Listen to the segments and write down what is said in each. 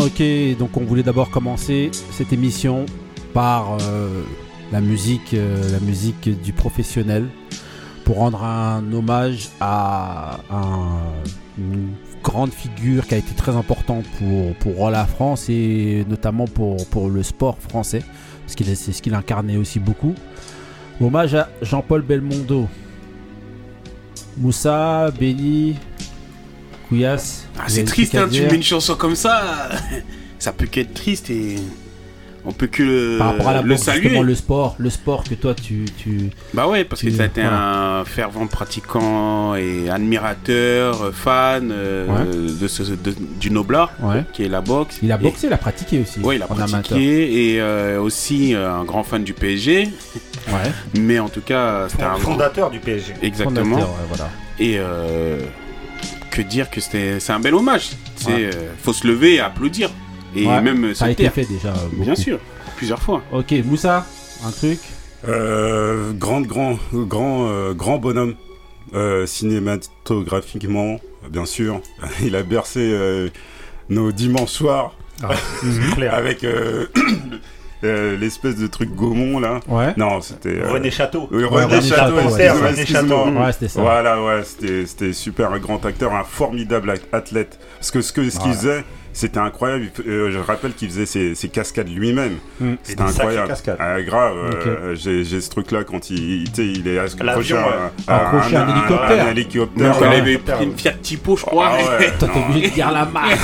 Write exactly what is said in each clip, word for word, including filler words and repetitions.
Ok, donc on voulait d'abord commencer cette émission par euh, la musique, euh, la musique du professionnel, pour rendre un hommage à un, une grande figure qui a été très importante pour, pour la France et notamment pour, pour le sport français, parce qu'il est, c'est ce qu'il incarnait aussi beaucoup. Hommage à Jean-Paul Belmondo. Moussa, Benny, Couillasse. Ah, c'est triste, hein, tu mets une chanson comme ça, ça peut qu'être triste et on peut que le, par rapport à la le boxe, saluer. Justement, le sport, le sport que toi tu... tu bah ouais, parce tu, que tu as été voilà. un fervent pratiquant et admirateur, fan euh, ouais. de ce, de, du noblard, ouais. qui est la boxe. Il a boxé, et... il a pratiqué aussi. Oui, il a pratiqué amateur. et euh, aussi euh, un grand fan du P S G. Ouais. Mais en tout cas, c'était un fondateur du P S G. Exactement. Ouais, voilà. Et euh, que dire que c'était, c'est un bel hommage. C'est, ouais. euh, faut se lever et applaudir. Et ouais, même ça a été fait déjà. Beaucoup. Bien sûr, plusieurs fois. Ok, Moussa, un truc. Euh, grand, grand, grand, euh, grand bonhomme. Euh, cinématographiquement, bien sûr. Il a bercé euh, nos dimanches soirs. Ah, c'est clair. Avec euh, euh, l'espèce de truc Gaumont là. Ouais. Non, c'était euh... René Château. Oui, ouais, René, René Château. Château, ouais, ouais, René Château. Ouais, c'était ça. Voilà, ouais, c'était, c'était super, un grand acteur, un formidable athlète. Parce que ce, que, ce qu'il voilà. faisait, c'était incroyable. Euh, je rappelle qu'il faisait ses, ses cascades lui-même. Mm. C'était incroyable. Ah, grave. Okay. Euh, j'ai, j'ai ce truc-là quand il, il, il est accroché à, ouais. à, un, un, un hélicoptère. Un hélicoptère. Donc, ouais, il avait pris une Fiat Tipo, je crois. Ah, ouais. Toi, t'es obligé de dire la marque.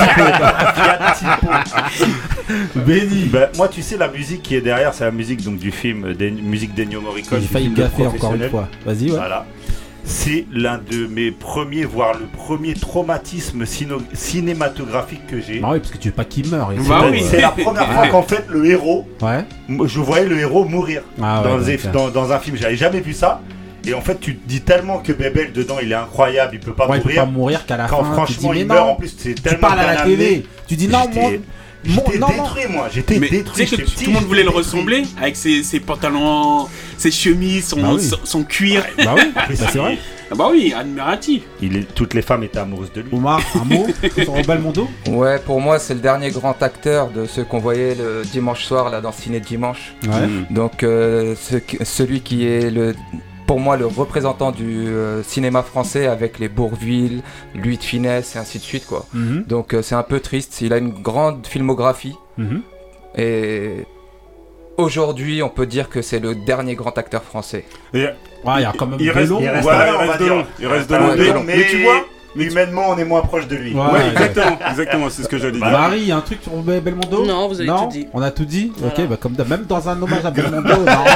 Fiat Tipo. Benny. Ben, moi, tu sais, la musique qui est derrière, c'est la musique donc, du film, des, musique d'Ennio Morricone. J'ai failli gaffer encore une fois. Vas-y, ouais. Voilà. C'est l'un de mes premiers, voire le premier traumatisme cino- cinématographique que j'ai. Bah oui, parce que tu veux pas qu'il meure. Bah c'est, oui. c'est la première fois qu'en fait le héros, ouais. je voyais le héros mourir ah dans, ouais, dans, dans un film. J'avais jamais vu ça. Et en fait, tu te dis tellement que Bébel dedans, il est incroyable, il peut pas ouais, mourir. Il peut pas mourir qu'à la quand fin. Franchement, tu dis, il mais meurt non, en plus. C'est tellement tu parles à la télé. amené. Tu dis non, moi. J'étais non, détruit, non. moi. J'étais mais détruit. Tu sais que petit, tout le monde voulait le détruit. ressembler avec ses, ses pantalons, ses chemises, son, bah oui. son, son cuir. Bah oui, bah c'est vrai. Ah bah oui, admiratif. Il est, toutes les femmes étaient amoureuses de lui. Omar, un mot sur Belmondo ? Ouais, pour moi, c'est le dernier grand acteur de ceux qu'on voyait le dimanche soir là dans Ciné Dimanche. Ouais. Donc euh, ce, celui qui est le pour moi le représentant du euh, cinéma français avec les Bourvil, Louis de Funès et ainsi de suite quoi. Mm-hmm. Donc euh, c'est un peu triste. Il a une grande filmographie mm-hmm. et aujourd'hui on peut dire que c'est le dernier grand acteur français. Et, ouais, il y a quand même il reste, long. Il reste, voilà, il reste de long. Il reste de long. Mais, mais, mais tu vois, mais humainement on est moins proche de lui. Ouais, ouais exactement, exactement, c'est ce que j'allais dire. Marie, il y a un truc sur Belmondo ? Non, vous avez non tout dit. On a tout dit. Voilà. Ok, bah comme même dans un hommage à Belmondo.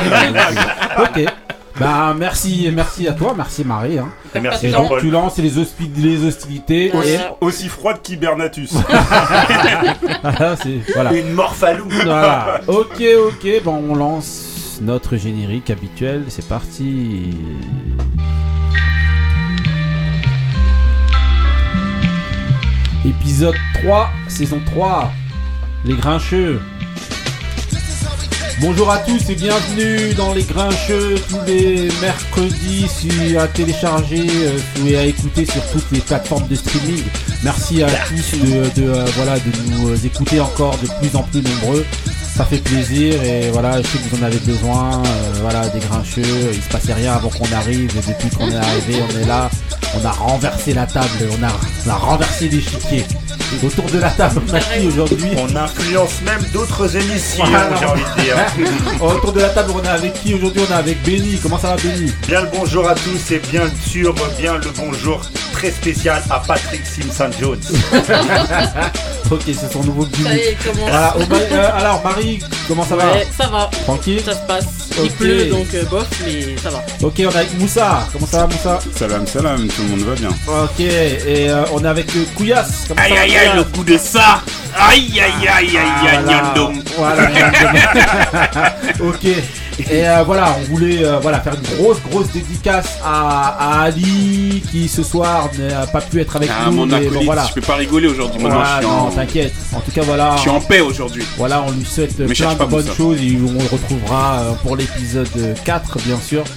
Ok. Bah merci, merci à toi, merci Marie. Hein. Et merci et Jean-Paul. Donc tu lances les, hospi- les hostilités. Aussi, et... aussi froide qu'Hibernatus. voilà, c'est, voilà. Une morphalou. Voilà. Ok, ok, bon on lance notre générique habituel, c'est parti. Épisode trois, saison trois, Les Grincheux. Bonjour à tous et bienvenue dans Les Grincheux tous les mercredis à télécharger euh, et à écouter sur toutes les plateformes de streaming. Merci à tous de, de, euh, voilà, de nous écouter encore de plus en plus nombreux. Ça fait plaisir et voilà, je sais que vous en avez besoin. Euh, voilà, des Grincheux, il se passait rien avant qu'on arrive et depuis qu'on est arrivé, on est là. On a renversé la table, on a, on a renversé l'échiquier. Autour de la table, on a qui aujourd'hui ? On influence même d'autres émissions, voilà. J'ai envie de dire. Autour de la table, on est avec qui aujourd'hui ? On est avec Benny. Comment ça va, Benny ? Bien le bonjour à tous et bien sûr, bien le bonjour très spécial à Patrick Simpson-Jones. Ok, c'est son nouveau gimmick. Ça y est, comment voilà, oh, euh, alors, Marie, comment ça va ? Ouais, ça va. Tranquille ? Ça se passe. Il okay. pleut, donc euh, bof, mais ça va. Ok, on est avec Moussa. Comment ça va, Moussa ? Salam, salam, tout le monde va bien. Ok, et euh, on est avec euh, Couillasse. Comment aïe, ça va, aïe, aïe, le coup de ça. Aïe, aïe, aïe, aïe, aïe, Nyandom. Voilà, ok. Et euh, voilà, on voulait euh, voilà, faire une grosse, grosse dédicace à, à Ali qui ce soir n'a pas pu être avec ah, nous. Mon mais acolyte, bon, voilà. je peux pas rigoler aujourd'hui. Voilà, Moi, je suis non, en... t'inquiète. En tout cas, voilà. Je suis en paix aujourd'hui. Voilà, on lui souhaite mais plein de pas bonnes choses et on le retrouvera pour l'épisode quatre, bien sûr.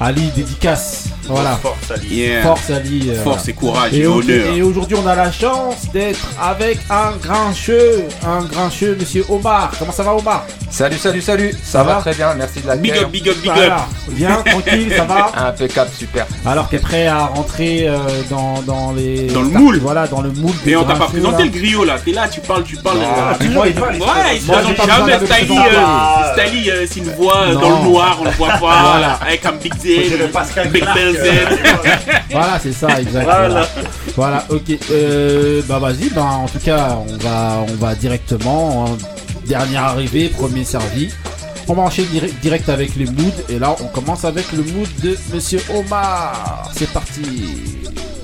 Ali, dédicace. Voilà. Force Ali. Yeah. Force Ali. euh, Force et courage Et, et, au- honneur. et aujourd'hui, on a la chance d'être avec un grincheux, un grincheux, monsieur Omar. Comment ça va, Omar? Salut, salut, salut. Ça, Ça va, va très bien, merci de la Big up, big up, big up. Voilà. Bien, tranquille, ça va. Impeccable, super. Alors t'es prêt à rentrer euh, dans, dans les... Dans le start- moule. Voilà, dans le moule. Mais des on t'a pas grincheux, présenté là. le griot là. T'es là, tu parles, tu parles. Ah, euh, mais moi, il va- Ouais, il se Moi, j'ai présente pas besoin jamais. de le Stali, présenter. euh, Stali, euh, c'est une voix euh, dans Non. le noir, on le voit pas. Voilà. Avec un big C'est le Z, Pascal big Clark. Benzen. Voilà, c'est ça, exactement. Voilà. Voilà, ok. Euh, bah vas-y, bah en tout cas, on va, on va directement. hein, Dernière arrivée, premier servi. On va enchaîner direct, direct avec les moods. Et là, on commence avec le mood de Monsieur Omar. C'est parti.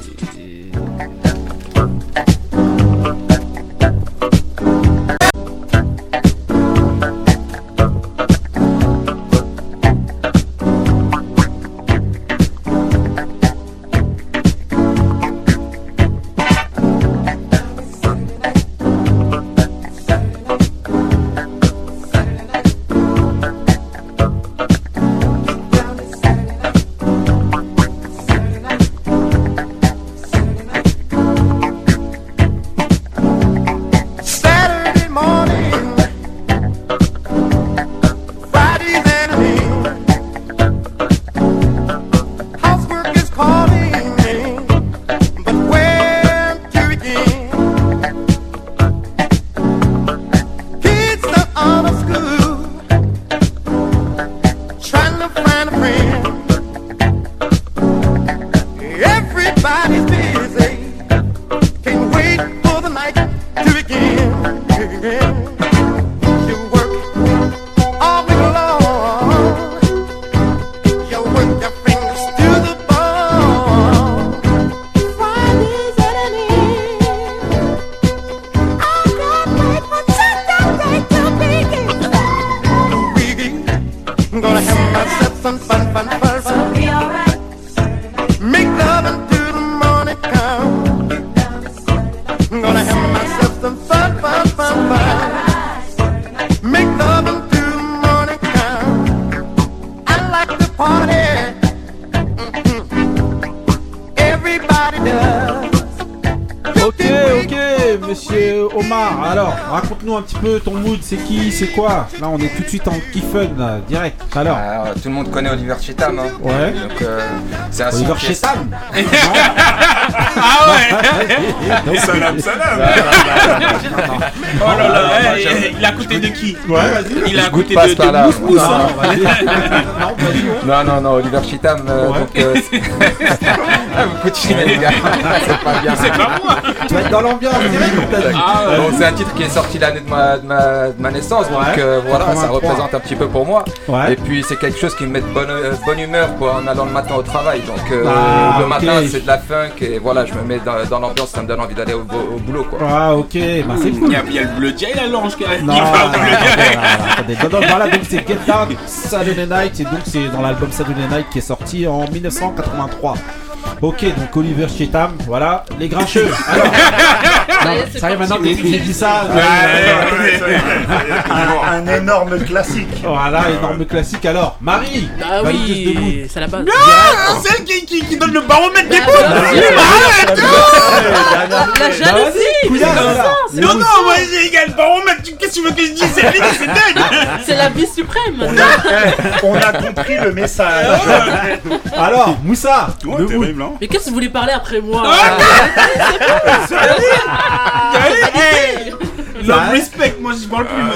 Saturday morning, Friday's enemy. Housework is calling me, but where to begin? Kids are out of school, trying to find a friend. Everybody's busy, can't wait for the night to begin. You work all week long. You work your fingers to the bone. Friday's at an end. I can't wait for Saturday to begin. We gonna have myself some fun, fun, fun, fun. Be alright. Make love until the morning come. Gonna have myself some fun, fun, fun, fun. Make love until the morning come. I like to party. Mm-mm. Everybody does. Ok, ok, Monsieur Omar. Alors, raconte-nous un petit peu ton mood. C'est qui, c'est quoi? Là, on est tout de suite en kiffun, là, direct. Alors, Alors, tout le monde connaît Oliver Chetam. Hein. ouais. Donc, euh, c'est un Oliver son qui est- Chetam. Ah ouais. Salam, salam. Oh là là. Ah, eh, j'avoue. eh, Il a coûté de qui? Ouais, vas-y. Il a goûte coûté passe de par là. de Mousse Mousse. Non, hein. vas-y. Non, vas-y, ouais. Non, non, non, Oliver Chetam. euh, Ouais. donc, euh, c'est- ah, vous continuez, les gars. C'est pas bien. C'est pas moi. Tu vas être dans l'ambiance, direct, comme t'as dit. Ah ouais. Bon, c'est un titre qui est sorti l'année de ma, de ma, de ma naissance, donc Ouais. euh, voilà, ça quatre-vingt-trois. représente un petit peu pour moi. Ouais. Et puis c'est quelque chose qui me met de bonne, euh, bonne humeur quoi, en allant le matin au travail. Donc euh, Ah, le ok. matin c'est de la funk et voilà, je me mets dans, dans l'ambiance, ça me donne envie d'aller au, au boulot quoi. Ah, ok, bah c'est Il cool. y a, il y a le bleu dia et la lange qui arrive. Non, Il non, va au non, bleu attendez, dia. attendez, attendez. Non, non, voilà, donc c'est Get Down Saturday Night, et donc c'est dans l'album Saturday Night qui est sorti en dix-neuf cent quatre-vingt-trois. Ok, donc Oliver Chetam, voilà, les grincheux. Alors, non, y est, c'est ça y est, parti. maintenant que j'ai dit ça, Ouais, euh, ouais, ouais. Un, un énorme classique. voilà, énorme classique. Alors, Marie, Ah valideuse de mood. oui, c'est la base. Ah, celle qui, qui, qui donne le baromètre des Bah, bouts. bah, Bah, La vas-y, jalousie. couillasse, voilà. Les Non, mood. non, moi j'ai gagné le baromètre. Qu'est-ce que tu veux que je dise? C'est fini, c'est dingue. C'est la vie suprême. On a, on a compris le message. Alors, Moussa, Ouais, le mood. terrible, hein. Mais qu'est-ce que vous voulez parler après moi? Hey, love respect, moi je parle plus.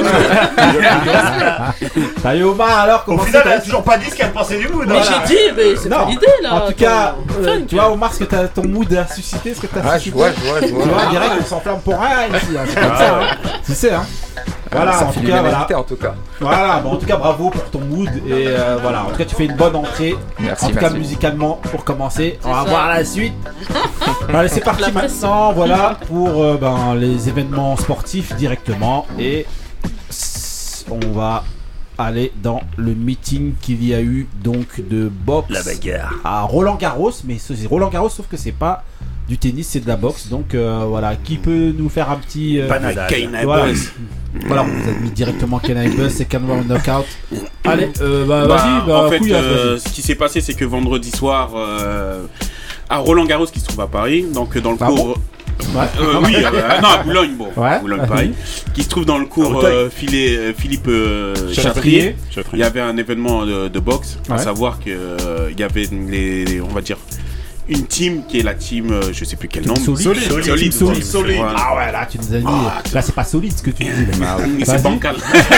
Ça y est, Omar, alors, Au comment final, c'est elle a ta- toujours pas dit ce qu'elle pensait du mood. Mais hein. j'ai dit, mais c'est Non. validé là. En tout cas, Ton euh, funk. tu vois, Omar, ce que t'as- ton mood a suscité, ce que t'as Ah, je suscité. vois, je vois, je Tu vois. vois, direct, on s'enflamme pour rien ici, hein, c'est comme ça, hein. Tu sais, hein. Voilà, Ça en tout finit cas, voilà. l'humanité, en tout cas. Voilà, bon, en tout cas, bravo pour ton mood. Et euh, voilà, en tout cas, tu fais une bonne entrée. Merci, en tout cas, merci. musicalement, pour commencer. On va ça. voir la suite. Allez, c'est parti La pression. maintenant. Voilà, pour euh, ben, les événements sportifs directement. Et s- on va aller dans le meeting qu'il y a eu donc de boxe La bagarre. à Roland Garros. Mais c'est Roland Garros, sauf que c'est pas du tennis, c'est de la boxe. Donc euh, voilà, qui peut nous faire un petit. euh, Pas Nadal. Kane voilà. Boys. Voilà, on vous a mis directement Kenai Buzz, second round knockout. Allez, euh, bah, Bah, vas-y, bah, en fait, couillasse, euh, vas-y. ce qui s'est passé, c'est que vendredi soir, euh, à Roland Garros, qui se trouve à Paris, donc dans le Ah cours. bon Ouais. Euh, oui, euh, non, à Boulogne, bon, Ouais. Boulogne, Paris, qui se trouve dans le cours Auteuil. euh, Philé- euh, Philippe euh, Chatrier. Chatrier. Il y avait un événement de, de boxe, à Ouais. savoir que euh, il y avait les, les- on va dire, une team qui est la team, euh, je sais plus quel nom. Solide. Solide. Solide. Solide. Solide. Solide. Voilà. Ah ouais, là, tu nous as mis. Ah, là, c'est pas solide ce que tu dis. Là. Mais Vas-y. c'est bancal.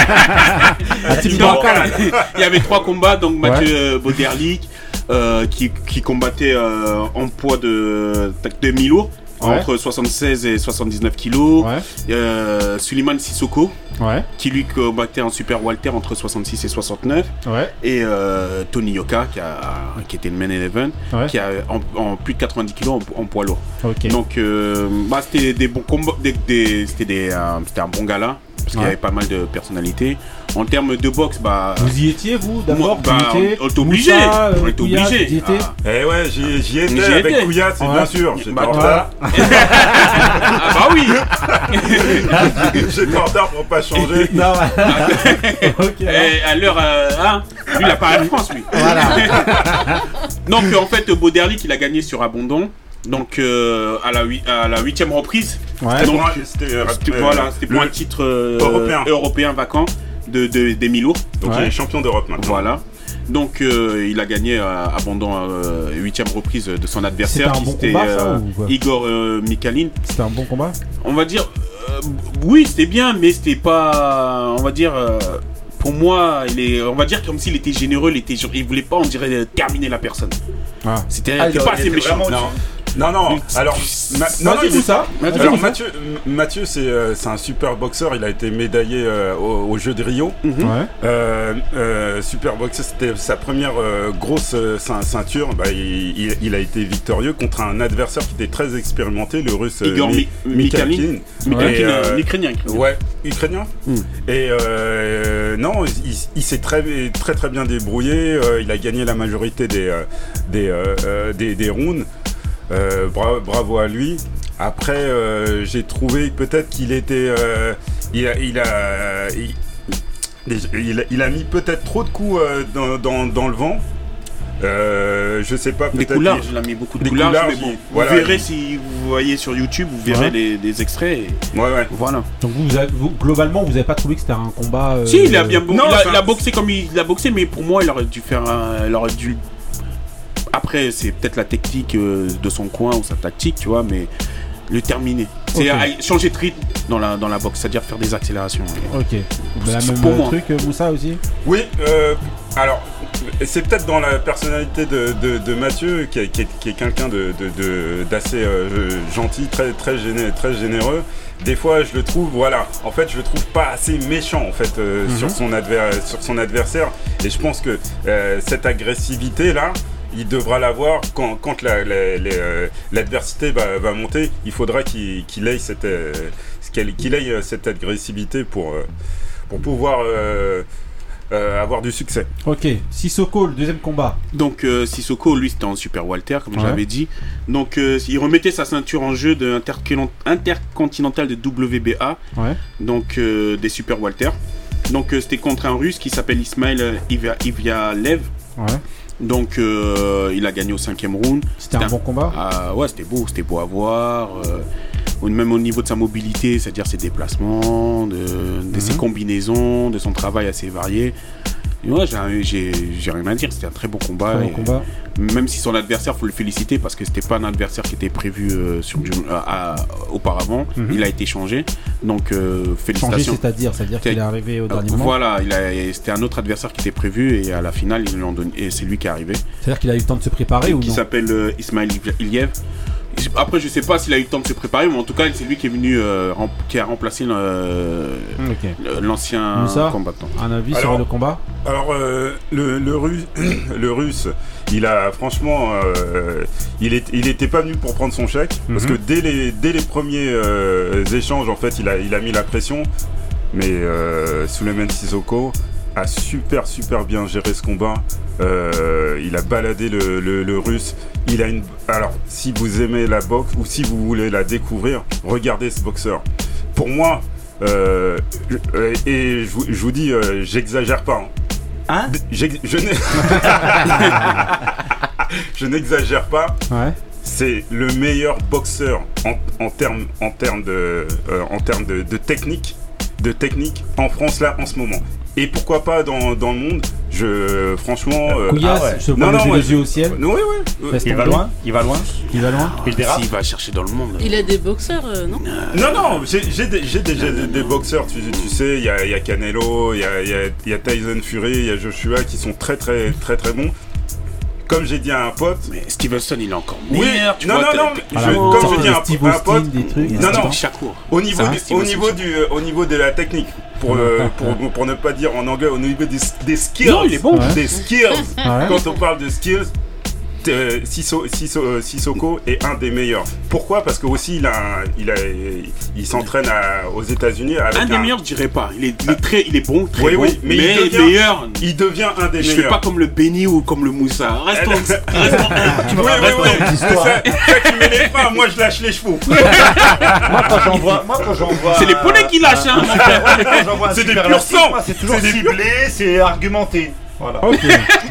La team Donc, bancale. il y avait trois combats, donc Ouais. Mathieu euh, Boderlik euh, qui, qui combattait euh, en poids de, de mi-lourd, Ouais. entre soixante-seize et soixante-dix-neuf kilos. Ouais. Euh, Suleiman Sissoko Ouais. qui lui combattait en super welter entre soixante-six et soixante-neuf. Ouais. Et euh, Tony Yoka qui, a, qui était le main event, Ouais. qui a en, en plus de quatre-vingt-dix kilos en, en poids lourd. Ok. Donc euh, bah, c'était des bons combats, des, des- c'était des, euh, c'était un bon gala parce qu'il y Ouais. avait pas mal de personnalités. En termes de boxe, bah Vous y étiez, vous, d'abord? moi, bah, Vous y étiez on, on était obligé, Moussa, euh, on était Couillasse, obligé. vous y étiez Ah. Eh ouais, j'y, j'y étais J'y avec étais. Couillasse, c'est Ouais. bien sûr. J'étais Bah, en retard. Ah bah oui. J'étais en retard pour pas changer. Non, ouais. Ok. Et à l'heure, euh, hein, lui il a pas la France lui. Voilà. Donc en fait Boderlik il a gagné sur Abondon. Donc euh, à la hui- à la huitième reprise. Ouais. Donc, C'était, euh, C'était, euh, voilà, c'était pour le- un titre euh, européen. européen vacant de, de, des mi-lourds. Donc Ouais. il est champion d'Europe maintenant. Voilà. Donc euh, il a gagné à Abondon euh, huitième reprise de son adversaire C'était un qui bon c'était combat, ça, euh, ou quoi Igor euh, Mikhalin. C'était un bon combat? On va dire euh, oui c'était bien mais c'était pas on va dire euh, pour moi il est on va dire comme s'il était généreux il était il voulait pas on dirait euh, terminer la personne. Ah. C'était Ah, c'était il pas était assez méchant. vraiment Non. Non, non, alors, ma- non, non, Vas-y, il est- Moussa. Mathieu, alors Moussa. Mathieu, Mathieu c'est, euh, c'est un super boxeur, il a été médaillé euh, au, au Jeux de Rio. Mhm. Ouais. Euh, euh, super boxeur, c'était sa première euh, grosse euh, ceint- ceinture. Bah, il, il- il a été victorieux contre un adversaire qui était très expérimenté, le russe euh, Igor Mi- Mi- Mikhalin. Mikhalin. Mikhalin, Et, euh, l'Ukrainien. Ouais, ukrainien. Mm. Et euh, non, il, il s'est très, très très bien débrouillé. Euh, il a gagné la majorité des, euh, des, euh, euh, des, des rounds. Euh, bra- bravo à lui. Après, euh, j'ai trouvé peut-être qu'il était. Euh, il a. Il a, il, il a, il a mis peut-être trop de coups euh, dans, dans, dans le vent. Euh, je sais pas, Des peut-être. coups larges, qu'il- il a mis beaucoup de Des coups coups larges, larges, mais bon, il- vous voilà, verrez il- si vous voyez sur YouTube, vous verrez Ouais. les, des extraits. Et Ouais, ouais. voilà. Donc vous, vous avez- vous- globalement, vous avez pas trouvé que c'était un combat. euh, Si, il a bien bo- non, il, a, enfin- il a boxé comme il, il a boxé, mais pour moi, il aurait dû faire un, il aurait dû. Après, c'est peut-être la technique euh, de son coin ou sa tactique, tu vois, mais le terminer. C'est Ok. à- changer de rythme dans la, dans la boxe, c'est-à-dire faire des accélérations. Ok. La C'est même pour euh, moi. truc, euh, Moussa aussi. Oui, euh, alors, c'est peut-être dans la personnalité de, de, de Mathieu, qui est, qui est, qui est quelqu'un de, de, de- d'assez euh, gentil, très, très, géné- très généreux. Des fois, je le trouve, voilà, en fait, je le trouve pas assez méchant, en fait, euh, Mhm. sur, son adver- sur son adversaire. Et je pense que euh, cette agressivité-là, il devra l'avoir quand, quand la- la- les, euh, l'adversité va, va monter. Il faudra qu'il, qu'il ait cette, euh, qu'il, qu'il ait cette agressivité pour, euh, pour pouvoir euh, euh, avoir du succès. Ok. Sissoko, le deuxième combat. Donc euh, Sissoko, lui, c'était en super welter, comme Ouais. j'avais dit. Donc euh, il remettait sa ceinture en jeu de intercon- intercontinental de W B A, Ouais. donc euh, des super welter. Donc euh, c'était contre un russe qui s'appelle Ismail Ivia- Ivialev. Ouais. Donc euh, il a gagné au cinquième round. C'était un bon combat. Ah ouais, c'était beau, c'était beau à voir. euh, au- même au niveau de sa mobilité, c'est-à-dire ses déplacements, de, de ses Mhm. combinaisons, de son travail assez varié. Et ouais, j'ai, j'ai, j'ai rien à dire, c'était un très bon combat. Très bon et combat. Même si son adversaire, faut le féliciter parce que c'était pas un adversaire qui était prévu euh, sur du- à- à- auparavant. Mhm. Il a été changé. Donc euh, Changé, félicitations. c'est-à-dire, c'est-à-dire qu'il est arrivé au Euh, dernier moment. voilà, il a, c'était un autre adversaire qui était prévu et à la finale, ils lui ont donné, et c'est lui qui est arrivé. C'est-à-dire qu'il a eu le temps de se préparer ou Qui non? s'appelle euh, Ismail Iliev. Après, je sais pas s'il a eu le temps de se préparer, mais en tout cas, c'est lui qui est venu, euh, rem- qui a remplacé le- Ok. le- l'ancien Moussa combattant. Un avis sur Alors- le combat? Alors euh, le, le, russe, le russe, il a franchement, euh, il, est, il était pas venu pour prendre son chèque parce Mhm. que dès les, dès les premiers euh, échanges, en fait, il a, il a mis la pression. Mais euh, Suleiman Sissoko a super super bien géré ce combat. Euh, il a baladé le, le, le russe. Il a une. Alors, si vous aimez la boxe ou si vous voulez la découvrir, regardez ce boxeur. Pour moi, Euh, euh, et je vous, je vous dis, euh, j'exagère pas. Hein, hein Je n'ai... je n'exagère pas. Ouais. C'est le meilleur boxeur en, en termes en termes de euh, en termes de, de technique, de technique en France là en ce moment. Et pourquoi pas dans, dans le monde. Je franchement. Euh, Couillasse, ah ouais. je te vois lever les yeux au ciel. Oui, oui. Il va loin. Il va loin. Il va loin. Il dérape. S'il va chercher dans le monde. Il a des boxeurs, euh, non Non, non. J'ai, j'ai, des, j'ai déjà des, des boxeurs. Tu, tu sais, il y a, y a Canelo, il y a, y, a, y a Tyson Fury, il y a Joshua qui sont très, très, très, très bons. Comme j'ai dit à un pote, mais Stevenson il est encore meilleur. Oui, tu non, vois, non, non, je, voilà, comme j'ai dit à un, un pote, des trucs, non, non, au niveau, du, au niveau du, au niveau de la technique, pour, euh, pour, pour ne pas dire en anglais, au niveau des, des skills, non, il est bon. Des skills. Ouais. Quand on parle de skills, euh, Siso, Siso, euh, Sissoko est un des meilleurs. Pourquoi ? Parce que aussi il a, il a, il s'entraîne à, aux États-Unis. Avec un des un... meilleurs, je dirais pas. Il est, il est très, il est bon, très oui, bon. Oui, mais, mais il devient, meilleur. Il devient un des je meilleurs. Je fais pas comme le Benny ou comme le Moussa. Restons, restons un. Tu vas oui, oui, oui. Ça, ça qui met les freins, moi je lâche les chevaux. moi quand j'en vois, moi quand j'en vois. C'est les poneys qui lâchent, hein. C'est des pur sang. C'est toujours ciblé, c'est argumenté. Voilà. Ok.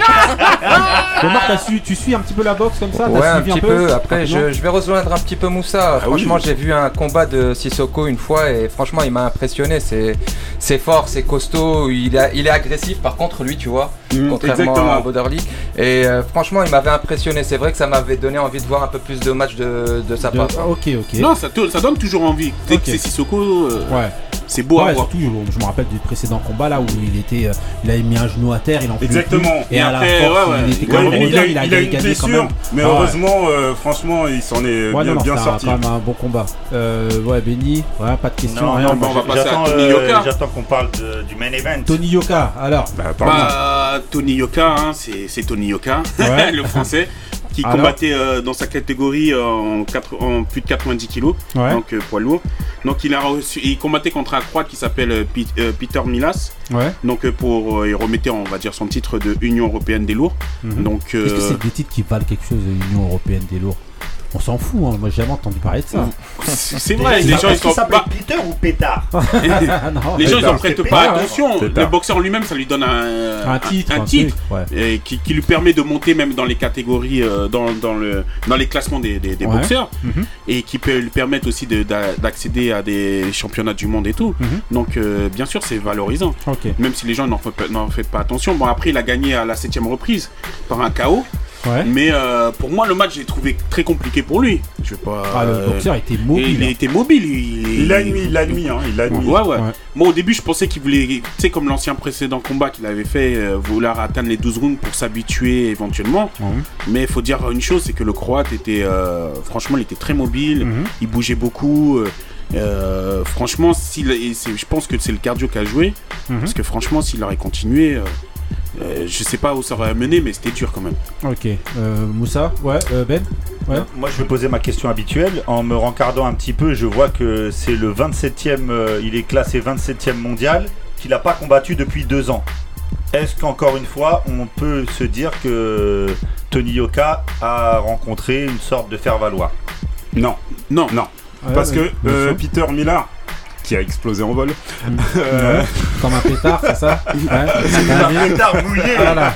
Bon, Marc, su, tu suis un petit peu la boxe comme ça? Ouais, un petit un peu. peu. Après, je, je vais rejoindre un petit peu Moussa. Ah, franchement, oui. J'ai vu un combat de Sissoko une fois et franchement, il m'a impressionné. C'est, c'est fort, c'est costaud. Il, a, il est agressif. Par contre, lui, tu vois, mmh, contrairement exactement. à Boderly. Et euh, franchement, il m'avait impressionné. C'est vrai que ça m'avait donné envie de voir un peu plus de matchs de, de sa part. Ah, ok, ok. Non, ça, te, ça donne toujours envie. Dès okay. que c'est Sissoko. Euh... Ouais. C'est beau ouais, à voir. Surtout, je me rappelle du précédent combat là où il était, euh, il avait mis un genou à terre, il en exactement. Et, et à après, la force, ouais, ouais. il était quand ouais, même il, a, il a, il a une blessure, mais ah, heureusement, ouais. euh, franchement, il s'en est ouais, bien, non, non, bien sorti. C'est quand même un bon combat. Euh, ouais, Benny, ouais, pas de question, non, rien. Non, bon, on va passer à Tony Yoka. J'attends qu'on parle de, du main event. Tony Yoka, alors. Bah, bah Tony Yoka, hein, c'est, c'est Tony Yoka, ouais. le français. Qui Alors combattait euh, dans sa catégorie euh, en, quatre, en plus de quatre-vingt-dix kilos, ouais. donc euh, poids lourd. Donc il a reçu, il combattait contre un Croate qui s'appelle euh, P- euh, Peter Milas. Ouais. Donc euh, pour euh, il remettait, on va dire, son titre de Union européenne des lourds. Mm-hmm. Donc euh, est-ce que c'est des titres qui valent quelque chose, Union européenne des lourds? On s'en fout, hein. Moi j'ai jamais entendu parler de ça. C'est, c'est vrai, les gens ils sont pas Peter ou Pétard. non, les gens ils en prêtent pas Pétard, attention. Ouais. Le boxeur lui-même, ça lui donne un, un titre, un, un titre ouais. et qui, qui lui permet de monter même dans les catégories, euh, dans, dans, le, dans les classements des, des, des ouais. boxeurs, mm-hmm. et qui peut lui permettre aussi de, d'accéder à des championnats du monde et tout. Mm-hmm. Donc euh, bien sûr c'est valorisant. Okay. Même si les gens n'en font, n'en font pas attention. Bon après il a gagné à la septième reprise par un K O. Ouais. Mais euh, pour moi, le match, j'ai trouvé très compliqué pour lui. Je vais pas. Ah, le boxeur était mobile. Il, il était mobile. Il, il a admis, il a admis, hein. Il a admis. Ouais, ouais, ouais. Moi, au début, je pensais qu'il voulait, tu sais, comme l'ancien précédent combat qu'il avait fait, euh, vouloir atteindre les douze rounds pour s'habituer éventuellement. Mmh. Mais il faut dire une chose, c'est que le Croate était, euh, franchement, il était très mobile. Mmh. Il bougeait beaucoup. Euh, euh, franchement, s'il, c'est, je pense que c'est le cardio qui a joué. Mmh. Parce que franchement, s'il aurait continué. Euh, Euh, je sais pas où ça aurait mené, mais c'était dur quand même. Ok. Euh, Moussa, ouais, euh, Ben ouais. Moi, je vais poser ma question habituelle. En me rencardant un petit peu, je vois que c'est le vingt-septième, euh, il est classé vingt-septième mondial, qu'il n'a pas combattu depuis deux ans. Est-ce qu'encore une fois, on peut se dire que Tony Yoka a rencontré une sorte de faire-valoir? Non, non, non. Ouais, Parce que euh, Peter Millar, qui a explosé en vol. Mmh. Euh... Ouais. Comme un pétard, c'est ça? Ouais. C'est un pétard mouillé. Voilà.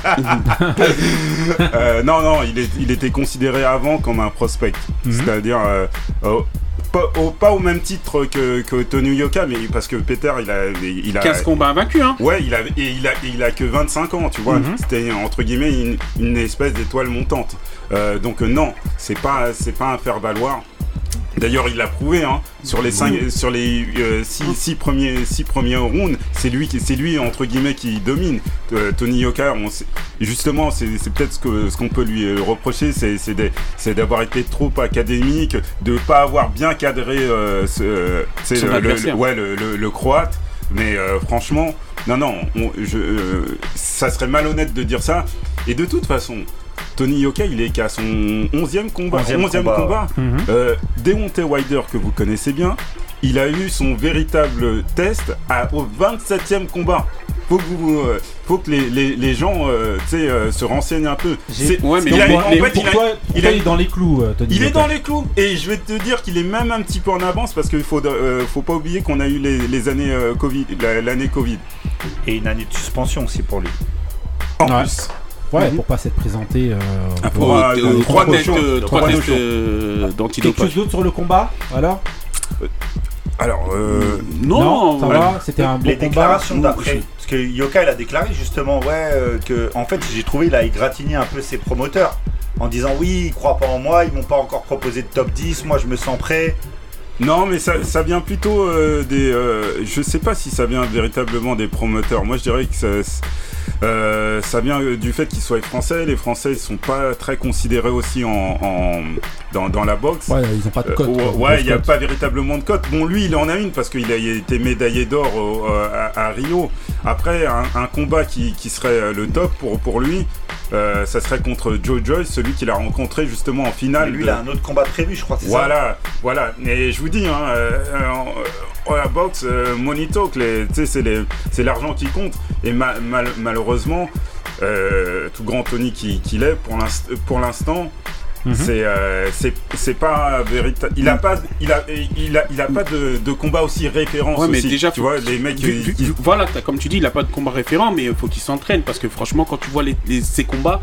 euh, non, non, il, est, il était considéré avant comme un prospect. Mmh. C'est-à-dire, euh, oh, pas, au, pas au même titre que, que Tony Yoka, mais parce que Peter, il a, il a quinze combats invaincus, hein. Ouais, il a, et il a, il a que vingt-cinq ans, tu vois. Mmh. C'était entre guillemets une, une espèce d'étoile montante. Euh, donc euh, non, c'est pas, c'est pas un faire-valoir. D'ailleurs, il l'a prouvé, hein, sur les cinq, mmh. sur les euh, six, six premiers, six premiers rounds, c'est lui qui, c'est lui entre guillemets qui domine. Euh, Tony Yoka, on sait, justement, c'est, c'est peut-être ce, que, ce qu'on peut lui reprocher, c'est, c'est, des, c'est d'avoir été trop académique, de pas avoir bien cadré, euh, ce, c'est le, le, le, ouais, le, le, le croate. Mais euh, franchement, non, non, on, je, euh, ça serait malhonnête de dire ça. Et de toute façon. Tony Yoka, il est qu'à son onzième combat. onzième combat. combat. Mm-hmm. Euh, Deontay Wilder, que vous connaissez bien, il a eu son véritable test à, au vingt-septième combat. faut que vous, euh, faut que les, les, les gens, euh, tu sais, euh, se renseignent un peu. C'est, ouais, mais il, il a, a, il a, en fait, il, a, il, a, il est dans les clous. Euh, il est dans les clous, et je vais te dire qu'il est même un petit peu en avance parce qu'il faut, euh, faut pas oublier qu'on a eu les, les années euh, Covid, la, l'année Covid, et une année de suspension aussi pour lui. En ouais. plus. Ouais, mm-hmm. pour pas s'être présenté. Euh, ah, pour euh, euh, trois tests euh, euh, d'antidopage. Quelque chose d'autre sur le combat, alors Alors, euh, non, non, ça ouais. va, c'était un bon les combat. Déclarations d'après, parce que Yoka il a déclaré justement, ouais, euh, que en fait j'ai trouvé il a égratigné un peu ses promoteurs en disant oui, ils croient pas en moi, ils m'ont pas encore proposé de top dix, moi je me sens prêt. Non, mais ça, ça vient plutôt euh, des. Euh, je sais pas si ça vient véritablement des promoteurs. Moi, je dirais que ça, euh, ça vient du fait qu'ils soient français. Les Français, ils sont pas très considérés aussi en, en dans, dans la boxe. Ouais, ils ont pas de cote. Euh, ouais, il y a pas véritablement de cote. Bon, lui, il en a une parce qu'il a été médaillé d'or au, à, à Rio. Après, un, un combat qui, qui serait le top pour pour lui. Euh, ça serait contre Joe Joyce, celui qu'il a rencontré justement en finale. Mais lui, de... il a un autre combat prévu, je crois. C'est voilà, ça voilà. Et je vous dis, hein, euh, euh, la boxe, euh, money talk, les, c'est, les, c'est l'argent qui compte. Et ma, mal, malheureusement, euh, tout grand Tony qu'il qui est, pour, l'inst- pour l'instant, mm-hmm. c'est, euh, c'est, c'est pas véritable. Il a pas, il a, il a, il a pas de, de combat aussi référence. Ouais, mais aussi, déjà, tu vois, les mecs. Vu, vu, qui... Voilà, comme tu dis, il a pas de combat référent, mais il faut qu'il s'entraîne parce que franchement, quand tu vois les, les, ces combats.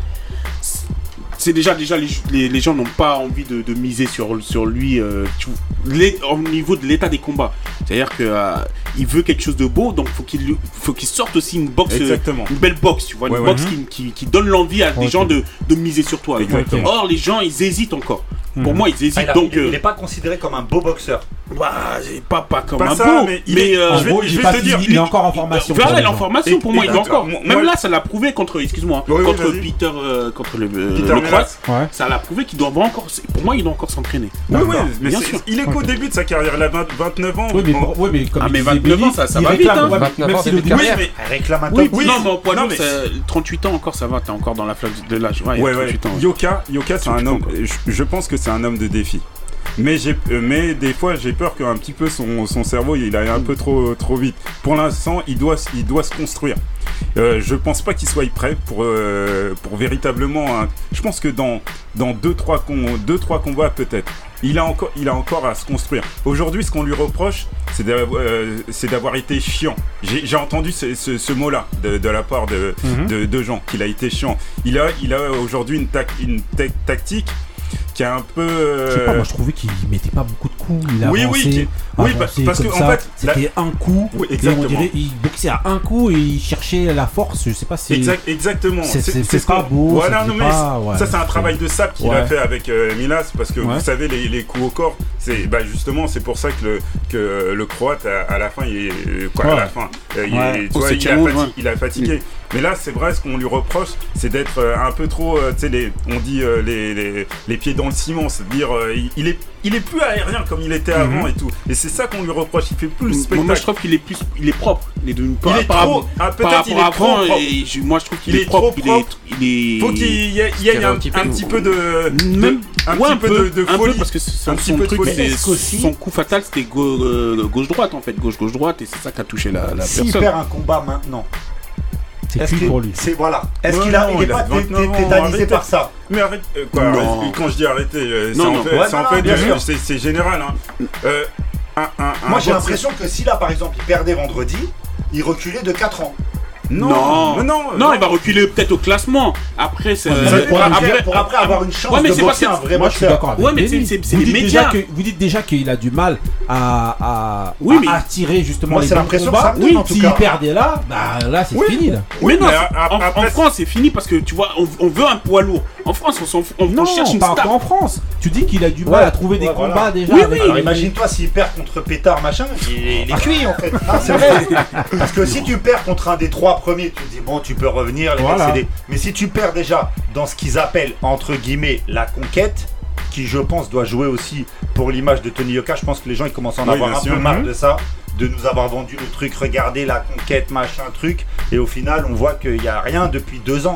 C'est déjà, déjà les, les, les gens n'ont pas envie de, de miser sur, sur lui euh, tu, les, au niveau de l'état des combats. C'est-à-dire qu'il euh, veut quelque chose de beau, donc faut qu'il faut qu'il sorte aussi une boxe, Exactement. une belle boxe, tu vois, ouais, une ouais. boxe qui, qui, qui donne l'envie à okay. des gens de, de miser sur toi. Exactement. Or, les gens, ils hésitent encore. Mmh. Pour moi, ils hésitent. Ah, il a, donc, il n'est pas considéré comme un beau boxeur. Bah, pas, pas comme pas un ça, beau, mais, mais est, euh, je vais, gros, je vais te dire, il, il est encore en formation. Voilà, il est en formation. Pour moi, il est encore. Moi, même là, ça l'a prouvé contre, excuse-moi, oui, contre oui, Peter, euh, contre le, Peter le Croate. Ouais. Ça l'a prouvé qu'il doit encore. Pour moi, il doit encore s'entraîner. Oui, oui, mais bien c'est, sûr. il est qu'au début de sa carrière, il a vingt-neuf ans. Oui, mais, bon. oui, mais comme ah, mais vingt-neuf ans, ça, ça va vite. Hein. vingt-neuf ans, si le carrière. Oui, mais réclame un top. Oui, oui, non, mais en poids lourd, mais... trente-huit ans encore, ça va. T'es encore dans la flamme de l'âge. Ouais, ouais, ouais. Ans, Yoka, Yoka, c'est un homme. Je, je pense que c'est un homme de défi. Mais, j'ai, mais des fois, j'ai peur qu'un petit peu son, son cerveau, il aille un peu trop, trop vite. Pour l'instant, il doit, il doit se construire. Euh, je pense pas qu'il soit prêt pour, euh, pour véritablement... Un... Je pense que dans deux trois com- combats, peut-être, il a, encore, il a encore à se construire. Aujourd'hui, ce qu'on lui reproche, c'est d'avoir, euh, c'est d'avoir été chiant. J'ai, j'ai entendu ce, ce, ce mot-là de, de la part de, mm-hmm. de, de gens, qu'il a été chiant. Il a, il a aujourd'hui une, tac, une te- tactique qui est un peu. Euh... Je sais pas, moi je trouvais qu'il mettait pas beaucoup de coups. Il oui, avançait, oui, qui... oui, avançait parce que ça. en fait, c'était la... un coup. Oui, exactement. Et on dirait, il boxait à un coup et il cherchait la force. Je sais pas si. Exact, exactement. C'est, c'est, c'est, c'est c'est pas beau. Voilà, non mais pas, ouais, ça c'est un travail de sape qu'il ouais. a fait avec euh, Milas parce que ouais. vous savez les, les coups au corps, c'est bah justement c'est pour ça que le que le Croate à, à la fin il est quoi ouais. à la fin euh, il, ouais. est, tu vois, il, a, fati- il a fatigué. Oui. Mais là, c'est vrai, ce qu'on lui reproche, c'est d'être euh, un peu trop, euh, tu sais, les, on dit euh, les, les, les pieds dans le ciment, c'est-à-dire euh, il, il est, il est plus aérien comme il était avant mm-hmm. et tout. Et c'est ça qu'on lui reproche. Il fait plus le spectacle. Moi, je trouve qu'il est plus, il est propre. Il est, de, par, il est par, trop. Ah, peut-être par il est trop avant, propre. Et je, moi, je trouve qu'il il est, est propre. Trop propre. Il est, il est. Faut qu'il y ait, il y ait un, un, petit peu, un petit peu de, même, un ouais, petit peu de, de folie, peu parce que son, un son petit truc, peu de c'est, aussi... son coup fatal, c'était go, euh, gauche-droite en fait, gauche-gauche-droite, et c'est ça qui a touché la, la S'il personne. S'il perd un combat maintenant. C'est Est-ce plus pour lui. C'est voilà. Est-ce non, qu'il a, non, il est pas tétanisé par ça? Mais arrête. Euh, quoi, arrête, quand je dis arrêter, euh, non, c'est non, en fait, ouais, c'est, non, en fait bien sûr. c'est, c'est général. Hein. Euh, un, un, un Moi, j'ai boxeur... l'impression que si là, par exemple, il perdait vendredi, il reculait de quatre ans. Non, non, non, non, non, il va reculer peut-être au classement. Après, c'est ouais, euh, pour, après, pour après avoir une chance ouais, mais de c'est boxer un vrai moi, je suis d'accord avec ouais, mais c'est, c'est, c'est vous les dites médias. Que, vous dites déjà qu'il a du mal à, à, oui, à mais attirer justement moi, les c'est bons l'impression combats. Que ça me donne, en tout S'il cas. perdait là, bah là c'est oui. fini là. Oui, mais non, mais en, après, en France c'est fini parce que tu vois, on, on veut un poids lourd. En France, on, on, non, on cherche une pas star. en France. Tu dis qu'il a du mal ouais, à trouver des ouais, combats voilà. déjà. Oui, avec oui. Alors imagine-toi s'il perd contre Pétard machin, il est cuit en fait. Ah, c'est vrai. Parce que si tu perds contre un des trois premiers, tu te dis bon, tu peux revenir, les voilà. mecs, mais si tu perds déjà dans ce qu'ils appellent entre guillemets la conquête, qui je pense doit jouer aussi pour l'image de Tony Yoka, je pense que les gens ils commencent à en oui, avoir un sûr. peu marre mmh. de ça, de nous avoir vendu le truc, regardez la conquête machin truc, et au final on voit qu'il n'y a rien depuis deux ans.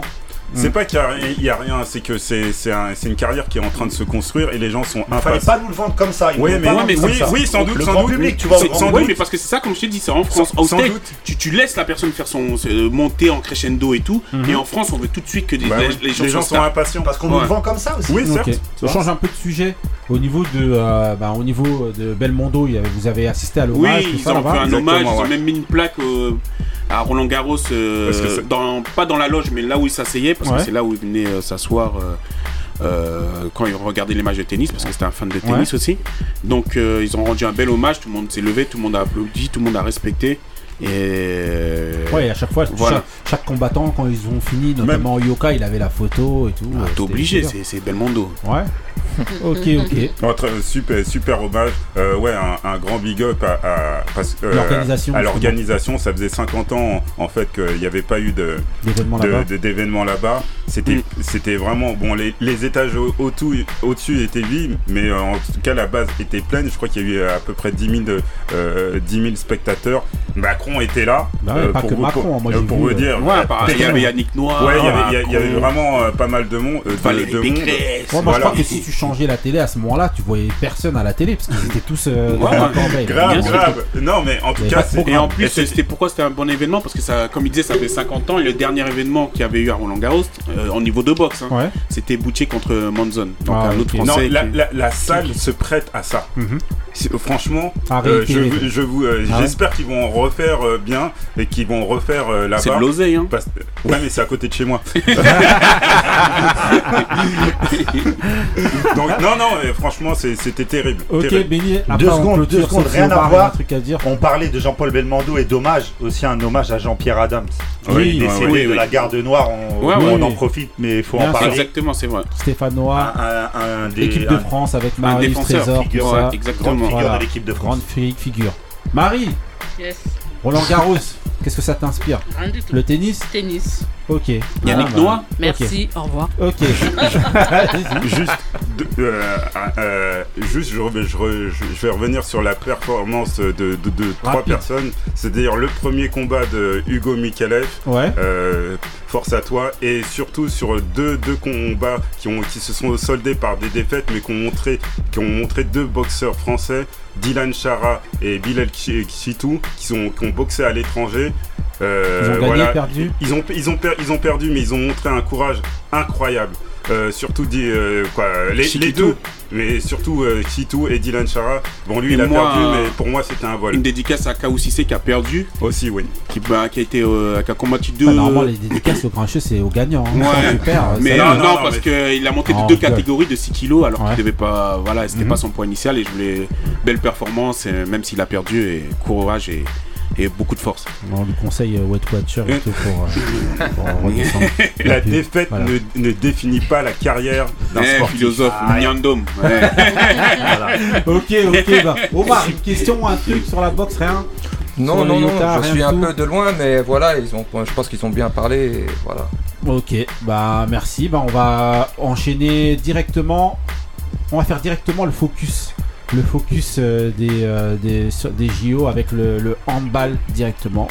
C'est pas qu'il y, y a rien, c'est que c'est c'est un, c'est une carrière qui est en train de se construire et les gens sont impatients. Il fallait pas nous le vendre comme ça. Oui, mais, ouais, mais oui, ça, oui, sans doute, le sans grand doute. public, tu vois. Sans doute, mais parce que c'est ça, comme je t'ai dit, c'est en France. Sans, sans doute. Tu, tu laisses la personne faire son euh, monter en crescendo et tout, mm-hmm. et en France, on veut tout de suite que des, bah, les, les gens, les gens sont impatients parce qu'on ouais. nous le vend comme ça aussi. Oui, certes. Okay. On change un peu de sujet. Au niveau de, euh, bah, au niveau de Belmondo, vous avez assisté à l'hommage. Oui, ils ça, ont fait un hommage. Ils ouais. ont même mis une plaque euh, à Roland Garros, euh, dans, pas dans la loge, mais là où il s'asseyait, parce ouais. que c'est là où il venait euh, s'asseoir. Euh, Euh, quand ils regardaient les matchs de tennis, parce que c'était un fan de tennis ouais. aussi. Donc euh, ils ont rendu un bel hommage, tout le monde s'est levé, tout le monde a applaudi, tout le monde a respecté. Et ouais, à chaque fois, voilà. chaque, chaque combattant, quand ils ont fini, notamment Même... Yoka, il avait la photo et tout. Ah, t'es obligé, c'est, c'est Belmondo. Ouais. Ok, ok. Notre, super, super hommage. Euh, ouais, un, un grand big up à, à, euh, l'organisation. À l'organisation. Ça faisait cinquante ans en fait qu'il n'y avait pas eu de, d'événements de, là-bas. De, d'événements là-bas. C'était, mm. c'était vraiment bon. Les, les étages au, au tout, au-dessus étaient vides, mais euh, en tout cas la base était pleine. Je crois qu'il y a eu à peu près dix mille, euh, dix mille spectateurs. Macron était là. Bah ouais, euh, pas pour que vous, Macron, pour, moi j'ai pour vu, vous dire. Ouais, il y avait Yannick Noir. Ouais, il y avait, il y avait vraiment euh, pas mal de monde. Euh, enfin, de, les de monde. Ouais, moi voilà. Je crois que si tu changeais la télé à ce moment-là, tu voyais personne à la télé parce qu'ils étaient tous euh, ouais, dans ouais, grave, grave. Non, mais en tout cas, c'est... et en plus, c'était... c'était pourquoi c'était un bon événement parce que ça, comme il disait, ça fait cinquante ans et le dernier événement qu'il y avait eu à Roland Garros, euh, au niveau de boxe, hein, ouais. c'était Butcher contre Monzon, donc ah, un autre okay. Français. Non, la, la, la salle qui... se prête à ça. Mm-hmm. Franchement, euh, je, je vous, euh, ah j'espère ouais. qu'ils vont en refaire euh, bien et qu'ils vont refaire euh, là-bas. C'est de l'oseille, hein. Parce... Ouais, mais c'est à côté de chez moi. Donc non, non, franchement, c'est, c'était terrible. Ok, terrible. Béni, deux secondes, deux secondes, rien à voir. À dire. On parlait de Jean-Paul Belmondo et d'hommage, aussi un hommage à Jean-Pierre Adams. Oui, il est décédé oui, de oui. la Garde Noire, on, ouais, on oui, en oui. profite, mais il faut Bien en parler. Exactement, c'est vrai. Stéphanois, un, un, un des, équipe de un, France avec Marie Trésor, figure, tout ça. Ouais, exactement. Grande figure voilà. de l'équipe de France. Grande figure. Marie. Yes. Roland Garros, qu'est-ce que ça t'inspire? Rien du tout. Le tennis? Tennis. Ok. Yannick ah, Noah. Merci, okay. au revoir. Ok. juste, de, euh, euh, juste, je, je, je, je vais revenir sur la performance de, de, de, de trois personnes. C'est-à-dire le premier combat de Hugo Mikalev. Ouais. Euh, force à toi. Et surtout sur deux, deux combats qui, ont, qui se sont soldés par des défaites, mais qui ont montré, qui ont montré deux boxeurs français, Dylan Chara et Bilal Chitou, qui, sont, qui ont boxé à l'étranger. Euh, ils ont gagné, voilà. perdu ils ont, ils, ont per, ils ont perdu, mais ils ont montré un courage incroyable. Euh, surtout dit, euh, quoi, les, les deux, mais surtout euh, Chitou et Dylan Chara. Bon, lui, et il a moi, perdu, mais pour moi, c'était un vol. Une dédicace à Kaou Cissé qui a perdu. Aussi, oui. Qui, bah, qui a été, euh, qui a combattu deux. Ah, normalement, les dédicaces au grand jeu, c'est aux gagnants. Hein. Ouais. Super, mais non, non, non, non, parce mais... qu'il a monté de oh, deux catégories de six kilos, alors ouais. qu'il devait pas, voilà, c'était mm-hmm. pas son poids initial et je voulais belle performance, et même s'il a perdu, et courage et. Et beaucoup de force. On lui conseille euh, Wet Watcher et tout pour, euh, pour redescendre. La défaite voilà. ne, ne définit pas la carrière d'un eh, sportif. Philosophe, ah, Nyandom. Ouais. Voilà. Ok, ok. Bah. Omar, une question, un truc sur la boxe, rien? Non, non, non, Utah, je suis un tout. peu de loin, mais voilà, ils ont, je pense qu'ils ont bien parlé. Et voilà. Ok, bah merci. Bah, on va enchaîner directement. On va faire directement le focus. Le focus euh, des, euh, des, des J O avec le, le handball directement.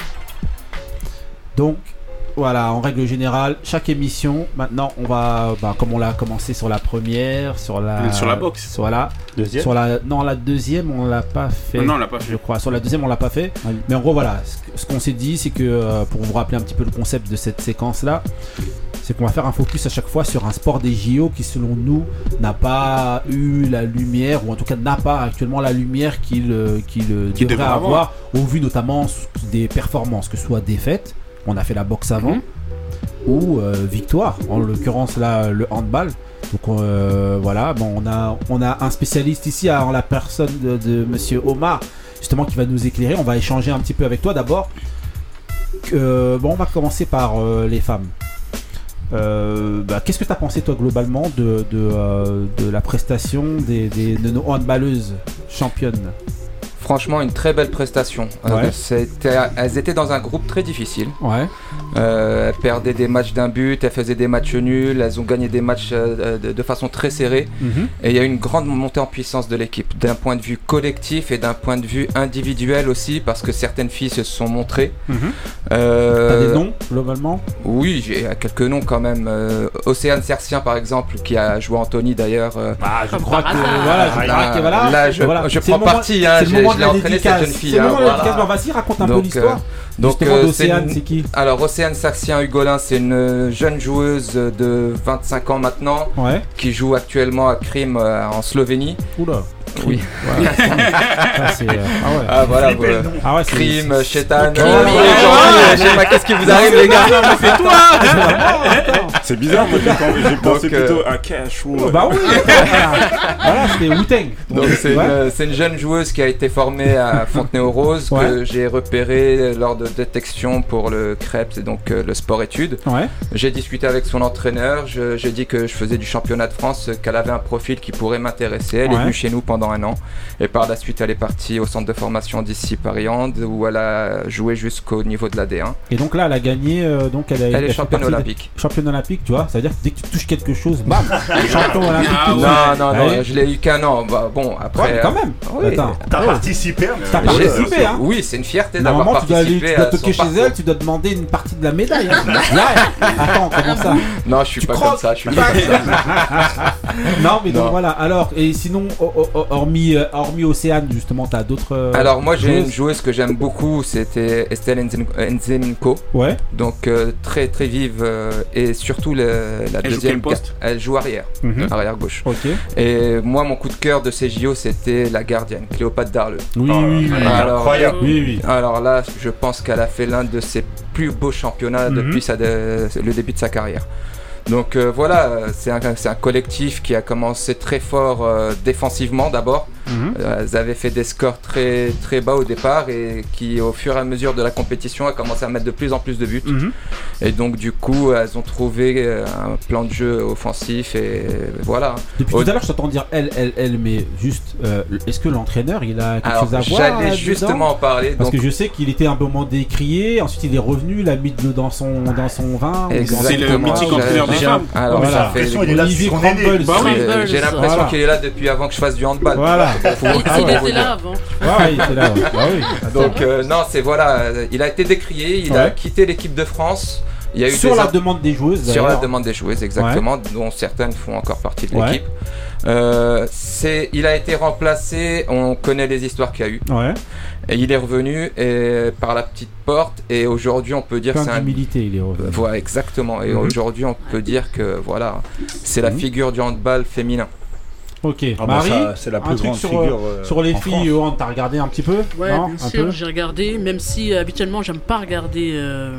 Donc voilà, en règle générale, chaque émission, maintenant on va, bah, comme on l'a commencé sur la première, sur la, sur la boxe, sur la deuxième, sur la, non la deuxième on l'a pas fait. Non, on l'a pas fait. Je crois. Sur la deuxième on l'a pas fait. Ah oui. Mais en gros voilà, ce, ce qu'on s'est dit, c'est que euh, pour vous rappeler un petit peu le concept de cette séquence là. C'est qu'on va faire un focus à chaque fois sur un sport des J O qui selon nous n'a pas eu la lumière, ou en tout cas n'a pas actuellement la lumière qu'il, qu'il, qu'il devrait avoir, avoir au vu notamment des performances, que ce soit défaites, on a fait la boxe avant, mmh. ou euh, victoire, en l'occurrence là le handball. Donc euh, voilà, bon, on, a, on a un spécialiste ici en la personne de, de monsieur Omar justement qui va nous éclairer. On va échanger un petit peu avec toi d'abord. Euh, bon, on va commencer par euh, les femmes. Euh, bah, qu'est-ce que tu as pensé toi globalement de, de, euh, de la prestation des, des, de nos handballeuses championnes? Franchement, une très belle prestation. Ouais. Euh, c'était, elles étaient dans un groupe très difficile. Ouais. Euh, elles perdaient des matchs d'un but, elles faisaient des matchs nuls, elles ont gagné des matchs euh, de, de façon très serrée. Mm-hmm. Et il y a eu une grande montée en puissance de l'équipe, d'un point de vue collectif et d'un point de vue individuel aussi, parce que certaines filles se sont montrées. Mm-hmm. Euh, T'as des noms, globalement? Oui, j'ai quelques noms quand même. Euh, Océane Sercien, par exemple, qui a joué Anthony d'ailleurs. Euh, Ah, je Comme crois que par hasard. voilà, je là, crois que voilà. là, je, voilà. je C'est prends le moment- parti, hein, c'est le j'ai- moment je de l'ai la entraîné cette dédicace. jeune fille. C'est le hein, moment de la voilà. dédicace. Bon, vas-y, raconte un peu Donc, l'histoire. euh, donc, Justement, euh, d'Océane, c'est c'est une- qui? Alors, Océane Saxien-Hugolin, c'est une jeune joueuse de vingt-cinq ans maintenant, Ouais. qui joue actuellement à Krim euh, en Slovénie. Oula. Oui. Ouais. Ça, c'est, euh, ah ouais. Ah voilà, Flippez voilà. le nom. Ah ouais, c'est- Krim, c'est- Chétan. Krim, Oh, ouais. aujourd'hui, je sais pas qu'est-ce qui vous arrive, les gars. c'est toi. Attends. C'est bizarre, moi j'ai pensé- j'ai pensé Donc, euh, plutôt à Cash ou. Oh, bah oui. Voilà, Voilà, c'était Wu-Tang. Donc c'est Ouais. une, c'est une jeune joueuse qui a été formée à Fontenay-aux-Roses, Ouais. que j'ai repérée lors de détection pour le CREPS et donc euh, le sport-études. Ouais. J'ai discuté avec son entraîneur, je- j'ai dit que je faisais du championnat de France, qu'elle avait un profil qui pourrait m'intéresser. Elle Ouais. est venue chez nous pendant un an et par la suite elle est partie au centre de formation d'ici Paris-Ande où elle a joué jusqu'au niveau de la D un. Et donc là, elle a gagné. euh, donc elle, a, Elle est fait championne partie des- olympique. Championne olympique, tu vois. Ça veut dire que dès que tu touches quelque chose, bam, champion olympique. Ah tout de ouais. suite. Non, non, Ah non, oui. je l'ai eu qu'un an. Bah, bon, après. Ouais, mais quand même. Oui. Attends. T'as Ouais. participé. hein. T'as J'ai- participé, hein. Oui, c'est une fierté d'avoir Normalement, tu dois aller, participé tu dois à son toquer chez parcours. elle, tu dois demander une partie de la médaille. Hein. Là, attends, comment ça? Non, je suis Tu pas croques. comme ça, je suis pas comme ça. Non, mais donc Non. voilà. Alors, et sinon, ho- ho- hormis, euh, hormis Océane, justement, t'as d'autres. euh, Alors moi j'ai joueuses une joueuse que j'aime beaucoup, c'était Estelle Enzen- Enzenko, Ouais. donc euh, très très vive euh, et surtout le- la Elle joue deuxième quel poste ga- elle joue arrière, Mhm. arrière gauche. Ok. Et moi mon coup de cœur de ces J O c'était la gardienne Cléopâtre Darleux. Oui, Oh, oui, oui. elle est Alors, incroyable. Oui, oui. Alors là je pense qu'elle a fait l'un de ses plus beaux championnats Mhm. depuis sa dé- le début de sa carrière. Donc euh, voilà, euh, c'est un, c'est un collectif qui a commencé très fort euh, défensivement d'abord. Mhm. Euh, Elles avaient fait des scores très, très bas au départ et qui au fur et à mesure de la compétition a commencé à mettre de plus en plus de buts. Mhm. Et donc du coup elles ont trouvé euh, un plan de jeu offensif et voilà. Depuis Au- tout à l'heure, je t'entends dire elle, elle, elle, mais juste, euh, est-ce que l'entraîneur, il a quelque Alors chose à voir j'allais là-dedans justement en parler. Parce Donc, que je sais qu'il était un moment décrié, ensuite il est revenu, il a mis de l'eau dans son, dans son vin. Exactement. C'est le mythique J'ai- entraîneur des j'ai- femmes. Alors Voilà. ça J'ai fait l'impression qu'il est là Olivier depuis qu'on est né. Crumble. Bah oui. j'ai- j'ai l'impression Voilà. qu'il est là depuis avant que je fasse du handball. Voilà. Il, Ah il ouais. était là avant. Ouais, il était là. Ouais. Bah oui. Donc euh, non c'est voilà, euh, il a été décrié, il a Ouais. quitté l'équipe de France. Il y a eu Sur des la in- demande des joueuses. Sur la d'ailleurs. demande des joueuses, exactement, dont certaines font encore partie de Ouais. l'équipe. Euh, c'est, il a été remplacé, on connaît les histoires qu'il y a eu, Ouais. et il est revenu et, par la petite porte, et aujourd'hui on peut dire que Plein c'est un... d'humilité, il est revenu. Voilà, exactement, et Mhm. aujourd'hui on peut dire que voilà, c'est la Mhm. figure du handball féminin. Ok. Ah bah Marie, ça, c'est la un plus truc grande sur, figure euh, sur les en filles, France. Johan, t'as regardé un petit peu Ouais, Non, bien un sûr, peu j'ai regardé, même si euh, habituellement j'aime pas regarder euh,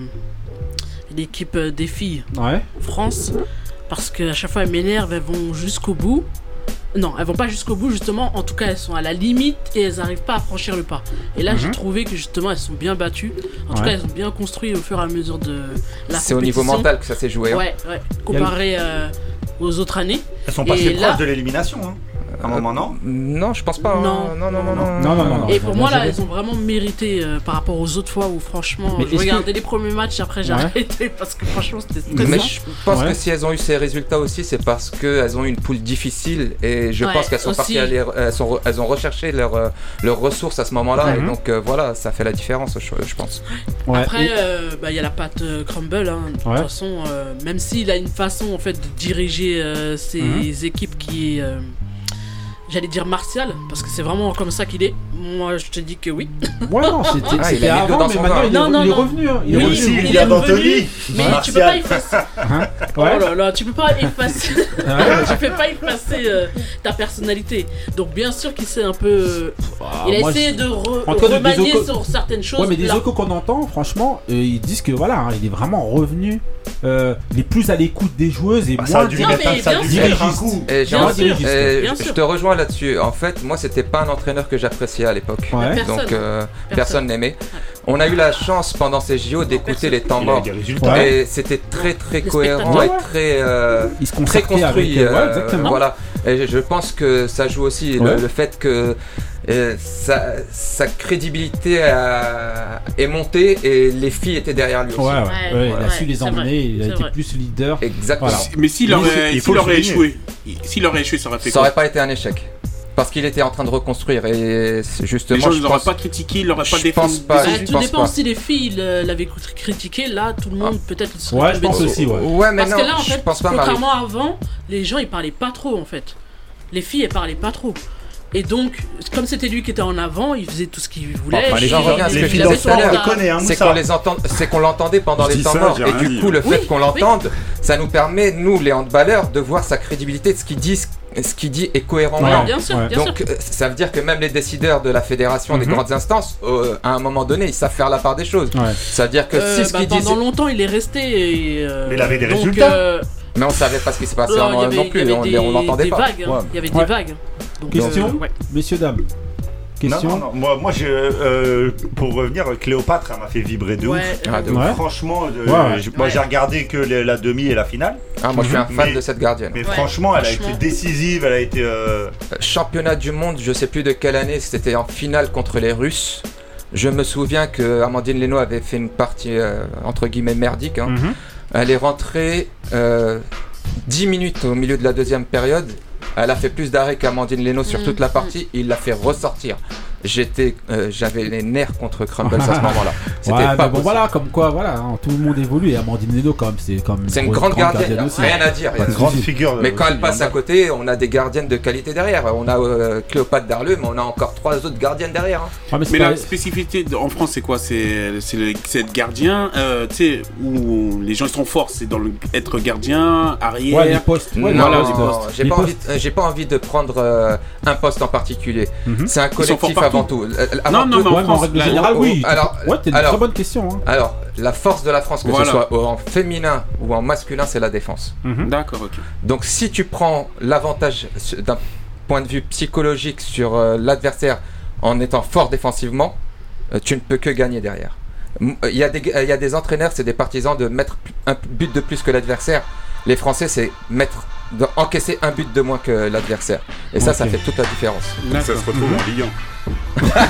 l'équipe euh, des filles Ouais. France, parce qu'à chaque fois elles m'énervent, elles vont jusqu'au bout. Non, elles vont pas jusqu'au bout justement, en tout cas elles sont à la limite et elles arrivent pas à franchir le pas. Et là j'ai Mhm. trouvé que justement elles sont bien battues, en tout Ouais. cas elles ont bien construit au fur et à mesure de la C'est au niveau compétition. mental que ça s'est joué. hein. Ouais, ouais, comparé euh, aux autres années. Elles sont passées Et là- proches de l'élimination. Hein. À un moment, non Non, je pense pas. hein. Non. non, non, non, non. Non, non, non, non. Et pour bien moi là, géré. elles ont vraiment mérité euh, par rapport aux autres fois où franchement, Mais je est-ce regardais les premiers matchs et après j'ai Ouais. arrêté parce que franchement c'était Mais stressant. je pense Ouais. que si elles ont eu ces résultats aussi, c'est parce qu'elles ont eu une poule difficile et je Ouais, pense qu'elles sont aussi. parties, à les- elles, sont, re- elles ont recherché leurs euh, leurs ressources à ce moment-là et Mhm. donc euh, voilà, ça fait la différence, je, je pense. Ouais. Après, Et- euh, bah, il y a la patte euh, Crumble. Hein. De Ouais. toute façon, euh, même s'il a une façon en fait de diriger euh, ses Mhm. équipes qui est, euh, j'allais dire martial, parce que c'est vraiment comme ça qu'il est. Moi, je te dis que oui. Ouais, non, c'était Ah, il c'était a mis l'eau avant, dans mais son maintenant vin. il est, Non, non, il est non. revenu. Hein. Il est Oui, revenu. aussi, il il y a est d'Anthony. revenu, mais tu peux pas effacer. Hein Oh Ouais. là là, tu peux pas effacer. Ouais. tu peux pas effacer euh, ta personnalité. Donc bien sûr qu'il s'est un peu. euh, Ah, il a moi, essayé je- de re- En tout cas, des remanier échos- sur certaines choses. Ouais, mais des là. échos qu'on entend, franchement, euh, ils disent que voilà, hein, il est vraiment revenu. Euh, il est plus à l'écoute des joueuses et Bah, ça a moins dû Non, mettre mais un- ça a bien dû sûr. mettre un coup. Et j'ai Bien envie- sûr, et bien je, sûr. je te rejoins là-dessus. En fait, moi, c'était pas un entraîneur que j'appréciais à l'époque. Ouais. Personne. Donc euh, Personne. personne n'aimait. On a eu la chance pendant ces J O d'écouter personne. les temps Il a eu morts. des résultats. Ouais. Et c'était très très Les cohérent spectateurs. et très euh, il se très concertait construit. avec. euh, Ouais, exactement. voilà. Et je- je pense que ça joue aussi Ouais. le, le fait que Et sa, sa crédibilité a, est montée et les filles étaient derrière lui aussi. Ouais, ouais, Ouais, ouais, il a ouais, su les c'est emmener, vrai, il a c'est été vrai. plus leader. Exactement. Voilà. Mais s'il Il aurait, faut- il faut s'il le aurait souligner. échoué, s'il aurait échoué, ça aurait fait Ça aurait quoi? pas été un échec. Parce qu'il était en train de reconstruire et c'est Les justement gens je ne l'auraient pense... pas critiqué, ils l'auraient pas Je défendu. pense pas. Bah, je tout pense dépend pas. si les filles euh, l'avaient cr- critiqué, là tout le monde peut-être le serait Ouais, je tombé pense dessus. aussi, ouais. Ouais, mais Parce non, que là en je fait, pense pas, Marie. contrairement à avant, les gens ils parlaient pas trop en fait. Les filles elles parlaient pas trop. Et donc, comme c'était lui qui était en avant, il faisait tout ce qu'il voulait. Enfin, les Il- gens reviennent à ce il que avait je filles disais son tout à l'heure. on retard. les connaît, hein, C'est Moussa. qu'on les entend, c'est qu'on l'entendait pendant Je les dis temps ça, morts j'ai et rien du dit. coup le fait Oui, qu'on oui. l'entende, ça nous permet nous les handballeurs de voir sa crédibilité, de ce qu'il dit, ce qu'il dit est cohérent. ou Ouais. non. Bien sûr, Ouais. bien Donc sûr. euh, ça veut dire que même les décideurs de la fédération des Mhm. grandes instances, euh, à un moment donné, ils savent faire la part des choses. Ouais. Ça veut dire que Euh, si ce bah, qu'ils pendant disent, longtemps, il est resté. Et, euh, Mais il avait des donc, résultats. euh, mais on savait pas ce qui s'est passé non, en- il y avait- non il y plus, avait on, des, on l'entendait des pas. vagues. hein. Ouais. Il y avait Ouais. des vagues. Donc, Question euh, ouais. Messieurs, dames. Question Non, non, non. Moi, moi je, euh, pour revenir, Cléopâtre, elle m'a fait vibrer de Ouais, ouf. Ah, de ouf. Ouais. Franchement, euh, Ouais. je- moi Ouais. j'ai regardé que les- la demi et la finale. Ah, moi je suis un fan Mais- de cette gardienne. Mais Ouais, franchement, elle a franchement. été décisive, elle a été. euh, Euh, Championnat du monde, je sais plus de quelle année, c'était en finale contre les Russes. Je me souviens que Amandine Leno avait fait une partie euh, entre guillemets merdique. hein. Mhm. Elle est rentrée euh, dix minutes au milieu de la deuxième période. Elle a fait plus d'arrêts qu'Amandine Leno sur Mhm. toute la partie. Il l'a fait ressortir. J'étais, euh, j'avais les nerfs contre Crumbles à ce moment-là. C'était Ouais, pas mais bon, possible. voilà, comme quoi, voilà, hein, tout le monde évolue. Et Amandine Leno, quand même, c'est comme C'est une grande gardienne, aussi. rien à dire. Pas de une grande souci. figure. Mais euh, quand elle aussi, passe à hein. côté, on a des gardiennes de qualité derrière. On a euh, Cléopâtre Darleux, mais on a encore trois autres gardiennes derrière. hein. Ouais, mais c'est Mais pas- la spécificité de- en France, c'est quoi? C'est c'est le- c'est être gardien, euh, tu sais, où les gens ils sont forts, c'est dans le être gardien, arrière. Ouais, les postes. Ouais, non, voilà, les les non, postes. j'ai Les pas, envie, postes. euh, j'ai pas envie de prendre euh, un poste en particulier. Mhm. C'est un forts collectif partout. avant tout. Euh, avant Non, non, tout- mais en Ouais, mais en France, règle là, générale, oh, oui. alors- Ouais, t'as une alors- très bonne question. Hein. Alors, la force de la France, que Voilà. ce soit en féminin ou en masculin, c'est la défense. Mhm. D'accord, ok. Donc, si tu prends l'avantage su- d'un point de vue psychologique sur euh, l'adversaire en étant fort défensivement, euh, tu ne peux que gagner derrière. M- Il y a des, il y a des entraîneurs, c'est des partisans de mettre p- un but de plus que l'adversaire. Les Français, c'est mettre, de encaisser un but de moins que l'adversaire. Et ça, Ok. ça fait toute la différence. Ça se retrouve en Ligue un.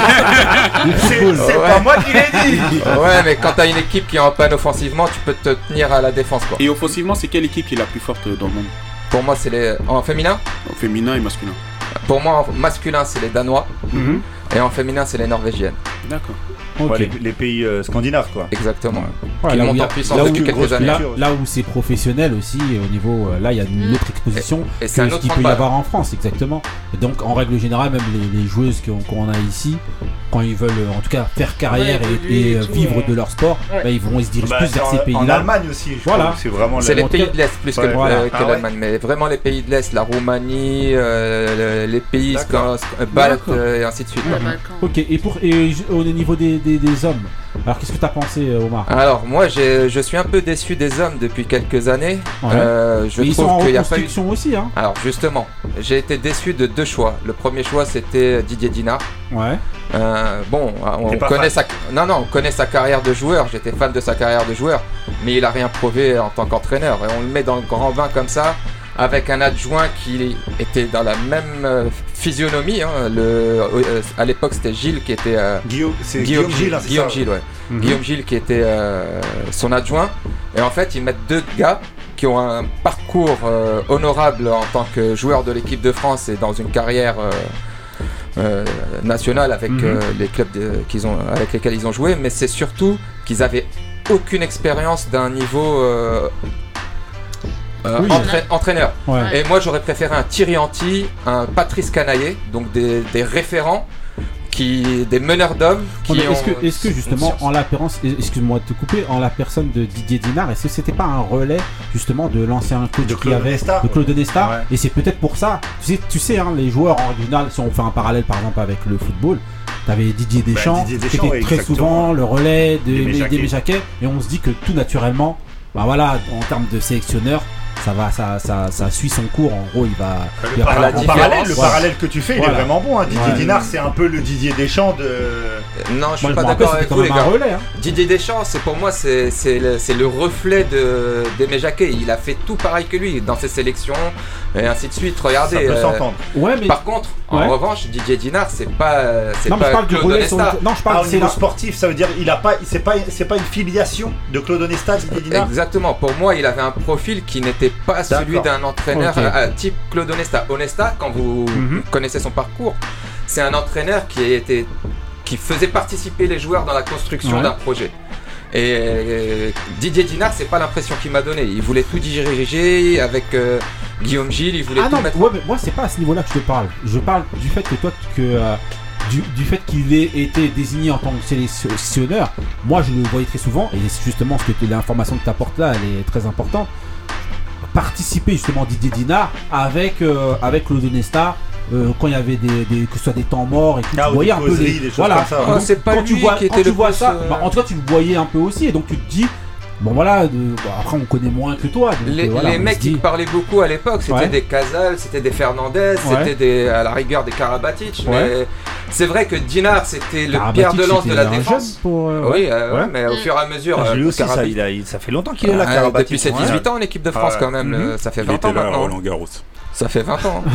Le football. C'est Ouais. pas moi qui l'ai dit. Ouais, mais quand t'as une équipe qui est en panne offensivement, tu peux te tenir à la défense, quoi. Et offensivement, c'est quelle équipe qui est la plus forte dans le monde? Pour moi, c'est les. En féminin Au féminin et masculin. Pour moi, en masculin, c'est les Danois. Mhm. Et en féminin, c'est les Norvégiennes. D'accord. Ok. Ouais, les, les pays euh, scandinaves, quoi. Exactement. Ouais, Qui là, où monte il y a- en puissance là où- depuis quelques grosse années. Là, culture. là où c'est professionnel aussi, au niveau, euh, là il y a une Mm. autre exposition Et que c'est un ce autre qu'il peut y handball. avoir en France, exactement. Et donc en règle générale, même les, les joueuses qu'on qu'on a ici, quand ils veulent euh, en tout cas faire carrière Ouais, et- évoluer et, et euh, tout, vivre ouais. de leur sport, Ouais. bah, ils vont ils se dirigent Bah, plus c'est vers en, ces en pays-là. Allemagne aussi, je Voilà. crois que c'est vraiment C'est la- les pays de l'Est plus que, Ouais. le- Voilà. euh, que Ah ouais. l'Allemagne, mais vraiment les pays de l'Est, la Roumanie, euh, le- les pays D'accord. scan- scan- baltes D'accord. euh, et ainsi de suite. Ouais, quoi. Balkan. Ok, et pour et ju- au niveau des, des, des hommes, alors qu'est-ce que t'as pensé, euh, Omar? Alors moi, j'ai- je suis un peu déçu des hommes depuis quelques années. Ouais. Euh, je Mais ils sont en trouve qu'il n'y a pas eu. reconstruction aussi, hein. Alors justement, j'ai été déçu de deux choix. Le premier choix, c'était Didier Dinard. Ouais. Euh, bon, on T'es pas connaît fan. sa non non, on connaît sa carrière de joueur. J'étais fan de sa carrière de joueur, mais il a rien prouvé en tant qu'entraîneur. Et on le met dans le grand bain comme ça, avec un adjoint qui était dans la même euh, physionomie. hein. Le, euh, à l'époque, c'était Gilles qui était euh, Guillaume, c'est Guillaume, Guillaume Gilles, hein, c'est Guillaume ça, Gilles, ouais. Mhm. Guillaume Gilles qui était euh, son adjoint. Et en fait, ils mettent deux gars qui ont un parcours euh, honorable en tant que joueur de l'équipe de France et dans une carrière euh, euh, nationale avec Mhm. euh, les clubs de- qu'ils ont, avec lesquels ils ont joué. Mais c'est surtout qu'ils avaient aucune expérience d'un niveau euh, euh, Oui. entra- entraîneur. Ouais. Et moi, j'aurais préféré un Thierry Anti, un Patrice Canaillé, donc des, des référents, qui, des meneurs d'hommes. Qui Ouais, mais est-ce ont que, est-ce que une justement, science. en l'apparence, excuse-moi de te couper, en la personne de Didier Dinard, est-ce que c'était pas un relais justement de l'ancien coach De qu'il Claude avait, Nesta. de Claude Nesta, Ouais. et c'est peut-être pour ça, tu sais, tu sais hein, les joueurs en régional, si on fait un parallèle par exemple avec le football, t'avais Didier Deschamps, Didier qui Deschamps, était très exactement. souvent le relais de- D'Aimé des Jacquet. d'Aimé Jacquet, et on se dit que tout naturellement, bah voilà, en termes de sélectionneur, ça va, ça, ça, ça suit son cours. En gros, il va. Le, il va parallèle, faire le, parallèle, le parallèle que tu fais, voilà. il est vraiment bon. Hein. Didier ouais. Dinard, c'est un peu le Didier Deschamps de. Non, je suis moi, pas je d'accord rappelle, avec vous, les gars. Relais, hein. Didier Deschamps, c'est pour moi, c'est, c'est, le, c'est le reflet de, d'Aimé Jacquet. Il a fait tout pareil que lui dans ses sélections et ainsi de suite. Regardez. Ça peut euh, s'entendre. Ouais, mais... Par contre, en ouais. revanche, Didier Dinard, c'est pas, c'est non, pas Claude Onesta. Non, je parle ah, au niveau sportif. Ça veut dire, il a pas, c'est pas, c'est pas une filiation de Claude Onesta, Didier Dinard. Exactement. Pour moi, il avait un profil qui n'était pas D'accord. celui d'un entraîneur okay. euh, type Claude Onesta. Onesta, quand vous mm-hmm. connaissez son parcours, c'est un entraîneur qui a été, qui faisait participer les joueurs dans la construction ouais. d'un projet. Et euh, Didier Dinard, c'est pas l'impression qu'il m'a donné. Il voulait tout diriger avec euh, Guillaume Gilles. Il voulait ah tout non, mettre. Ouais, mais moi, c'est pas à ce niveau-là que je te parle. Je parle du fait que toi, que euh, du, du fait qu'il ait été désigné en tant que sélectionneur. Moi, je le voyais très souvent, et c'est justement ce que l'information que tu apportes là, elle est très importante. Participer justement Didier Dinard avec euh, avec Claude Onesta. Euh, quand il y avait des, des que ce soit des temps morts et que ah, tu voyais un peu les des voilà comme ça, ouais. donc, c'est pas quand lui tu vois, qui quand était tu le vois plus, ça euh... bah, en tout cas tu le voyais un peu aussi et donc tu te dis bon voilà de, bon, après on connaît moins que toi donc, les, euh, voilà, les mecs qui dit... parlaient beaucoup à l'époque c'était ouais. des Casals, c'était des Fernandez, ouais. c'était des, à la rigueur des Karabatic ouais. mais c'est vrai que Dinard c'était le pierre de lance de la défense pour, euh, oui euh, ouais. mais au fur et à mesure ah, euh, lui aussi, ça, il a, il, ça fait longtemps qu'il est là euh, depuis ses dix-huit ans en équipe de France quand même ça fait vingt ans maintenant Roland Garros. Ça fait vingt ans.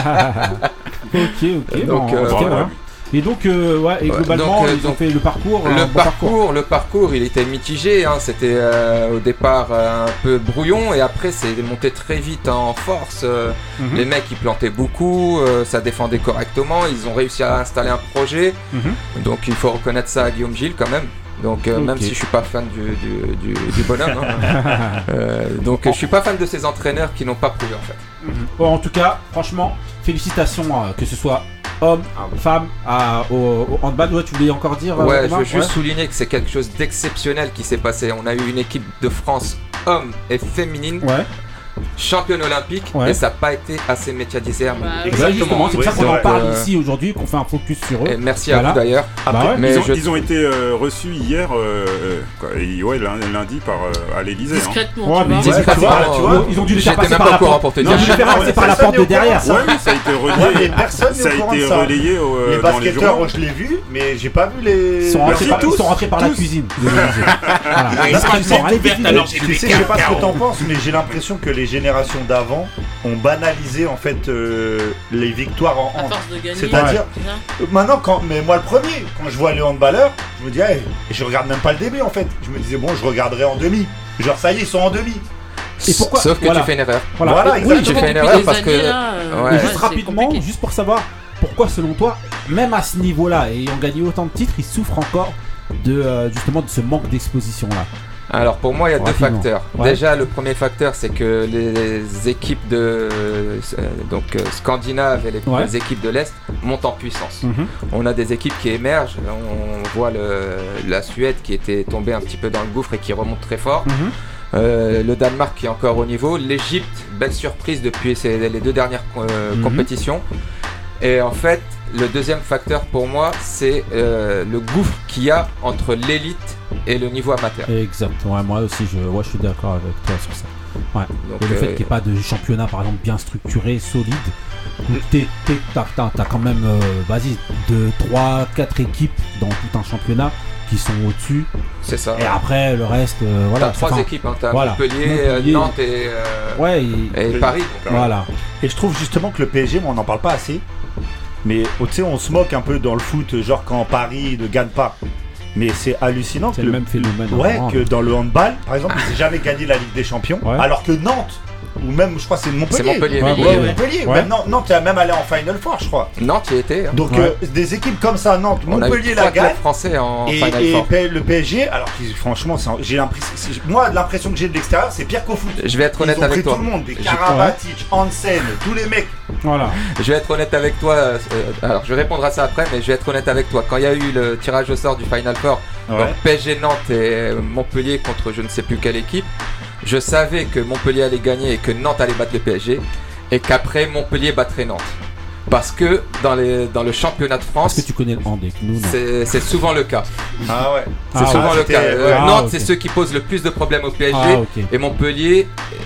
ok, ok. Donc, bon, euh, okay, voilà. Et donc, euh, ouais, et globalement, donc, ils donc, ont fait le parcours. Le bon parcours, parcours, le parcours, il était mitigé. Hein, c'était euh, au départ euh, un peu brouillon, et après, c'est monté très vite en force. Euh, mm-hmm. Les mecs, ils plantaient beaucoup, euh, ça défendait correctement. Ils ont réussi à installer un projet. Mm-hmm. Donc, il faut reconnaître ça à Guillaume Gilles quand même. Donc euh, okay. même si je suis pas fan du, du, du, du bonhomme, hein, euh, donc je suis pas fan de ces entraîneurs qui n'ont pas prouvé en fait. Mm-hmm. Bon, en tout cas, franchement, félicitations euh, que ce soit homme, femme, à, au, au handball. Ouais, tu voulais encore dire Ouais, euh, je veux juste ouais. souligner que c'est quelque chose d'exceptionnel qui s'est passé. On a eu une équipe de France hommes et féminine. Ouais. Championne olympique ouais. et ça n'a pas été assez médiatisé à mon bah, Exactement, c'est pour ça qu'on en parle euh... ici aujourd'hui, qu'on fait un focus sur eux. Et merci voilà. à vous d'ailleurs. Bah ouais. Mais ils, ont, je... ils ont été euh, reçus hier, euh, quoi, et, ouais, lundi par euh, à l'Elysée. Discrètement. Hein. Ouais, mais ouais, tu vois, tu vois, ils ont dû le faire passer par la porte. Pour te dire. Ils ont dû le faire passer par la porte de derrière. Ouais, oui, ça a été relayé. Ça a été relayé les basketteurs, je l'ai vu, mais j'ai pas vu les. Ils sont rentrés par la cuisine. Je sais pas ce que t'en penses, mais j'ai l'impression que les générations d'avant ont banalisé en fait euh, les victoires en hand. C'est-à-dire ouais. maintenant quand mais moi le premier quand je vois les handballeurs, je me dis hey, et je regarde même pas le début en fait. Je me disais bon, je regarderai en demi. Genre ça y est, ils sont en demi. Et pourquoi Sauf que voilà. tu fais une erreur. Voilà, voilà oui, exactement. Tu fais une erreur parce que là, euh, ouais. juste rapidement, compliqué. Juste pour savoir pourquoi selon toi, même à ce niveau-là, ayant gagné autant de titres, ils souffrent encore de euh, justement de ce manque d'exposition là. Alors pour moi il y a deux facteurs. Ouais. Déjà le premier facteur c'est que les équipes de euh, donc euh, scandinaves et les, ouais. les équipes de l'Est montent en puissance. Mm-hmm. On a des équipes qui émergent. On voit le, la Suède qui était tombée un petit peu dans le gouffre et qui remonte très fort. Mm-hmm. Euh, le Danemark qui est encore au niveau. L'Égypte, belle surprise depuis ces, les deux dernières euh, mm-hmm. compétitions. Et en fait le deuxième facteur pour moi c'est euh, le gouffre qu'il y a entre l'élite et le niveau amateur. Exactement, ouais, moi aussi je, ouais, je suis d'accord avec toi sur ça. Ouais. Donc, et le euh... fait qu'il n'y ait pas de championnat par exemple bien structuré, solide, où t'es, t'es, t'as, t'as, t'as quand même euh, vas-y, deux, trois, quatre équipes dans tout un championnat qui sont au-dessus. C'est ça. Et après le reste, euh, voilà. T'as trois enfin, équipes, hein. T'as voilà. Montpellier, Montpellier, Nantes et, euh, ouais, et, et Paris. Donc, voilà. Et je trouve justement que le P S G, on n'en parle pas assez. Mais oh, tu sais, on se moque un peu dans le foot, genre quand Paris ne gagne pas. Mais c'est hallucinant. C'est que le même phénomène. Ouais, que dans le handball, par exemple, ils n'ont jamais gagné la Ligue des Champions. Ouais. Alors que Nantes, ou même, je crois, c'est Montpellier. C'est Montpellier. Ouais, oui, ouais, oui. Montpellier. Ouais. Même, non, Nantes est même allé en Final Four, je crois. Nantes y était. Hein. Donc, ouais. euh, des équipes comme ça, Nantes, on Montpellier la gagne. Français en et, Final et Four. Et le P S G, alors franchement, j'ai l'impression, moi, l'impression que j'ai de l'extérieur, c'est pire qu'au foot. Je vais être honnête Ils ont avec pris toi. Tout le monde, des Karabatic, Hansen, tous les mecs. Voilà. Je vais être honnête avec toi. Euh, alors, je vais répondre à ça après, mais je vais être honnête avec toi. Quand il y a eu le tirage au sort du Final Four, ouais. donc P S G Nantes et Montpellier contre je ne sais plus quelle équipe, je savais que Montpellier allait gagner et que Nantes allait battre le P S G et qu'après Montpellier battrait Nantes. Parce que dans, les, dans le championnat de France, est-ce que tu connais le hand avec nous, non c'est, c'est souvent le cas. Ah ouais. C'est ah, souvent ah, le cas. Euh, ouais. Nantes, ah, okay. c'est ceux qui posent le plus de problèmes au P S G. Ah, okay. Et Montpellier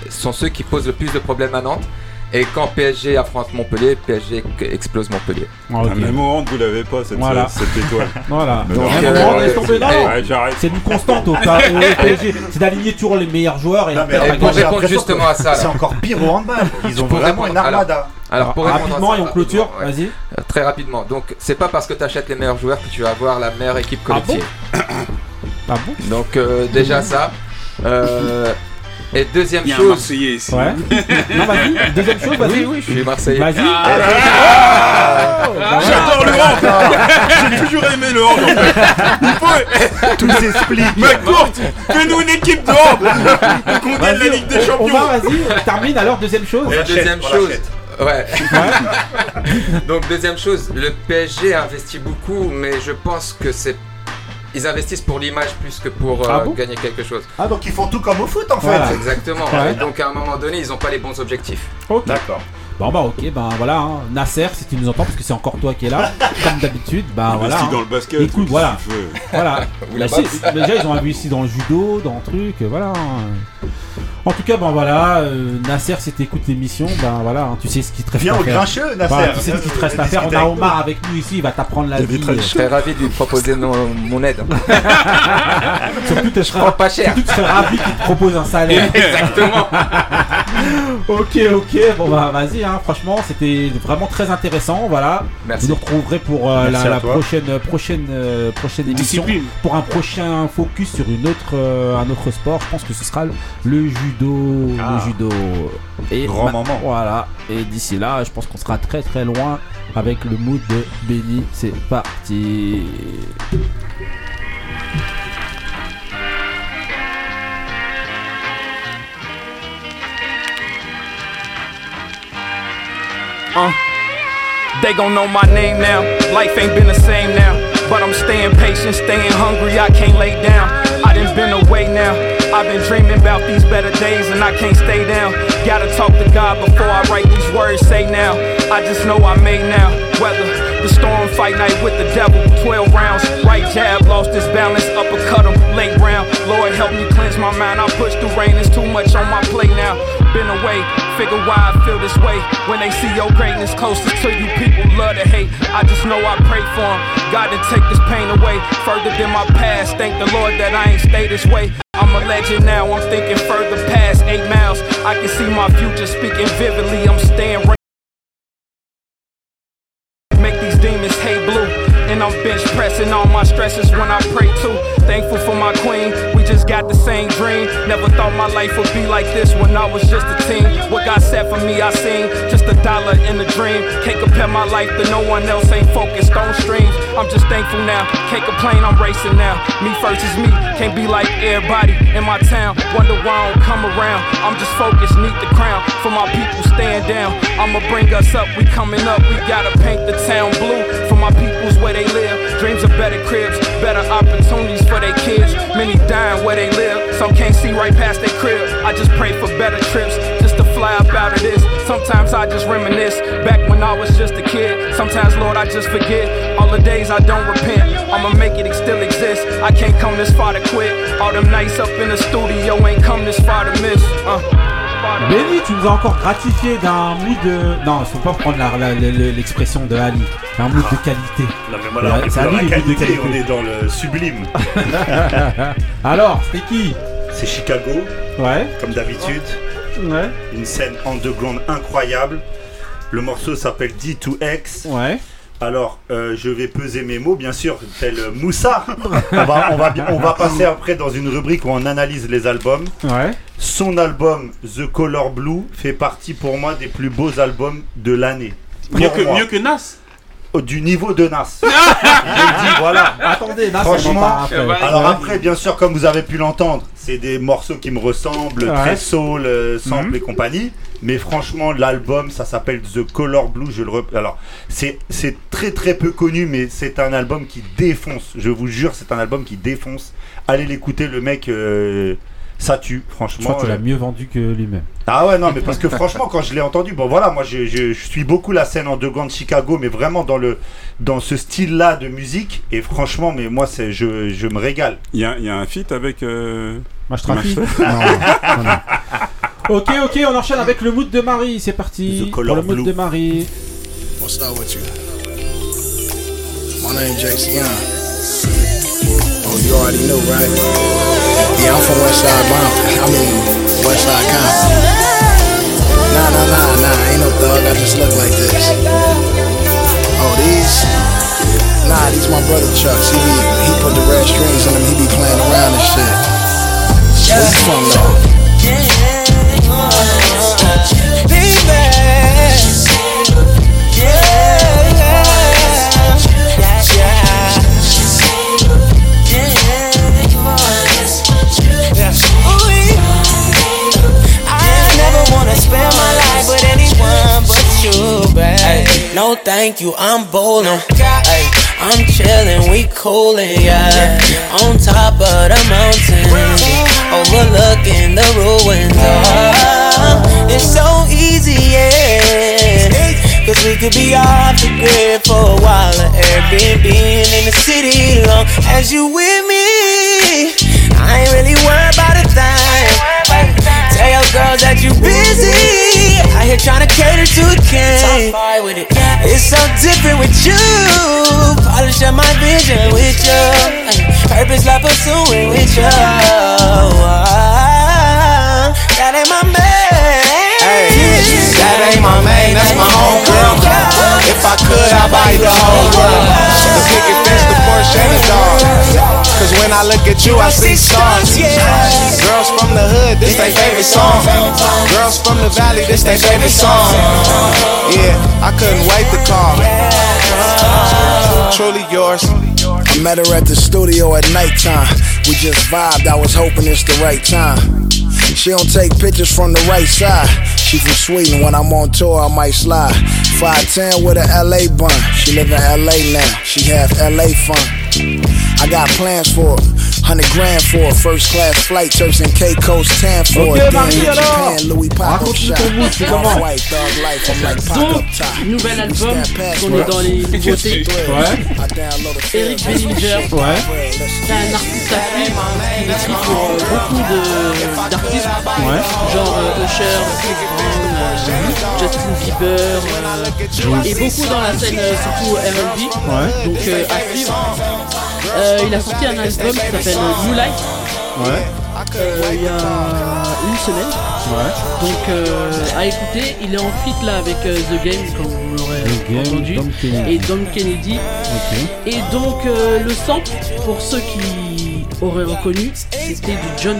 sont ceux qui posent le plus de problèmes à Nantes. Et quand P S G affronte Montpellier, P S G explose Montpellier. Ah, okay. Même au hand, vous l'avez pas cette, voilà. cette étoile. Voilà. Mais donc, non, même au hand, laisse tomber. Non, ouais, c'est une constante au, au P S G. C'est d'aligner toujours les meilleurs joueurs. Et, non, mais et pour répondre justement à ça, c'est encore pire au handball. Ils ont vraiment une armada. Alors, alors pour rapidement ça, et on clôture. Ouais. Vas-y. Euh, très rapidement. Donc c'est pas parce que tu achètes les meilleurs joueurs que tu vas avoir la meilleure équipe collective. Ah bon, ah bon Donc euh, déjà ça. Euh, Et deuxième Il y a chose. un Marseillais ici. Ouais. Non, vas-y. Deuxième chose, vas-y. Oui, oui, je suis Marseillais. Vas-y. Ah, ah, ah, J'adore le hand. J'ai toujours aimé le hand. En fait. Tout s'explique. Mais courte, fais-nous une équipe de hand. Qu'on gagne la Ligue des Champions. On va, vas-y. Termine alors, deuxième chose. Et deuxième chose. Ouais. ouais. Donc deuxième chose, le P S G investit beaucoup, mais je pense que c'est ils investissent pour l'image plus que pour euh, ah bon gagner quelque chose. Ah donc ils font tout comme au foot en fait. Voilà. Exactement. Ouais. Donc à un moment donné, ils n'ont pas les bons objectifs. Okay. D'accord. Bon bah ok, ben voilà, hein. Nasser, si tu nous entends, parce que c'est encore toi qui es là, comme d'habitude, bah il voilà. Hein. dans le basket. Écoute, voilà. Voilà. Bah, déjà ils ont investi dans le judo, dans le truc, voilà. En tout cas, ben voilà, euh, Nasser, si t'écoutes l'émission, ben voilà, hein, tu sais ce qui te reste Viens à au faire. grincheux, Nasser. Voilà, tu sais ce qui te reste à faire. On a Omar avec nous ici, il va t'apprendre la vie. Je serais ravi de lui proposer mon, mon aide. Surtout, tu serais pas cher. Surtout, tu serais ravi qu'il te propose un salaire. Exactement. Ok, ok, bon bah vas-y, hein, franchement, c'était vraiment très intéressant, voilà. Merci. Vous nous retrouverez pour euh, la, la prochaine, prochaine, euh, prochaine émission, Discipline. pour un prochain focus sur une autre, euh, un autre sport. Je pense que ce sera le, le judo, ah. le judo. Et grand moment. Voilà. Et d'ici là, je pense qu'on sera très très loin avec le mood de Benny. C'est parti. Uh, they gon' know my name now. Life ain't been the same now. But I'm staying patient, staying hungry, I can't lay down. I done been away now. I've been dreaming about these better days and I can't stay down. Gotta talk to God before I write these words, say now. I just know I made now. Weather, the storm, fight night with the devil. twelve rounds, right jab, lost his balance, uppercut him, late round. Lord help me cleanse my mind, I push through rain, it's too much on my plate now. Been away, figure why I feel this way. When they see your greatness closest to you, people love to hate. I just know I pray for them. God to take this pain away, further than my past. Thank the Lord that I ain't stay this way. I'm a legend now, I'm thinking further past eight miles. I can see my future speaking vividly, I'm staying right. Make these demons hate blue. And I'm bench pressing all my stresses when I pray too. Thankful for my queen, we just got the same dream. Never thought my life would be like this when I was just a teen. What God said for me, I seen, just a dollar in a dream. Can't compare my life to no one else, ain't focused on streams. I'm just thankful now, can't complain, I'm racing now. Me versus me, can't be like everybody in my town. Wonder why I don't come around, I'm just focused, need the crown. For my people stand down, I'ma bring us up, we coming up. We gotta paint the town blue, for my people's where they live. Dreams of better cribs, better opportunities for their kids. Many dying where they live, some can't see right past their crib. I just pray for better trips, just to fly up out of this. Sometimes I just reminisce, back when I was just a kid. Sometimes, Lord, I just forget all the days I don't repent. I'ma make it still exist, I can't come this far to quit. All them nights up in the studio ain't come this far to miss. uh. Benny, tu nous as encore gratifié d'un mood de... Non, il faut pas prendre la, la, la, l'expression de Ali. Un mood de qualité. Non mais voilà, on est, dans la qualité, on est dans le sublime. Alors, c'était qui? C'est Chicago. Ouais. Comme d'habitude. Ouais. Une scène underground incroyable. Le morceau s'appelle D deux X. Ouais. Alors, euh, je vais peser mes mots, bien sûr, tel Moussa. on, va, on, va, on va passer après dans une rubrique où on analyse les albums. Ouais. Son album The Color Blue fait partie pour moi des plus beaux albums de l'année. Mieux que, mieux que Nas. Du niveau de Nas. Je dis, voilà. Attendez, Nas, franchement. Après. Alors après, bien sûr, comme vous avez pu l'entendre, c'est des morceaux qui me ressemblent, ouais. Très soul, euh, sample mm-hmm. et compagnie. Mais franchement, l'album, ça s'appelle The Color Blue. Je le rep... Alors, c'est c'est très très peu connu, mais c'est un album qui défonce. Je vous jure, c'est un album qui défonce. Allez l'écouter, le mec. Euh... Ça tue, franchement. Je crois que tu l'as mieux vendu que lui-même. Ah ouais, non, mais parce que franchement, quand je l'ai entendu, bon voilà, moi je, je, je suis beaucoup la scène underground de Chicago, mais vraiment dans, le, dans ce style-là de musique. Et franchement, mais moi, c'est, je, je me régale. Il y a, y a un feat avec. Euh... Mashtrafi non, non, non. Ok, ok, on enchaîne avec le mood de Marie. C'est parti pour le mood de Marie. What's up with you? My name J C Young. Oh, you already know, right? Yeah, I'm from Westside Compton. I mean, Westside Compton. Nah, nah, nah, nah, ain't no thug. I just look like this. Oh, these? Nah, these my brother Chucks. He be, he put the red strings in them. He be playing around and shit. Where you from, though? Spend my life with anyone but you, babe. Ay, no thank you, I'm bowling. Ay, I'm chillin', we coolin', yeah. On top of the mountain, overlooking the ruins. Oh, it's so easy, yeah. Cause we could be off the grid for a while, or Airbnb in the city. Long as you with me, I ain't really worried about a thing. Tell your girls that you busy. I here tryna cater to a king. It's so different with you. Polish up my vision with you. Purpose like pursuing with you. That ain't my man. Hey, that ain't my man. That's my home girl. If I could, I'd buy you the whole world. The picket fence, the Porsche, and the dog. Cause when I look at you, I see stars. Girls from the hood, this their favorite song. Girls from the valley, this their favorite song. Yeah, I couldn't wait to call. Truly yours. I met her at the studio at nighttime. We just vibed, I was hoping it's the right time. She don't take pictures from the right side. She from Sweden, when I'm on tour I might slide. five ten with a L A bun. She live in L A now, she have L A fun. I got plans for her, hundred grand for a first class flight, Turks and Caicos, tan for okay, it. Then in Japan, Louis pop-up shop. White thug life, I'm like pop-up top. Nouvel album, on est dans les nouveautés. Ouais. Eric Bellinger, ouais. C'est un artiste à suivre, il écrit pour euh, beaucoup de, d'artistes, ouais. genre euh, Usher, Chris Brown, euh, Justin Bieber, euh, et beaucoup dans la scène, euh, surtout R and B. Ouais. Donc euh, à suivre. Euh, il a sorti un album qui s'appelle New Life. Ouais. Euh, il y a une semaine. Ouais. Donc euh, à écouter, il est en feat là avec euh, The Game, comme vous l'aurez entendu, Dom et Dom Kennedy. Okay. Et donc euh, le sample, pour ceux qui auraient reconnu, c'était du John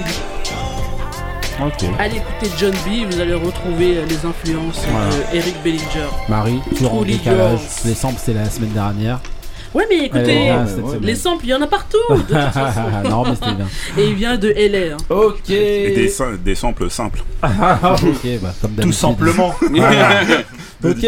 B. Ok. Allez écouter John B, vous allez retrouver les influences ouais. de Eric Bellinger. Marie, toujours en décalage. Les samples c'était la semaine dernière. Ouais mais écoutez, bien, les samples il y en a partout de toute façon. Non mais c'était bien. Et il vient de L A. Hein. Ok. Et des, des samples simples. Ok, bah comme d'habitude. Tout simplement. Voilà. Ok.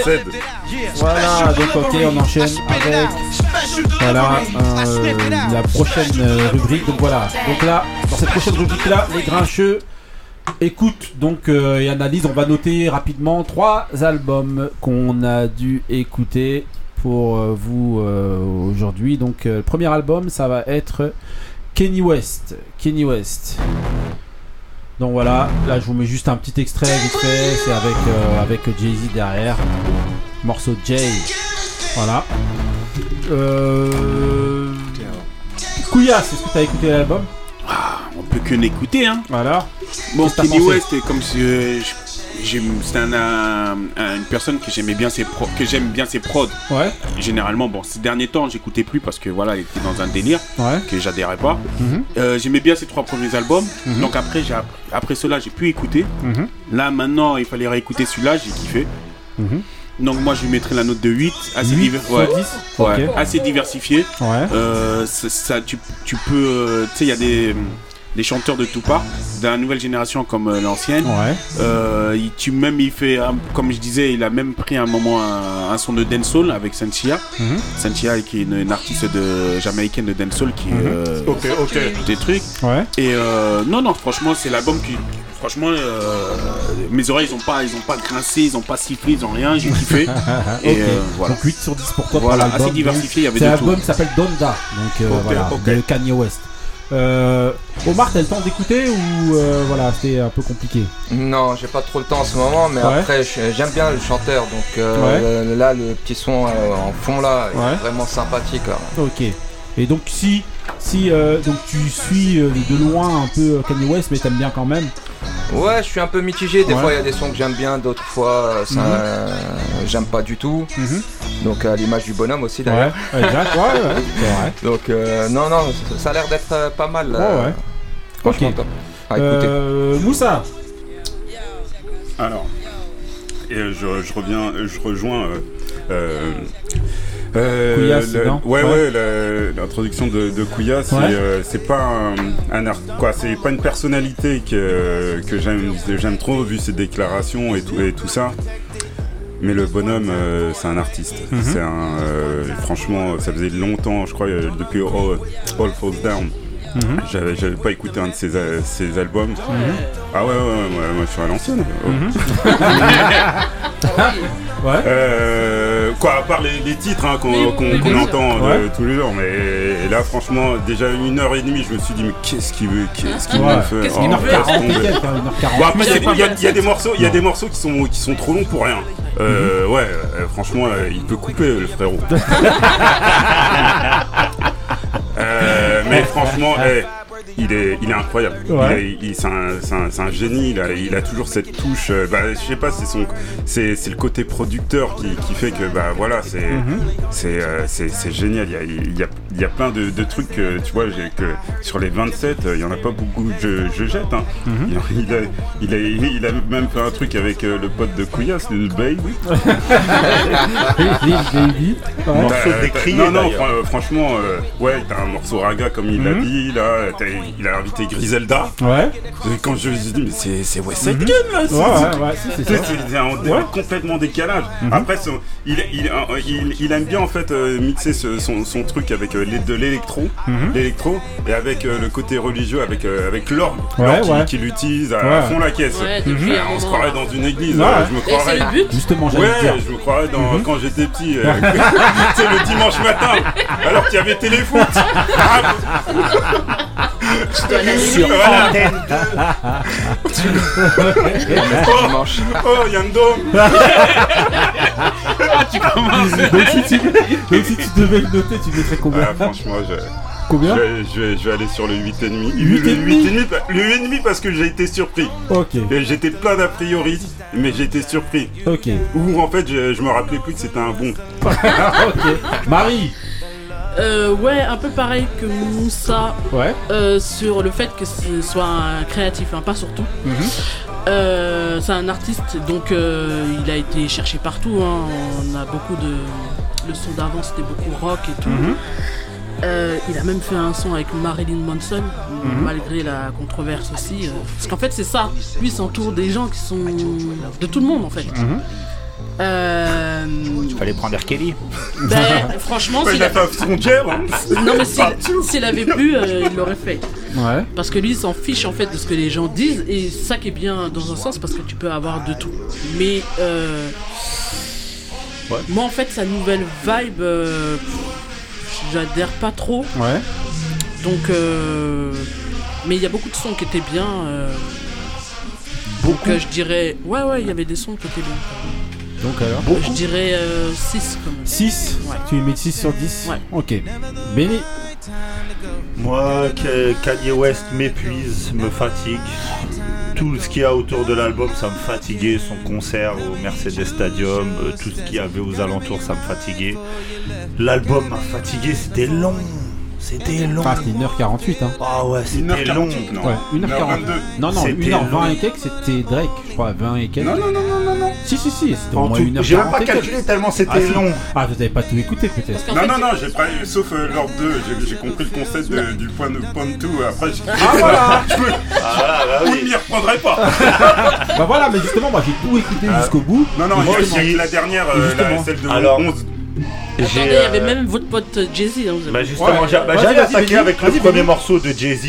Voilà, donc ok, on enchaîne avec voilà euh, la prochaine rubrique. Donc voilà, donc là dans cette prochaine rubrique là, les grincheux écoute donc euh, et analyse. On va noter rapidement trois albums qu'on a dû écouter pour euh, vous euh, aujourd'hui. Donc euh, le premier album ça va être Kanye West. Kanye West. Donc voilà, là je vous mets juste un petit extrait vite fait, c'est avec euh, avec Jay-Z derrière, morceau Jay. Voilà. Euh... Couillasse, est-ce que t'as écouté l'album? Ah, on peut que l'écouter hein. Voilà. Bon, Kanye West, comme si euh, c'est un, un, un, une personne que j'aimais bien ses pro, que j'aime bien ses prods. Ouais. Généralement, bon, ces derniers temps, j'écoutais plus parce que voilà, il était dans un délire ouais. que j'adhérais pas. Mm-hmm. Euh, j'aimais bien ses trois premiers albums. Mm-hmm. Donc après, j'ai après cela, j'ai pu écouter. Mm-hmm. Là, maintenant, il fallait réécouter celui-là, j'ai kiffé. Mm-hmm. Donc moi, je lui mettrais la note de huit, assez huit diver- ouais. dix ouais. Okay. assez diversifié. Ouais. Euh, ça, ça, tu, tu peux, euh, tu sais, il y a des des chanteurs de tout part, de la nouvelle génération comme euh, l'ancienne. Ouais. Euh, il, tu même il fait, un, comme je disais, il a même pris un moment un, un son de dancehall avec Santia. Mm-hmm. Santia qui est une, une artiste de jamaïcaine de dancehall qui mm-hmm. euh, ok ok des trucs. Ouais. Et euh, non non franchement c'est l'album qui franchement euh, mes oreilles ils ont pas ils ont pas grincé, ils ont pas sifflé, ils ont rien, j'ai kiffé. Et okay. euh, voilà. Donc huit sur dix pour toi. Voilà, pour assez diversifié, il y avait c'est de l'album tout. qui s'appelle Donda, donc euh, okay, voilà, okay. de Kanye West. Euh, Omar, t'as le temps d'écouter ou euh, voilà, c'était un peu compliqué? Non, j'ai pas trop le temps en ce moment, mais ouais. après j'aime bien le chanteur, donc euh, ouais. là le petit son euh, en fond là ouais. est vraiment sympathique. Hein. Ok. Et donc si si euh, donc tu suis euh, de loin un peu Kanye West, mais t'aimes bien quand même? Ouais, je suis un peu mitigé. Des ouais. fois il y a des sons que j'aime bien, d'autres fois ça, mm-hmm. euh, j'aime pas du tout. Mm-hmm. Donc à l'image du bonhomme aussi d'ailleurs. Ouais, exact, ouais, ouais, c'est vrai. Donc euh, non, non, ça, ça a l'air d'être euh, pas mal. Ouais, euh, ouais. Franchement, okay. top. Ah, euh, Moussa. Alors, et je, je reviens, je rejoins. Euh, euh, Euh, Couillasse, le, non ouais, ouais, ouais la, l'introduction de, de Couillasse, ouais. c'est, euh, c'est pas un, un art, quoi, c'est pas une personnalité que, que j'aime, j'aime trop vu ses déclarations et tout, et tout ça. Mais le bonhomme, euh, c'est un artiste. Mm-hmm. C'est un, euh, franchement, ça faisait longtemps, je crois, depuis All, All Falls Down. Mm-hmm. J'avais, j'avais pas écouté un de ses, euh, ses albums. Mm-hmm. Ah ouais, ouais, ouais, moi, moi je suis à l'ancienne. Oh. Mm-hmm. Ouais. Euh, quoi, à part les, les titres hein, qu'on, oui, qu'on, qu'on entend ouais. de, tous les jours, mais là, franchement, déjà une heure et demie, je me suis dit, mais qu'est-ce qu'il veut, qu'est-ce qu'il ouais. veut faire qu'est-ce qu'il oh, veut bon, Il y, y, y a des morceaux, il y a des morceaux qui sont qui sont trop longs pour rien. Euh, mm-hmm. Ouais, euh, franchement, euh, il peut couper le frérot. euh, mais franchement, hey, il est, il est incroyable. Ouais. Il est, il, c'est, un, c'est, un, c'est un génie. Il a, il a toujours cette touche. Euh, bah, je sais pas, c'est son, c'est, c'est le côté producteur qui, qui fait que, bah voilà, c'est, mm-hmm. c'est, euh, c'est, c'est génial. Il y a, il y a, il y a plein de, de trucs que, tu vois, j'ai, que sur les vingt-sept, il y en a pas beaucoup. Je, je jette. Hein. Mm-hmm. Il, il, a, il a, il a même fait un truc avec euh, le pote de Couillasse, le Baby. Baby. Un morceau décrié. Non, non. Fr- franchement, euh, ouais, t'as un morceau raga comme il l'a mm-hmm. dit là. Il a invité Griselda. Ouais. Et quand je lui ai dit, mais c'est, c'est West Side Gun là. C'est, ouais, ouais, ouais, c'est, c'est, c'est, c'est, c'est un ouais. complètement décalage. Mm-hmm. Après, son, il, il, il, il aime bien en fait euh, mixer ce, son, son truc avec euh, de l'électro, mm-hmm. l'électro, et avec euh, le côté religieux, avec, euh, avec l'orgue, ouais, l'orgue ouais. qu'il, qu'il utilise à, ouais. à fond la caisse. Ouais, mm-hmm. euh, on se croirait dans une église. Ouais. Euh, je me croirais. Et c'est le but. Justement, j'allais ouais, dire. je me croirais dans mm-hmm. quand j'étais petit. Euh, tu sais, le dimanche matin, alors qu'il y avait téléfoot. Je dois la sur antenne oh, oh, y'a un dôme. Ah, tu commences. Donc si tu, donc si tu devais le noter, tu mettrais combien? Ah, franchement, je... Combien? je vais, je, vais, je vais aller sur le huit virgule cinq. huit virgule cinq Le huit virgule cinq parce que j'ai été surpris. Ok. Et j'étais plein d'a priori, mais j'ai été surpris. Ok. Ou en fait, je, je me rappelais plus que c'était un bon. Ok. Marie. Euh, ouais, un peu pareil que Moussa. Ouais. Euh, sur le fait que ce soit un créatif, hein, pas surtout. Mm-hmm. Euh, c'est un artiste, donc euh, il a été cherché partout. Hein. On a beaucoup de. Le son d'avant, c'était beaucoup rock et tout. Mm-hmm. Euh, il a même fait un son avec Marilyn Manson, mm-hmm. malgré la controverse aussi. Euh, parce qu'en fait, c'est ça. Lui, il s'entoure des gens qui sont. de tout le monde en fait. Mm-hmm. Euh... Il fallait prendre R. Kelly. Ben, franchement, ouais, s'il il a fait un frontière. Hein. Non, mais s'il, s'il avait pu, euh, il l'aurait fait. Ouais. Parce que lui, il s'en fiche en fait de ce que les gens disent, et c'est ça qui est bien dans un sens, parce que tu peux avoir de tout. Mais euh... ouais. moi, en fait, sa nouvelle vibe, euh... j'adhère pas trop. Ouais. Donc, euh... mais il y a beaucoup de sons qui étaient bien. Euh... Donc, euh, je dirais, ouais, ouais, il y avait des sons qui étaient bien. Donc alors beaucoup. Je dirais euh, six quand même. six ouais. Tu mets six sur dix. Ouais. Ok. Benny. Moi, Kanye West m'épuise, me fatigue. Tout ce qu'il y a autour de l'album, ça me fatiguait. Son concert au Mercedes Stadium, tout ce qu'il y avait aux alentours, ça me fatiguait. L'album m'a fatigué, c'était long. C'était long. Ah, c'était une heure quarante-huit. Hein. Ah ouais, c'était long. Non. Ouais, une heure quarante-deux. Non, non, une heure vingt et quelques, c'était Drake, je crois, vingt et quelques. Non, non, non, non, non, non. Si, si, si, c'était au moins une heure quarante. J'ai même pas calculé tellement c'était ah, long. Ah, vous avez pas tout écouté peut-être. Non, non, non, j'ai pas, sauf euh, lors deux, j'ai, j'ai compris le concept de, du point de point tout. Après, j'ai. Ah voilà. Je me. Ah, bah oui. Je m'y reprendrai pas. Bah voilà, mais justement, moi j'ai tout écouté ah. jusqu'au bout. Non, non, il y a la dernière, euh, la, celle de alors, onze. Attendez, il y avait même votre pote Jay-Z. Hein, bah justement, ouais. j'a- bah, ouais, j'allais attaquer avec le premier morceau de Jay-Z.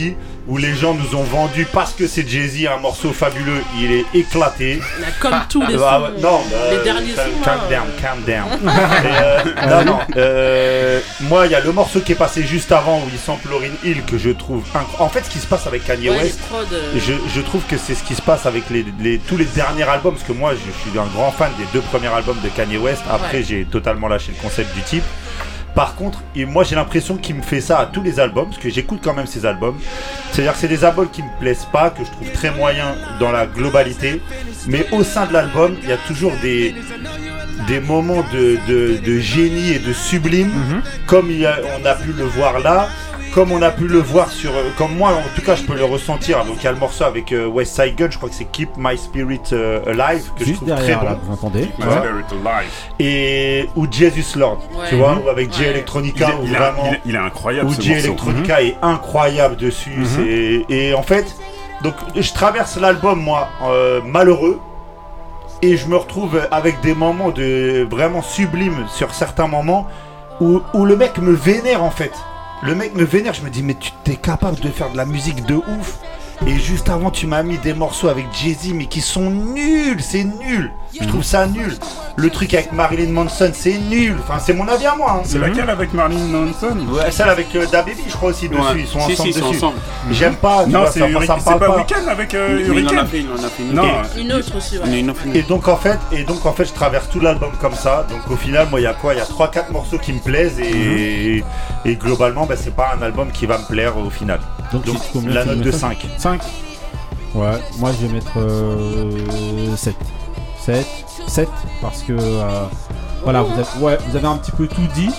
où les gens nous ont vendu parce que c'est Jay-Z un morceau fabuleux, il est éclaté. Là, comme tous les Ah, sons, non, les euh, derniers calm, sons. calm là, down, calm down. Et, euh, non, non. euh, moi, il y a le morceau qui est passé juste avant où il sample Lauryn Hill que je trouve incroyable. En fait, ce qui se passe avec Kanye ouais, West, les prods, euh, je, je trouve que c'est ce qui se passe avec les, les, tous les derniers albums, parce que moi, je, je suis un grand fan des deux premiers albums de Kanye West. Après, Ouais. j'ai totalement lâché le concept du type. Par contre, et moi j'ai l'impression qu'il me fait ça à tous les albums, parce que j'écoute quand même ses albums. C'est-à-dire que c'est des albums qui me plaisent pas, que je trouve très moyens dans la globalité, mais au sein de l'album, il y a toujours des, des moments de, de, de génie et de sublime, mm-hmm. comme il y a, on a pu le voir là, comme on a pu le voir sur... Comme moi, en tout cas, je peux le ressentir. Donc il y a le morceau avec euh, West Side Gun, je crois que c'est Keep My Spirit euh, Alive, que Juste je trouve derrière, très là, bon. vous entendez. My Spirit Alive. Et ou Jesus Lord, Ouais. tu vois, Mhm. ou avec J Ouais. Electronica, Il, où il, a- vraiment... il est- il est incroyable Où ce J morceau. Electronica est incroyable dessus. Mhm. c'est- Et en fait, donc je traverse l'album, moi, euh, malheureux. Et je me retrouve avec des moments de vraiment sublimes sur certains moments où, où le mec me vénère en fait. Le mec me vénère, je me dis mais tu t'es capable de faire de la musique de ouf. Et juste avant tu m'as mis des morceaux avec Jay-Z mais qui sont nuls, c'est nul. Je trouve ça nul. Le truc avec Marilyn Manson c'est nul. Enfin c'est mon avis à moi. Hein. C'est laquelle avec Marilyn Manson? Ouais, celle avec euh, DaBaby je crois aussi dessus, Ouais. ils sont Si, ensemble si, ils sont dessus. ensemble. J'aime pas, tu Non, vois, c'est ça, moi, ça Hurricane- me c'est parle pas pas. Weekend avec euh, Mais il en Hurricane. a fait, il en a fait une Non, autre. Une autre aussi, ouais. Il y en a une autre. Et donc en fait, et donc en fait, je traverse tout l'album comme ça. Donc au final, moi, il y a quoi? Il y a trois quatre morceaux qui me plaisent et, et globalement, bah, c'est pas un album qui va me plaire au final. Donc, Donc tu- combien la tu note mets de ça cinq. cinq. Ouais, moi je vais mettre euh, sept. sept. sept parce que euh, voilà, vous avez, ouais, vous avez un petit peu tout dit.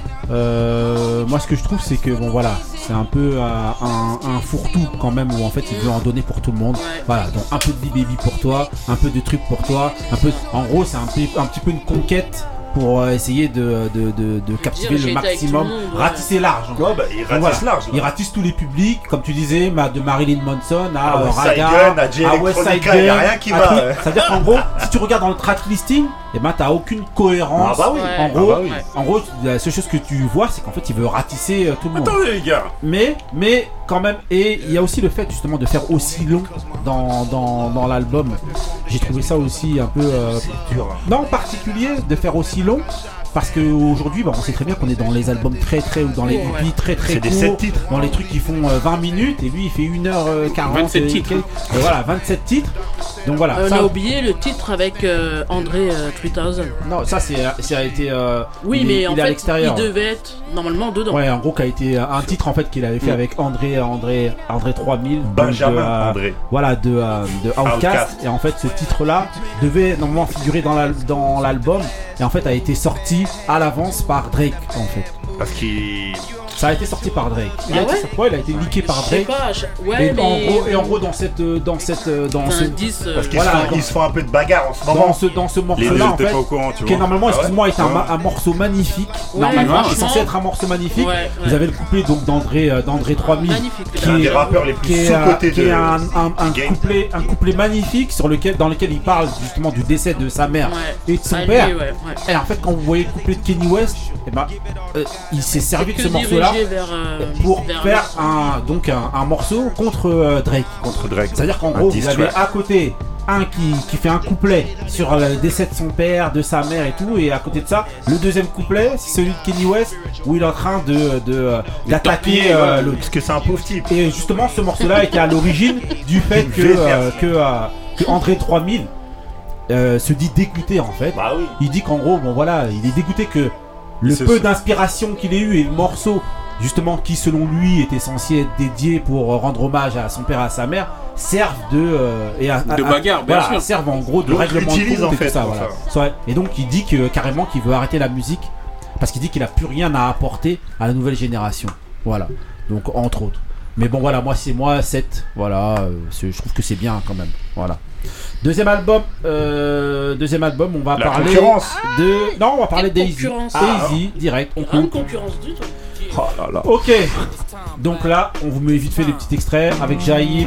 Euh, moi ce que je trouve c'est que bon voilà, c'est un peu euh, un, un fourre-tout quand même où en fait il veut en donner pour tout le monde. Ouais. Voilà, donc un peu de B-Baby pour toi, un peu de trucs pour toi, un peu. En gros c'est un, peu- un petit peu une conquête pour euh, essayer de, de, de, de captiver j'ai le été avec maximum, tout le monde, ouais. ratisser large. en Ouais, bah, il donc ratisse voilà, large. là. il ratisse tous les publics, comme tu disais, ma- de Marilyn Manson à À euh, West Side Raga, Gun, à J à West Side Electronica, il y a Gun, rien qui à va, truc. ouais. Ça veut dire qu'en gros, si tu regardes dans le track listing, eh ben t'as aucune cohérence. Ah bah oui. En Ouais. gros, Ah bah oui. en gros, la seule chose que tu vois, c'est qu'en fait, il veut ratisser euh, tout le monde. Attendez les gars. Mais, mais quand même, et il y a aussi le fait justement de faire aussi long dans, dans, dans l'album. J'ai trouvé ça aussi un peu euh, Dur. hein. non particulier de faire aussi long. Parce qu'aujourd'hui, bah, on sait très bien qu'on est dans les albums très très ou dans les E P Ouais. très très C'est des courts, sept titres. dans les trucs qui font euh, vingt minutes et lui il fait une heure quarante. vingt-sept et titres. quelques. Et voilà, vingt-sept titres. Donc voilà. Euh, on ça, a oublié le titre avec euh, André euh, trois mille. non, ça c'est, ça a été. euh, Oui, il est- mais il en est à fait, l'extérieur. il devait être normalement dedans. Ouais, en gros, qui a été euh, un titre en fait qu'il avait fait Mm. avec André, André, André trois mille. donc Benjamin de, euh, André. Voilà, de, euh, de Outkast. Outkast. Et en fait, ce titre-là devait normalement figurer dans, la, dans l'album. Et en fait, a été sorti à l'avance par Drake, en fait. Parce qu'il. Ça a été sorti par Drake. Il, a, Ah été, ouais ouais, il a été leaké par Je sais Drake. pas, je- ouais, et, mais. en gros, et en gros, dans cette, euh, dans cette, euh, dans Enfin, ce, dix, euh, Parce qu'ils Voilà, se, font, dans- ils se font un peu de bagarre en ce dans moment. ce, dans ce Les deux, morceau-là, en j'étais fait, pas au courant, tu qui est vois. normalement, Ah ouais excuse-moi, est un, Ouais. ma- un morceau magnifique. Ouais, normalement, franchement. est censé être un morceau magnifique. Ouais, ouais. Vous avez le couplet donc d'André, euh, d'André trois mille. Magnifique. qui Un est- des rappeurs les plus qui est, euh, sous-cotés qui de. est un, un, un du game. couplet, un couplet magnifique sur lequel, dans lequel il parle justement du décès de sa mère Ouais. et de son Ah, lui, père. ouais, ouais. Et en fait, quand vous voyez le couplet de Kenny West, eh ben, euh, il s'est servi de Que ce morceau-là dirigé vers, euh, pour vers faire le- un, donc un, un morceau contre euh, Drake. Contre Drake. C'est-à-dire qu'en Un gros, diss vous avez track. à côté un qui, qui fait un couplet sur le décès de son père, de sa mère et tout, et à côté de ça, le deuxième couplet, c'est celui de Kenny West où il est en train de, de, euh, d'attaquer torpiller, euh, ouais. l'autre. Parce que c'est un pauvre type. Et justement, ce morceau-là était à l'origine du fait que, Vénère. euh, que, euh, que André trois mille euh, se dit dégoûté en fait. Bah oui. Il dit qu'en gros, bon voilà, il est dégoûté que le C'est peu ça. d'inspiration qu'il ait eu et le morceau, justement, qui selon lui était censé être dédié pour euh, rendre hommage à son père et à sa mère, servent de. euh, et à, De à- bagarre, bien voilà, sûr. servent en gros de Donc, règlement de l'utilise, compte en et fait, tout ça. pour Voilà. ça. Ouais. Et donc il dit que carrément qu'il veut arrêter la musique parce qu'il dit qu'il a plus rien à apporter à la nouvelle génération. Voilà. Donc entre autres. Mais bon voilà, moi c'est moi sept. Voilà, euh, c'est- je trouve que c'est bien quand même. Voilà. Deuxième album, euh, deuxième album, on va La parler concurrence. de. Non, on va parler Quelle d'Easy. concurrence Easy, direct. On Rien de coupe. concurrence du tout. Oh là là. Ok. Donc là, on vous met vite fait les petits extraits avec Jaïm.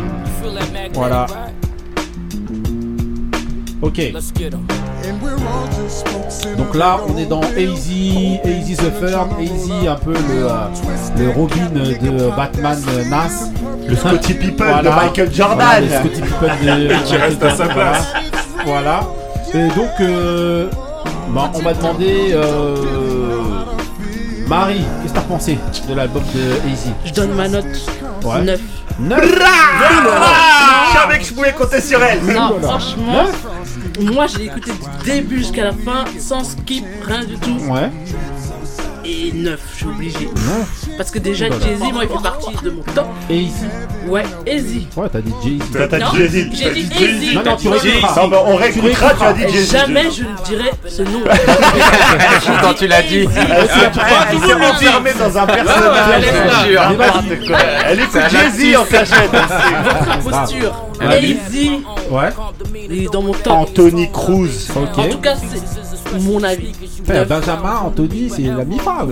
Voilà. Ok. Donc là, on est dans Easy, Easy the Firm, Easy un peu le, euh, le Robin de Batman euh, Nas. Le Scottie Pippen Voilà. de Michael Jordan. Voilà, le Scottie Pippen de Qui reste à sa place. Voilà. Et donc, euh, bah, on m'a demandé, euh, Marie, qu'est-ce que t'as pensé de l'album de Easy? Je donne ma note Ouais. neuf. neuf. Je savais que je pouvais compter sur elle. Non, franchement, moi je l'ai écouté du début jusqu'à la fin, sans skip, rien du tout. Ouais. Et neuf, je suis obligé. neuf. Parce que déjà, Jay-Z, moi, il fait partie de mon top. Et Easy. Ouais, Easy. Ouais, t'as dit Jay-Z. Toi, t'as Non, dit Jay-Z. j'ai dit Easy. Non, non, tu réécouteras. Non, mais on réécoutera, tu as dit Et Jay-Z. jamais je ne dirai ce nom. Quand tu l'as dit. Elle s'est renfermée dans un personnage. Je jure. N'importe quoi. Elle écoute Jay-Z en cachette. Votre posture. Easy. Ouais. Il est dans mon top. Anthony Cruz. En tout cas, c'est mon avis. Enfin, Benjamin, Anthony, c'est la mi-femme.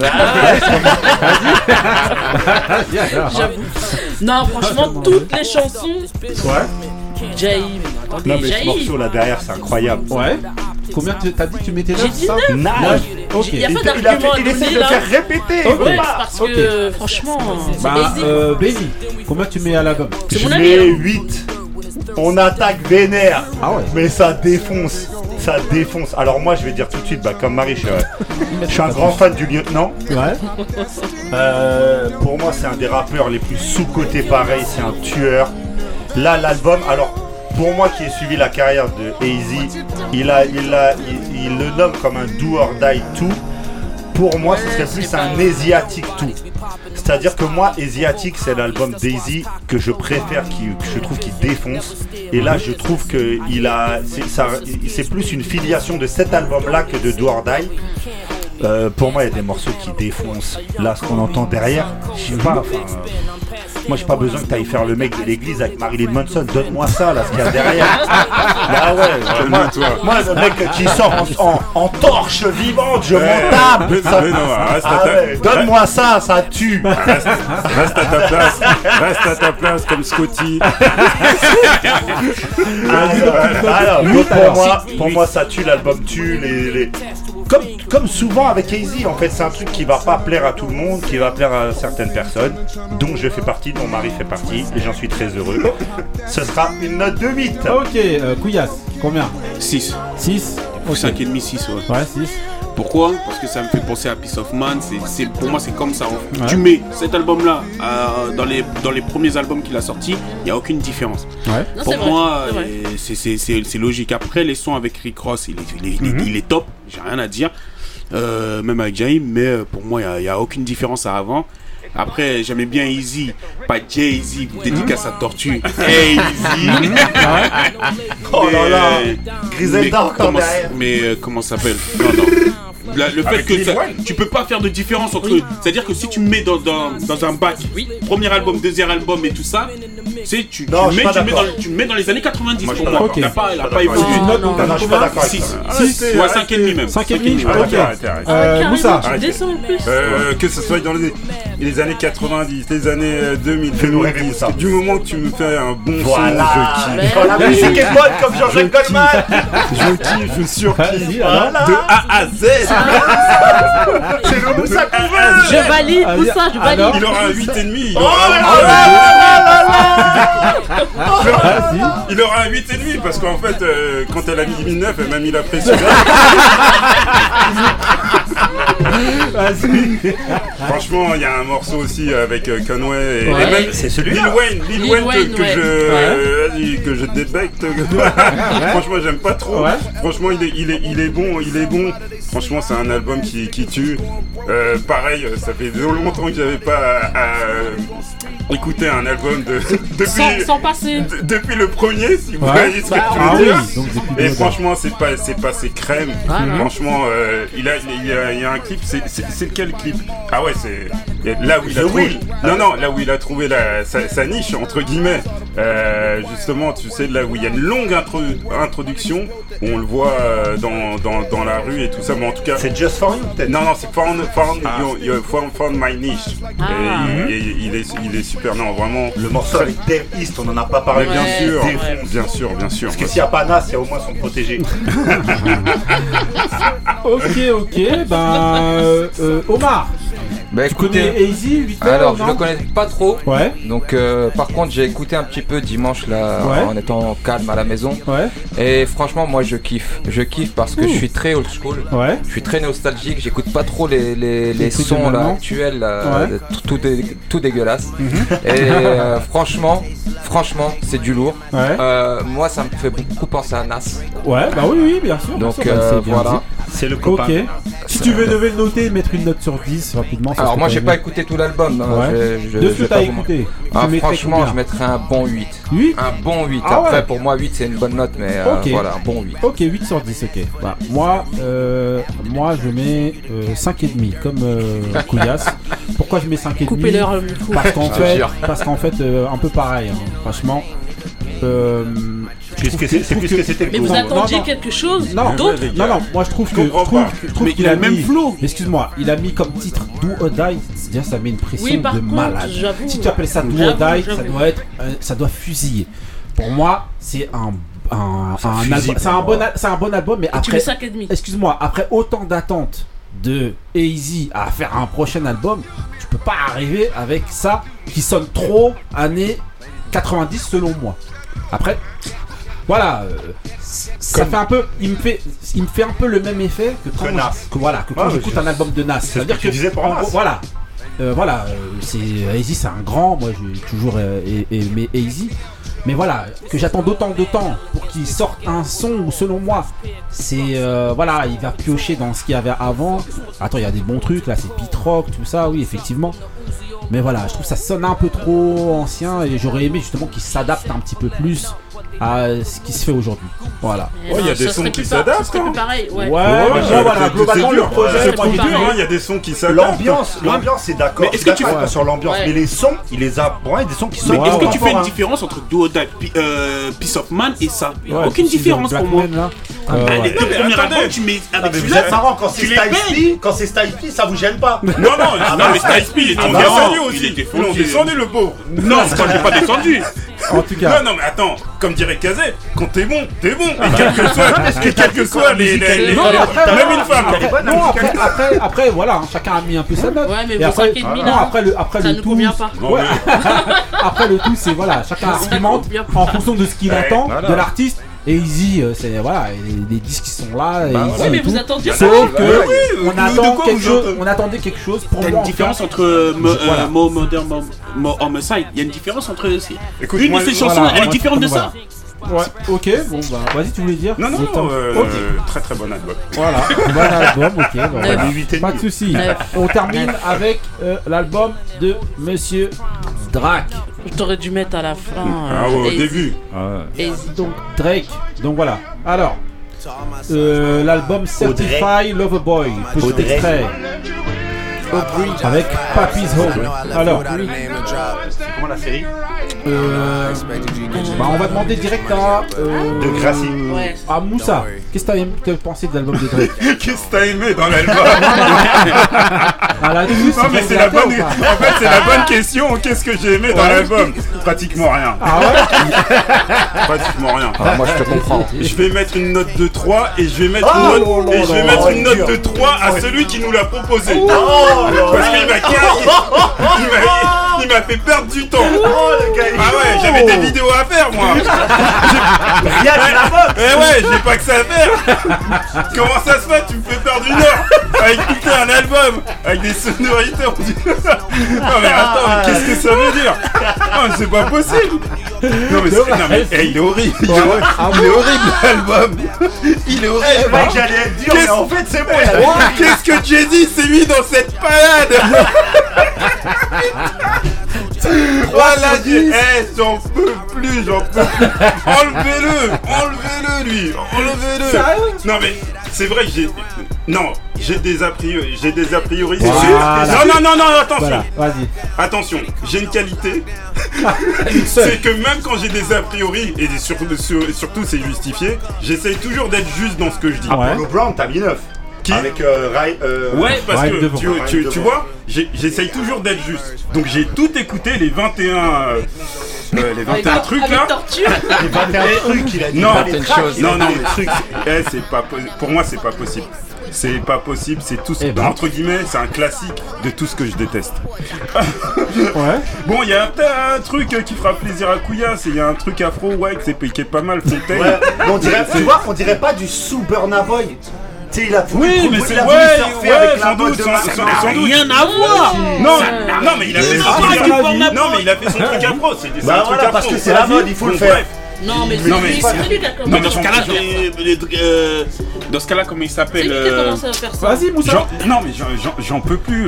J'avoue. Non, franchement, toutes les chansons. Ouais. Jaïm. Attendez, Non, mais ce Jaïm. morceau là derrière, c'est incroyable. Ouais. Combien tu t'as dit que tu mettais là? J'ai dit ça neuf. Neuf. Ok. Il y a Il, pas te- il a d'argument fait, à il essaie donner de là. faire répéter. Ok. Ouais, parce que franchement, c'est Bah, Easy. euh, Baby, combien tu mets à l'album? C'est Je mon avis. mets hein. huit. On attaque vénère. Ah ouais. Mais ça défonce. Ça défonce. Alors moi je vais dire tout de suite, bah, comme Marie, je suis, euh, je suis un grand fan du lieutenant. Ouais. Euh, pour moi c'est un des rappeurs les plus sous-cotés pareil, c'est un tueur. Là l'album, alors pour moi qui ai suivi la carrière de Easy, il, a, il, a, il, il le nomme comme un do or die tout. Pour moi ce serait plus un Asiatic tout. C'est-à-dire que moi, Asiatic, c'est l'album Daisy que je préfère, qui, que je trouve qu'il défonce. Et là, je trouve que il a, c'est, ça, c'est plus une filiation de cet album-là que de Do or Die. Euh, pour moi, il y a des morceaux qui défoncent. Là, ce qu'on entend derrière, je sais pas. Enfin, euh, moi, j'ai pas besoin que tu ailles faire le mec de l'église avec Marilyn Manson. Donne-moi ça, là, ce qu'il y a derrière. Bah ouais, euh, moi, moi, le mec qui sort en, en, en torche vivante, je m'en tape. Mais Ça- non, reste Ah à ta- ouais, donne-moi ça, ça tue. Reste, reste à ta place, reste à ta place comme Scotty. Alors, donc pour moi, pour moi, ça tue, l'album tue. Les, les... Comme, comme souvent avec Easy, en fait, c'est un truc qui va pas plaire à tout le monde, qui va plaire à certaines personnes, dont je fais partie, dont Marie fait partie, et j'en suis très heureux. Ce sera une note de huit. Ok, euh, Couillasse, combien? six. six. cinq virgule cinq, six, ouais. Ouais, six. Pourquoi? Parce que ça me fait penser à Peace of Man. C'est, c'est, pour moi, c'est comme ça. Ouais. Tu mets cet album-là euh, dans, les, dans les premiers albums qu'il a sortis, il n'y a aucune différence. Ouais. Non, Pour c'est vrai, moi, c'est vrai. euh, c'est, c'est, c'est, c'est logique. Après, les sons avec Rick Ross, il est, il est, il est- Mhm. il est top. J'ai rien à dire. Euh, même avec Jaime, mais euh, pour moi, il n'y a, a aucune différence à avant. Après, j'aimais bien Easy, pas Jay-Z, dédicace à Tortue. Hey Easy! Oh là là, Mais, Griselda mais encore comment- derrière. Mais euh, comment ça s'appelle? Non, non. La- le fait Avec que Lil ça- Wayne. tu peux pas faire de différence entre eux. C'est-à-dire que si tu me mets dans, dans, dans un bac, premier album, deuxième album et tout ça, tu sais, tu, Non, je tu, suis mets, pas tu, le mets d'accord. dans, tu le mets dans les années quatre-vingt-dix Moi, je pour suis moi. pas Il a d'accord. pas, il a Pas pas d'accord. évolué. Tu notes non, donc non, t'as je suis pas combien? d'accord avec six. ça. six Arrêtez, ou à cinq et demi même. cinq et cinq demi, ouais. ok. Arrêtez, arrêtez. Euh, Carrément, Moussa. tu descends en plus. Euh, que ce soit dans les, les années quatre-vingt-dix, les années euh, deux mille, Fais-nous rêver, deux mille dix, Moussa. du moment que tu me fais un bon Voilà. son, je kiffe. Quand la musique est bonne comme Jean-Jacques Goldman. Je kiffe, je surkiffe. Vas-y, alors. Voilà. De A à Z. C'est le Moussa qu'on veut. Je valide tout ça, je valide. Il aura un huit virgule cinq. Il Oh aura là un- là là là là. Vas-y. Il aura un huit virgule cinq parce qu'en fait, euh, quand elle a mis neuf, elle m'a mis la pression. Vas-y. Franchement, il y a un morceau aussi avec euh, Conway et, Ouais. et même C'est Lil celui-là. Wayne, Lil Lil Wayne, Wayne, que, que ouais. je, Ouais. vas-y, que je débecte. Franchement, j'aime pas trop. Ouais. Franchement, il est, il est, il est bon, il est bon. Franchement, c'est un album qui, qui tue. Euh, pareil, ça fait longtemps que j'avais pas à, à écouter un album de depuis. Sans, sans passer. de- depuis le premier, si vous Ouais. voyez ce que Bah, je Ah veux oui, dire. donc depuis Et deux franchement, c'est pas, c'est pas ses crèmes. Voilà. Franchement, euh, il, a, il, y a, il y a un clip. C'est, c'est, c'est lequel clip? Ah ouais, c'est là où il a The trouvé. Will. Non, non, là où il a trouvé la, sa, sa niche entre guillemets. Euh, justement, tu sais, là où il y a une longue intro- introduction, où on le voit euh, dans, dans, dans la rue et tout ça. Mais en tout cas, C'est Just For You peut-être. non, non, c'est Found, found, you- you found, found My Niche. Ah. Et, il, et il est, il est super. Non, vraiment. Le morceau avec Dave East, on en a pas parlé. Mais bien Ouais, sûr, c'est vrai. bien sûr, bien sûr. Parce que s'il n'y a pas Nas, il y a au moins son protégé. Ok, ok, ben euh, euh, Omar, Bah, tu écoutez, connais Easy, vite fait, alors, non je le connais pas trop. Ouais. Donc, euh, par contre, j'ai écouté un petit peu dimanche là, Ouais. en étant calme à la maison. Ouais. Et franchement, moi, je kiffe. Je kiffe parce que Ouh. je suis très old school. Ouais. Je suis très nostalgique. J'écoute pas trop les, les, les trucs de sons là, maintenant. actuels, là, Ouais. tout, tout, dé- tout dégueulasse. Mhm. Et euh, franchement, franchement, c'est du lourd. Ouais. Euh, moi, ça me fait beaucoup penser à Nas. Ouais, bah oui, oui, bien sûr. bien Donc, sûr, bah, euh, c'est bien voilà. dit. C'est le copain. Ok. Si tu veux devais le noter, mettre une note sur dix rapidement. ça Alors serait moi quand j'ai même pas bien. écouté tout l'album, hein. Ouais. je, je, De je ce que vais t'as pas vous écouté, mentir. tu Ah, mettrais franchement combien je mettrais un bon huit. huit Un bon huit. Ah Après ouais. pour moi huit c'est une bonne note mais euh, Ok. voilà un bon huit. Ok, huit sur dix, ok. Bah, moi, euh, moi, je mets euh, cinq virgule cinq comme euh, Couillasse. Pourquoi je mets cinq virgule cinq? Coupez-leur le micro. Parce qu'en Je te fait, jure. parce qu'en fait euh, un peu pareil, hein, franchement. Euh, Puisque c'est c'est plus que c'était Mais le vous copain. attendiez non. quelque chose non, d'autre les non, gars. non, moi je trouve Je que. comprends je trouve- pas. je trouve Mais qu'il il a le même flow. Excuse-moi, il a mis comme titre Do or Die. Déjà, ça met une pression Oui, par de contre, malade. j'avoue. Si tu appelles ça Do or J'avoue, Die, ça j'avoue. doit être, euh, ça doit fusiller. Pour moi, c'est un, un, Ça un fusille album. pour C'est un moi. bon, al- c'est un bon album, mais Et tu après. mets cinq et demi. Excuse-moi, après autant d'attentes de Easy à faire un prochain album, tu peux pas arriver avec ça qui sonne trop années quatre-vingt-dix selon moi. Après, voilà, euh, c- ça Comme- fait un peu, il me fait, il me fait un peu le même effet que quand Que Nas. que voilà, que quand Ah, j'écoute je- un album de Nas. c'est ce que tu disais pour en Nas. gros, voilà, euh, voilà, euh, c'est Easy, c'est un grand, moi j'ai toujours euh, a- aimé Easy. Mais voilà, que j'attends d'autant de temps pour qu'il sorte un son où selon moi, c'est euh, voilà, il va piocher dans ce qu'il y avait avant. Attends, il y a des bons trucs là, c'est Pete Rock, tout ça, oui, effectivement. Mais voilà, je trouve que ça sonne un peu trop ancien et j'aurais aimé justement qu'il s'adapte un petit peu plus à ce qui se fait aujourd'hui. Voilà. Eh Ouais, il y a ben, des ça sons serait qui plus par- s'adaptent, ça serait hein. plus pareil, ouais. Ouais, Ouais, mais ouais, voilà, c'est- globalement c'est le dur. projet, Ouais, C'est c'est pas du pareil. dur, hein, il y a des sons qui s'adaptent. L'ambiance, l'ambiance c'est d'accord. Mais est-ce que tu d'accord fais- sur l'ambiance, Ouais. mais les sons, il les a. Pour moi, il y a des sons qui sont. Mais Ouais, est-ce que ouais. tu fais une Hein. différence entre Do or Die, Pi- euh, Piece of Man et ça Ouais, Aucune si différence dans pour Black moi. Man, là. Ah, Euh, les ouais. deux mais premiers attendez. albums, tu mets Ah, avec mais vous celui-là, êtes marrant quand tu c'est les Style baignes. P, quand c'est Style P, ça vous gêne pas. Non, non, Non, mais Styles P, il était Ils l'ont différent. descendu Il aussi. était Ils l'ont foncé. descendu le pauvre. Non, quand j'ai pas descendu. En tout cas, Non, non, mais attends, comme dirait Kazé, quand t'es bon, t'es bon. Et quel que soit, et quel que soit les, les, les- Non, les- après, même non, une femme. après, bonne, non, la après, après, après, voilà, hein, chacun a mis un peu sa note. Ouais, mais Et vos après, cinq et demi, non, là, après le, après ça le nous tout, convient pas. Non, Ouais. mais- Après le tout, c'est voilà, chacun argumente bien. en fonction de ce qu'il Ouais, attend voilà. de l'artiste. Et Easy, euh, c'est voilà, les, les disques qui sont là. Et Bah, Easy Oui, mais et vous tout. attendiez ça. Sauf que Ouais, oui, on de attend quoi quelque vous chose. entendez On attendait quelque chose pour T'as moi. une différence entre euh, Mo- Voilà. euh, Mo Modern Mo Mo Homicide. Il y a une différence entre. Écoute, Une moi, de ces voilà, chansons, elle est moi, différente de voilà. ça. Ouais. Ok. Bon bah, vas-y, tu voulais dire. Non, non, Le temps. euh, Ok. très très bon album. Voilà. Bon album. Ok. Bon, Neuf. voilà. Les huit et Pas demi. de soucis. Neuf. On termine avec euh, l'album de Monsieur Drake. Je t'aurais dû mettre à la fin. Ah, euh, ouais, au Easy. début. Easy. Donc Drake. Donc voilà. Alors, euh, l'album Certified Lover Boy. Petit Audrey. extrait. Avec Papi's Home. Alors, Comment la série euh, bah, on va demander direct à euh, De Gracie. Ouais. à Moussa. Qu'est-ce que t'as aimé- t'as pensé de l'album de Drake? Qu'est-ce que t'as aimé dans l'album? À la douce, Non, mais c'est la bonne. ou pas En fait, c'est la bonne question. Qu'est-ce que j'ai aimé dans l'album? Pratiquement rien. Ah ouais. Pratiquement rien. Ah, moi je te comprends. Je vais mettre une note de trois et je vais mettre Oh, une note, là, et je vais là, mettre là, une dur. note de trois à celui qui nous l'a proposé. Oh, Parce qu'il m'a il m'a- il m'a fait perdre du temps. Oh, le gars, il est Ah ouais, chaud. j'avais des vidéos à faire moi. Rien que la boxe. Eh ouais, j'ai pas que ça à faire. Comment ça se fait? Tu me fais perdre une heure à écouter un album avec des sonorités. On dit... Non mais attends, mais qu'est-ce que ça veut dire? Non mais c'est pas possible. Non mais, c'est... non, mais eh, il est horrible. Il est horrible, Ah il est horrible l'album. Il est Eh, horrible. je croyais que j'allais être dur, mais en fait, c'est bon. il a- Qu'est-ce que Jay-Z s'est mis dans cette palade? Voilà, j'ai... Eh, j'en peux plus, j'en peux plus. Enlevez-le, enlevez-le lui, enlevez-le. Non mais c'est vrai que j'ai... Non, j'ai des a priori, j'ai des a priori. c'est Voilà. sûr. Non, non, non, non, attention. Voilà, vas-y. Attention, j'ai une qualité, Une seule. c'est que même quand j'ai des a priori, et sur- sur- surtout c'est justifié, j'essaye toujours d'être juste dans ce que je dis. Ah ouais. Polo Brown, t'as mis neuf. Qui Avec euh, Rai. euh, Ouais, parce Ryan que devant. tu, Ryan tu, devant. tu vois, j'ai- j'essaye toujours d'être juste. Donc j'ai tout écouté, les vingt et un, euh, euh, les vingt et un Avec- trucs avec là. torture. Les vingt et un trucs, il a dit. Non, pas les tracks. chose. Non, non, les trucs, eh, c'est pas, po- pour moi c'est pas possible. C'est pas possible, c'est tout ce... Eh ben. Entre guillemets, c'est un classique de tout ce que je déteste. Ouais. Bon, il y a un, un truc qui fera plaisir à Couillasse, il y a un truc afro, ouais, qui est, qui est pas mal, Fontaine. Ouais, mais on dirait, tu vois, on dirait pas du sous Burna Boy. Tu sais, il a voulu, Oui, mais il c'est a ouais, voulu surfer ouais, avec la sans mode doute, de sans, Marseille. sans, sans doute. Rien à voir. Non, non, mais il a fait son Ah, truc c'est afro. Burna Boy. Non, mais il a fait son truc afro. C'est c'est Bah un truc voilà, afro. parce que c'est la mode, il faut le faire. Bref. Non, mais Non, mais c'est c'est- c'est lui qui a Non, commencé. dans ce cas-là, je- les- euh, dans ce cas-là, comment il C'est s'appelle lui qui a euh, commencé à faire ça. Vas-y, Moussa. J'en- Non, mais j'en- j'en- j'en peux plus. euh,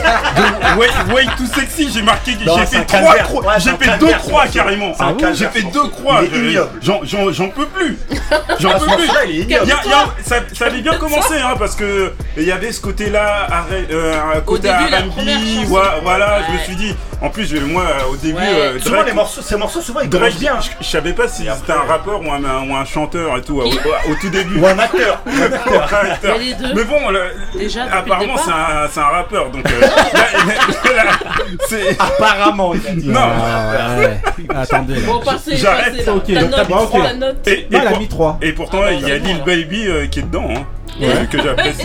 de- Way, way too sexy, j'ai marqué, Non, j'ai c'est fait un trois calvaire. croix, Ouais, c'est j'ai un fait calvaire, deux ce croix morceau. carrément. C'est un calvaire, J'ai fait ce deux croix. Il est je- ignoble. J'en j'en- j'en peux plus. J'en Ah, ce peux plus. morceau-là, il est Il y a- ignoble. il y a- ça, ça avait bien commencé, hein, parce que il y avait ce côté-là, arrêt- euh, un côté début, la R and B, première chanson. voilà, voilà, je me Ouais. suis dit. En plus, je- moi, au début, Ouais. euh, Souvent, Drake- les morceaux, ces morceaux, souvent, ils Drake, commencent bien. je, je savais pas si c'était un rappeur ou un, ou un chanteur et tout, au, au- au tout début. Ou un acteur. Ou un acteur. Mais les deux. Mais bon, le- Déjà, depuis le apparemment, départ. c'est un, c'est un rappeur, donc euh, là, là, là, c'est... Apparemment, il a dit. Non. Ah, ouais. Attendez. là. Bon, passez, J'arrête. passez là. Ok, Ta donc t'as note, pas- ok. ta note. Et, et Non, elle a pour- mis trois. et pourtant, Ah, il y a c'est Lil bon. Baby euh, qui est dedans, hein, Ouais. vu que j'apprécie.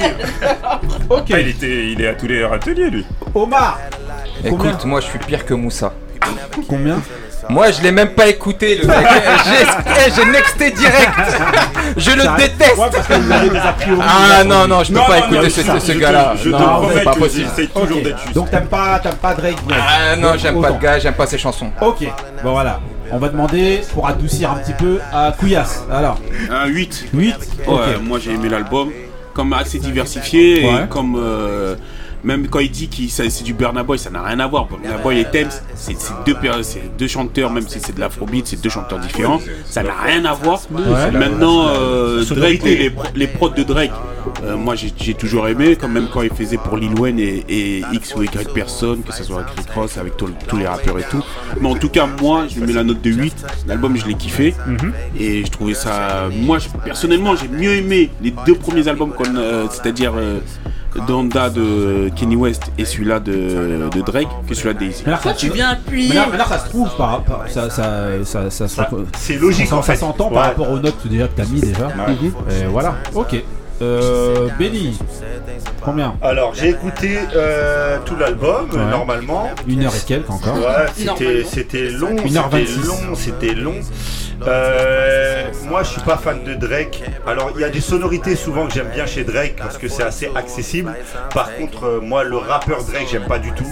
Ok. Ah, il, était, il est à tous les râteliers, lui. Omar. Combien Écoute, moi je suis pire que Moussa. Combien? Moi je l'ai même pas écouté le mec. J'ai- J'ai nexté direct. Je le Ça- déteste. Ouais, parce que vous avez des a priori. Ah non, non, je peux Non, pas non, écouter non, ce, je- ce je te- gars-là. Je te Non, promets c'est pas que possible. j'essaie toujours Ok. d'être juste. Donc t'aimes pas, t'aimes pas Drake. Drake. Ah non, Donc, j'aime pas autant. le gars, j'aime pas ses chansons. Ok. Bon voilà. On va demander pour adoucir un petit peu à Couillasse. Alors. Un huit. huit. Ouais, Ok. moi j'ai aimé l'album. Comme assez diversifié Ouais. et comme euh, même quand il dit que c'est du Burna Boy, ça n'a rien à voir. Burna Boy et Thames, c'est c'est deux, per- c'est deux chanteurs, même si c'est de l'afrobeat, c'est deux chanteurs différents. Ça n'a rien à voir. Ouais. Maintenant, euh, Drake, sonorité. les, les prods de Drake, euh, moi j'ai j'ai toujours aimé, quand même quand il faisait pour Lil Wayne et, et X ou Y personne, que ce soit avec Rick Ross, avec tous tous les rappeurs et tout. Mais en tout cas, moi je lui mets la note de huit. L'album, je l'ai kiffé. Et je trouvais ça. Moi, je- personnellement, j'ai mieux aimé les deux premiers albums, qu'on, euh, c'est-à-dire euh, Donda de Kanye West et celui-là de, de Drake, que celui-là de Daisy. Mais là, Pourquoi ça- tu viens appuyer? Mais là, mais là, ça se trouve par rapport. Ça, ça, ça, ça, se- Ça- C'est logique, ça, en ça fait. s'entend Ouais. par rapport aux notes déjà que t'as mis déjà. Et voilà. Ok. Euh, Benny. Combien? Alors, j'ai écouté euh, tout l'album, Ouais. normalement. Une heure et quelques encore. Ouais, c'était, Normalement. c'était long, Une heure c'était vingt-six. long, c'était long. Euh, moi, je suis pas fan de Drake. Alors, il y a des sonorités souvent que j'aime bien chez Drake parce que c'est assez accessible. Par contre, euh, moi, le rappeur Drake, j'aime pas du tout.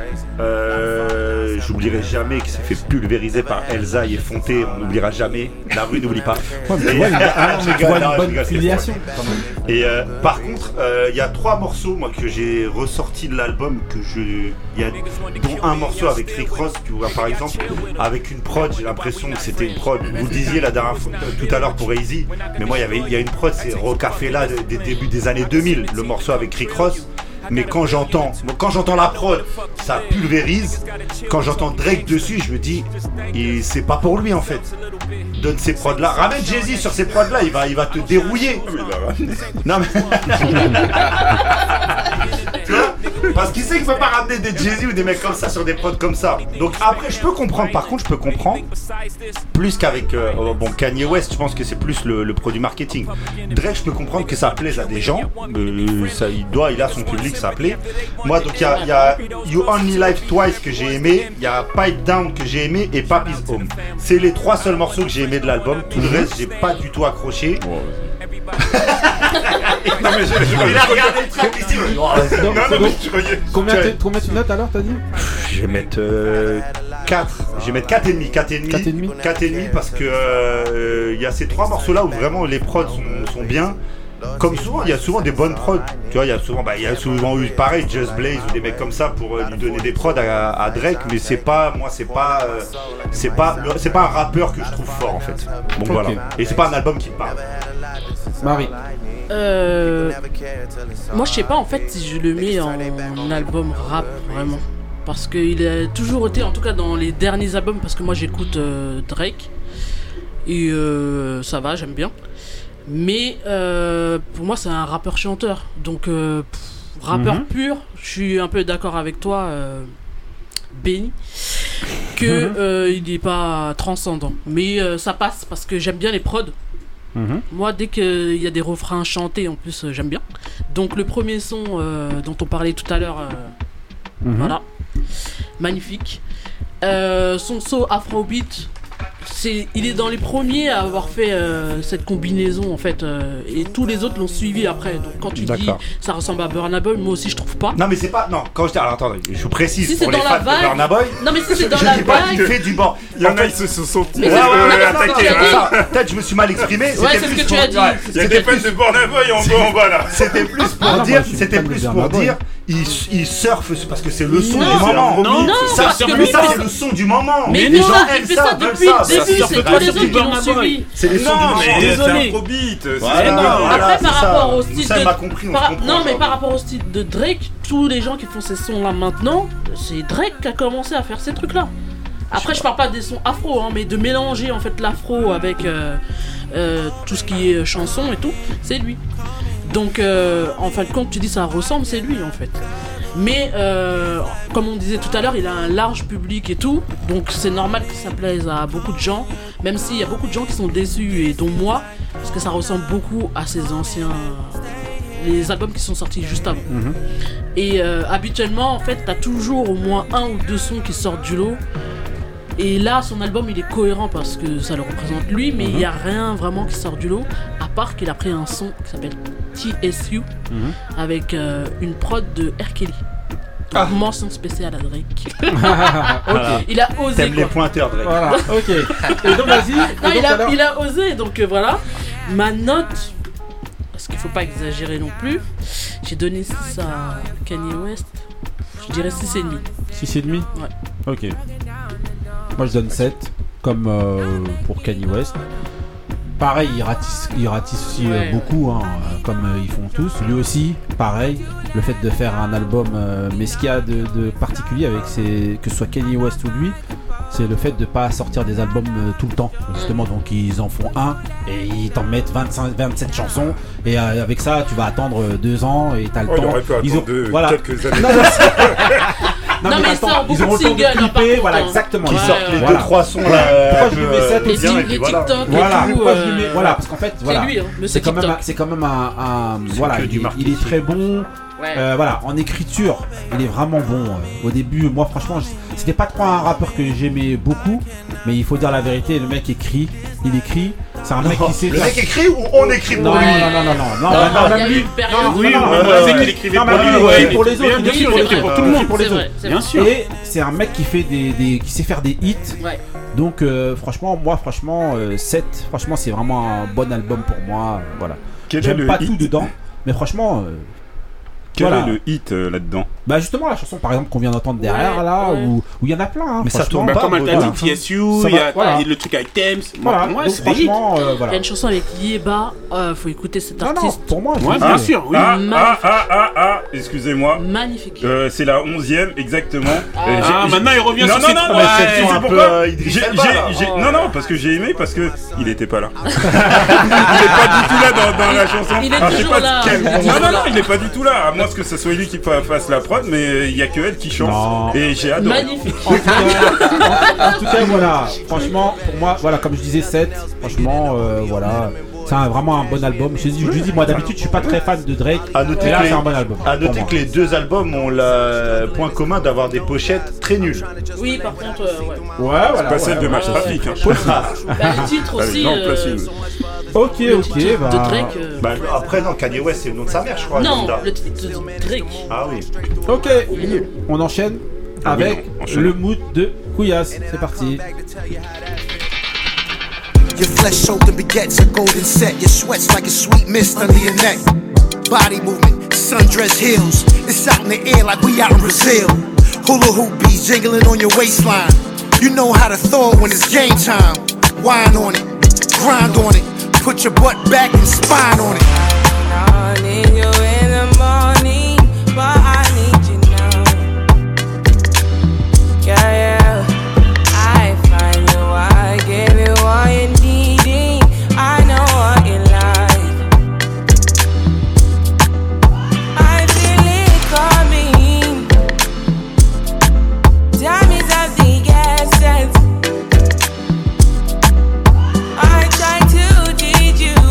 Euh, j'oublierai jamais qu'il s'est fait pulvériser par Elsa et Fonté. On n'oubliera jamais. La rue n'oublie pas. Ouais, mais tu vois, il y a- ah, non, mais tu vois Non, une je bonne rigole, c'est filiation. quand même. Et euh, par contre, euh, il y a trois morceaux moi que j'ai ressortis de l'album que je, il y a dont un morceau avec Rick Ross, tu vois par exemple, avec une prod, j'ai l'impression que c'était une prod. Vous le disiez la dernière fois, euh, tout à l'heure pour Easy, mais moi il y avait, il y a une prod, c'est Rocafella des débuts des années deux mille, le morceau avec Rick Ross. Mais quand j'entends, quand j'entends la prod, ça pulvérise. Quand j'entends Drake dessus, je me dis, et c'est pas pour lui en fait. Donne ces prods là, ramène Jay-Z sur ces prods là, il va, il va te dérouiller. Non mais, tu vois, parce qu'il sait qu'il peut pas ramener des Jay-Z ou des mecs comme ça sur des prods comme ça. Donc après, je peux comprendre. Par contre, je peux comprendre plus qu'avec euh, oh, bon Kanye West. Je pense que c'est plus le, le produit marketing. Drake, je peux comprendre que ça plaise à des gens. Euh, ça, il doit, il a son public, ça plaît. Moi, donc il y a, il y a You Only Live Twice que j'ai aimé, il y a Pipe Down que j'ai aimé et Papi's Home. C'est les trois seuls morceaux que j'ai aimé de l'album. Tout le reste, j'ai pas du tout accroché. Non, mais je, je, Il a regardé le truc ici. Donc, non, non, donc, mais je voyais- combien, t'es- combien tu notes alors, t'as dit? Je vais mettre euh, quatre. Je vais mettre quatre et demi, quatre et demi, quatre et demi quatre et demi parce que euh, il y a ces trois morceaux là où vraiment les prods sont, sont bien. Comme souvent, il y a souvent des bonnes prods. Tu vois, il y a souvent, bah, il y a souvent eu pareil, Just Blaze ou des mecs comme ça pour euh, lui donner des prods à, à Drake. Mais c'est pas, moi, c'est pas, euh, c'est pas, le- c'est pas un rappeur que je trouve fort en fait. Donc Ok. voilà. Et c'est pas un album qui me parle. Marie. Euh, moi, je sais pas en fait si je le mets en, en album rap vraiment. Parce qu'il a toujours été, en tout cas dans les derniers albums, parce que moi j'écoute euh, Drake. Et euh, ça va, j'aime bien. Mais euh, pour moi, c'est un rappeur-chanteur. Donc, euh, pff, rappeur Mhm. pur, je suis un peu d'accord avec toi, euh, Benny, que Mhm. euh, il n'est pas transcendant. Mais euh, ça passe parce que j'aime bien les prods. Mm-hmm. Moi, dès qu'il y a des refrains chantés, en plus, euh, j'aime bien. Donc, le premier son euh, dont on parlait tout à l'heure, euh, Mm-hmm. voilà, magnifique. Euh, son saut Afrobeat, c'est, il est dans les premiers à avoir fait euh, cette combinaison en fait, euh, et tous les autres l'ont suivi après. Donc quand tu D'accord. dis ça ressemble à Burna Boy, moi aussi je trouve pas. Non, mais c'est pas. Non, quand je dis. Alors attendez, je vous précise Si c'est pour les dans fans la de vague. Burna Boy. Non mais si c'est dans je la dis pas qu'il vague. fait du banc. Il y en En a, fait, ils se se sont Mais Ouais, c'est- ouais, non, ouais, mais attaqué, c'est ce que tu as voilà. dit. Ça, peut-être je me suis mal exprimé. Ouais, C'était c'est ce plus que tu pour- as dit. ouais, Il y a c'était des fans plus- de Burna Boy en bas en bas là. C'était plus pour Ah non, dire, moi, je suis c'était fan de plus Burna pour Boy. dire, il, il surfe parce que c'est le son Non, du moment. non, non, ça, parce que mais lui, ça, il c'est fait- le son du moment. Mais les non, gens il aiment fait ça, ça veulent depuis ça. le Ça début, surfe c'est pas pas les sur autres du qui l'ont Burna Boy. suivi. C'est les sons Non, du moment. mais c'est désolé. Afrobeat. c'est- Voilà, non, voilà, après c'est par ça. rapport au style Ça, il de m'a compris, on par- se comprend, non mais ça. par rapport au style de Drake, tous les gens qui font ces sons là maintenant, c'est Drake qui a commencé à faire ces trucs là. Après je parle pas des sons afro, hein, mais de mélanger en fait l'afro avec euh, euh, tout ce qui est chanson et tout, c'est lui. Donc euh, en fin de compte tu dis ça ressemble, c'est lui en fait. Mais euh, comme on disait tout à l'heure, il a un large public et tout, donc c'est normal que ça plaise à beaucoup de gens, même s'il y a beaucoup de gens qui sont déçus, et dont moi, parce que ça ressemble beaucoup à ses anciens... les albums qui sont sortis juste avant. Mhm. Et euh, habituellement, en fait, t'as toujours au moins un ou deux sons qui sortent du lot. Et là, son album, il est cohérent parce que ça le représente lui, mais il n'y a rien vraiment qui sort du lot, à part qu'il a pris un son qui s'appelle T S U, Mhm. avec euh, une prod de R. Kelly. Ah. Mention spéciale à Drake. Ok. Il a osé T'aimes les quoi. pointeurs, Drake. Voilà, ok. Et donc vas-y. Et Non, donc, il, a, alors il a osé, donc euh, voilà. Ma note, parce qu'il faut pas exagérer non plus, j'ai donné six à Kanye West, je dirais six et demi. six et demi. Ouais. Ok. Moi je donne sept, comme euh, pour Kanye West. Pareil, il ratisse, il ratisse aussi euh, Ouais. beaucoup, hein, euh, comme euh, ils font tous. Lui aussi, pareil, le fait de faire un album, euh, mais ce qu'il y a de, de particulier avec ses, que ce soit Kanye West ou lui, c'est le fait de pas sortir des albums euh, tout le temps. Justement, donc ils en font un et ils t'en mettent vingt-cinq, vingt-sept chansons. Et euh, avec ça, tu vas attendre euh, deux ans et t'as le Oh, il temps. aurait pu Ils attendre ont- de- voilà. quelques années. Non, non, Non, mais mais t'as il le temps. sort Ils beaucoup auront de le temps de singles, hein, par clipper, contre, voilà, hein. exactement. Qui Ouais, sortent les ouais. deux Voilà. trois sons Pourquoi- là. pourquoi un je peu, lui mets sept euh, Les, bien, et les puis voilà. TikTok Voilà, et tout. pourquoi euh, je lui mets- voilà, parce qu'en fait, voilà, lui, hein, le c'est quand même, TikTok. un- c'est quand même un, un- voilà, que il, du est- marketing. il est très bon. Ouais. Euh, voilà, en écriture, il est vraiment bon. Euh, Au début, moi, franchement, je- c'était pas trop un rappeur que j'aimais beaucoup, mais il faut dire la vérité, le mec écrit, il écrit. C'est un mec qui sait. Le faire- mec écrit ou on écrit pour Non, lui? non, non, non, non, non, Non, bah, non, il y a même eu lui. une période. Non, Oui, non, on non, va non, dire non, qu'il écrivait non, pour mais lui, il écrit ouais. pour les autres, Bien il écrit sûr, pour il les écrit autres, pour tout le il monde. écrit pour les C'est autres. vrai, c'est Bien vrai. sûr. Et c'est un mec qui fait des, des- qui sait faire des hits. Ouais. Donc euh, franchement, moi, franchement, euh, sept, franchement, c'est vraiment un bon album pour moi. euh, voilà. Quel est J'aime le pas hit tout dedans, mais franchement. euh, Quel Voilà. est le hit euh, là-dedans? Bah justement la chanson par exemple qu'on vient d'entendre derrière Ouais, là, ouais. où où il y en a plein. Hein, Mais ça franchement. tourne Bah, pas, comme elle t'a voilà. dit, T S U, Ça il y va, a voilà. il y a le truc avec Thames. Voilà, Moi, donc c'est des hits. franchement, euh, Il y voilà. a une chanson avec Yeba, euh, faut écouter cet Non, non, artiste. pour moi, Ouais, je bien dis, sûr, oui. Ah, Magnifique. ah, ah, ah, ah, excusez-moi. Magnifique. Euh, c'est la onzième exactement. Ah. Euh, j'ai- Ah, j'ai- maintenant il revient non, sur non, ses non, trois- non, Ouais, c'est- c'est c'est un peu, pourquoi euh, Idriss j'ai- Elba, j'ai- là. j'ai- Oh. Non, non, parce que j'ai aimé parce que il était pas là. il est pas du tout là dans, dans la chanson. Il est Alors, je sais toujours pas là, quel- il est Non, toujours non, non, là. il est pas du tout là. À moins que ce soit lui qui fa- fasse la prod, mais il y a que elle qui chante. Non. Et j'ai adoré. Magnifique. En tout cas, en, en tout cas, voilà. Franchement, pour moi, voilà, comme je disais, sept. Franchement, euh, voilà. C'est un- vraiment un bon album. Je dis, je dis, moi d'habitude, je suis pas très fan de Drake. À noter Mais là, que les- c'est un bon album. À pour noter moi. que les deux albums ont le point commun d'avoir des pochettes très nulles. Oui, par contre, euh, ouais. Ouais, voilà. Pas celle ouais, de ouais. Match ouais, Trafic. hein. Bah, le titre Allez, aussi. non, euh, place une. Ok, le ok, titre bah. de Drake. euh, Bah, après, non, Kanye West, c'est le nom de sa mère, je crois. Non, Linda. le titre de Drake. Ah oui. Ok, on enchaîne Ah oui, avec on enchaîne. le mood de Couillasse. C'est parti. Your flesh soaked and begets a golden set. Your sweat's like a sweet mist under your neck. Body movement, sundress heels. It's out in the air like we out in Brazil. Hula hoop beats jingling on your waistline. You know how to throw it when it's game time. Wine on it, grind on it. Put your butt back and spine on it. I need you in the morning, but I need you now. Yeah, yeah. I find you, I give you all you needing. I know what you like. I feel it coming. Time is of the essence. I try to teach you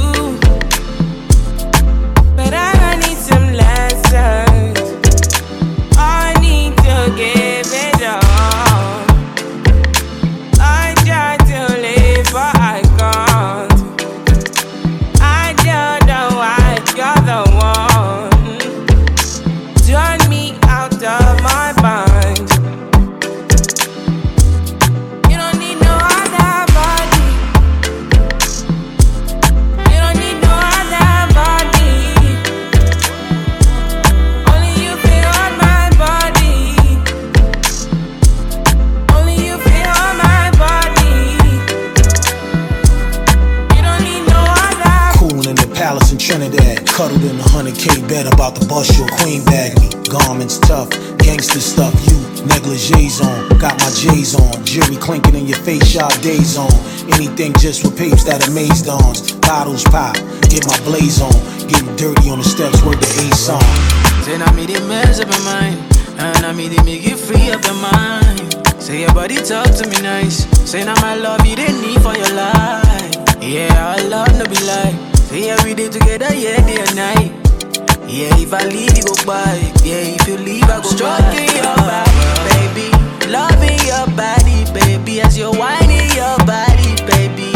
Trinidad, cuddled in a hundred K bed, about to bust your queen bag me. Garments tough, gangster stuff, you negligees on. Got my J's on, jury clinking in your face, shot days on. Anything just for papes that amaze dawns. Bottles pop, get my blaze on. Getting dirty on the steps, word the A song. Say now me the mess up in mind, and I me the make it free up your mind. Say your body talk to me nice. Say now my love you didn't need for your life. Yeah, I love no be like. Say every day together, yeah, day and night. Yeah, if I leave you go by. Yeah, if you leave I go stroking your body, baby. Loving your body, baby. As you're whining your body, baby.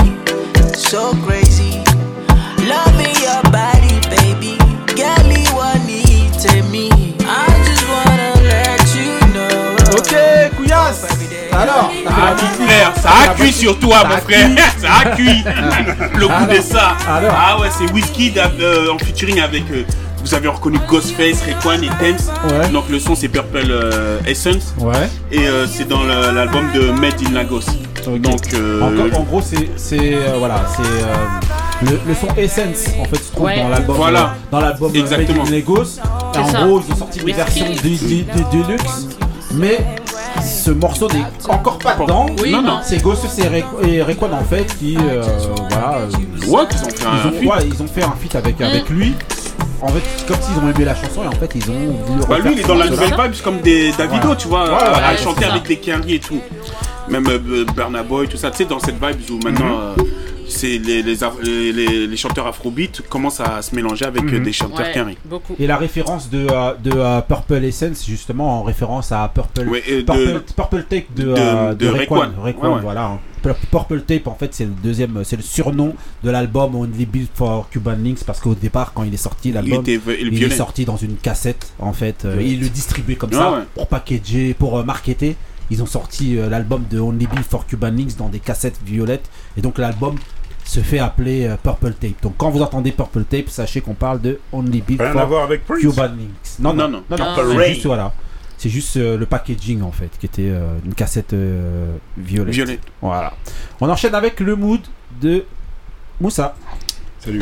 So crazy. Loving your body, baby. Girl, you want need to me. I just wanna let you know. Ok, Couillasse. Alors, ah, mon frère, ça a cuit sur toi, mon frère. Ça a cuit. Le goût de ça. Alors. Ah ouais, c'est Wizkid euh, en featuring avec. Euh, vous avez reconnu Ghostface, Raekwon et Thames. Ouais. Donc le son c'est Purple euh, Essence. Ouais. Et euh, c'est dans le, l'album de Made in Lagos. Okay. Donc euh, en, en gros c'est c'est euh, voilà c'est euh, le, le son Essence en fait se trouve ouais. dans l'album voilà. euh, dans l'album Made in Lagos. Et en ça. gros ils ont sorti une version de, de, de Deluxe, mais ce morceau n'est encore pas dedans. Oui. Non, non. C'est Ghostface et Raekwon en fait qui euh, voilà. Euh, ouais, ils ont fait un ils ont, ouais, ils ont fait un feat avec mmh. avec lui. En fait, comme s'ils ont aimé la chanson et en fait ils ont voulu bah lui il est dans la nouvelle vibe comme des Davido, ouais. tu vois, ouais, à, à ouais, chanter avec des Kenry et tout. Même euh, Burna Boy, tout ça, tu sais, dans cette vibe où maintenant mm-hmm. euh, c'est les, les, les, les chanteurs afrobeat commencent à se mélanger avec mm-hmm. des chanteurs ouais, Kenry. Et la référence de, de, de uh, Purple Essence, justement en référence à Purple, ouais, Purple, de, Purple Tape de, de, de, de Raekwon. Ouais, ouais. Voilà. Purple Tape en fait c'est le deuxième, c'est le surnom de l'album Only Built for Cuban Links parce qu'au départ quand il est sorti l'album il, était, il, il est sorti dans une cassette en fait, euh, il le distribuait comme ouais, ça ouais. pour packager, pour euh, marketer. Ils ont sorti euh, l'album de Only Built for Cuban Links dans des cassettes violettes et donc l'album se fait appeler euh, Purple Tape. Donc quand vous entendez Purple Tape, sachez qu'on parle de Only Built Rien for à voir avec Cuban Links. Non non non, non, non, non c'est juste voilà. C'est juste euh, le packaging en fait, qui était euh, une cassette euh, violette. Violette. Voilà. On enchaîne avec le mood de Moussa. Salut.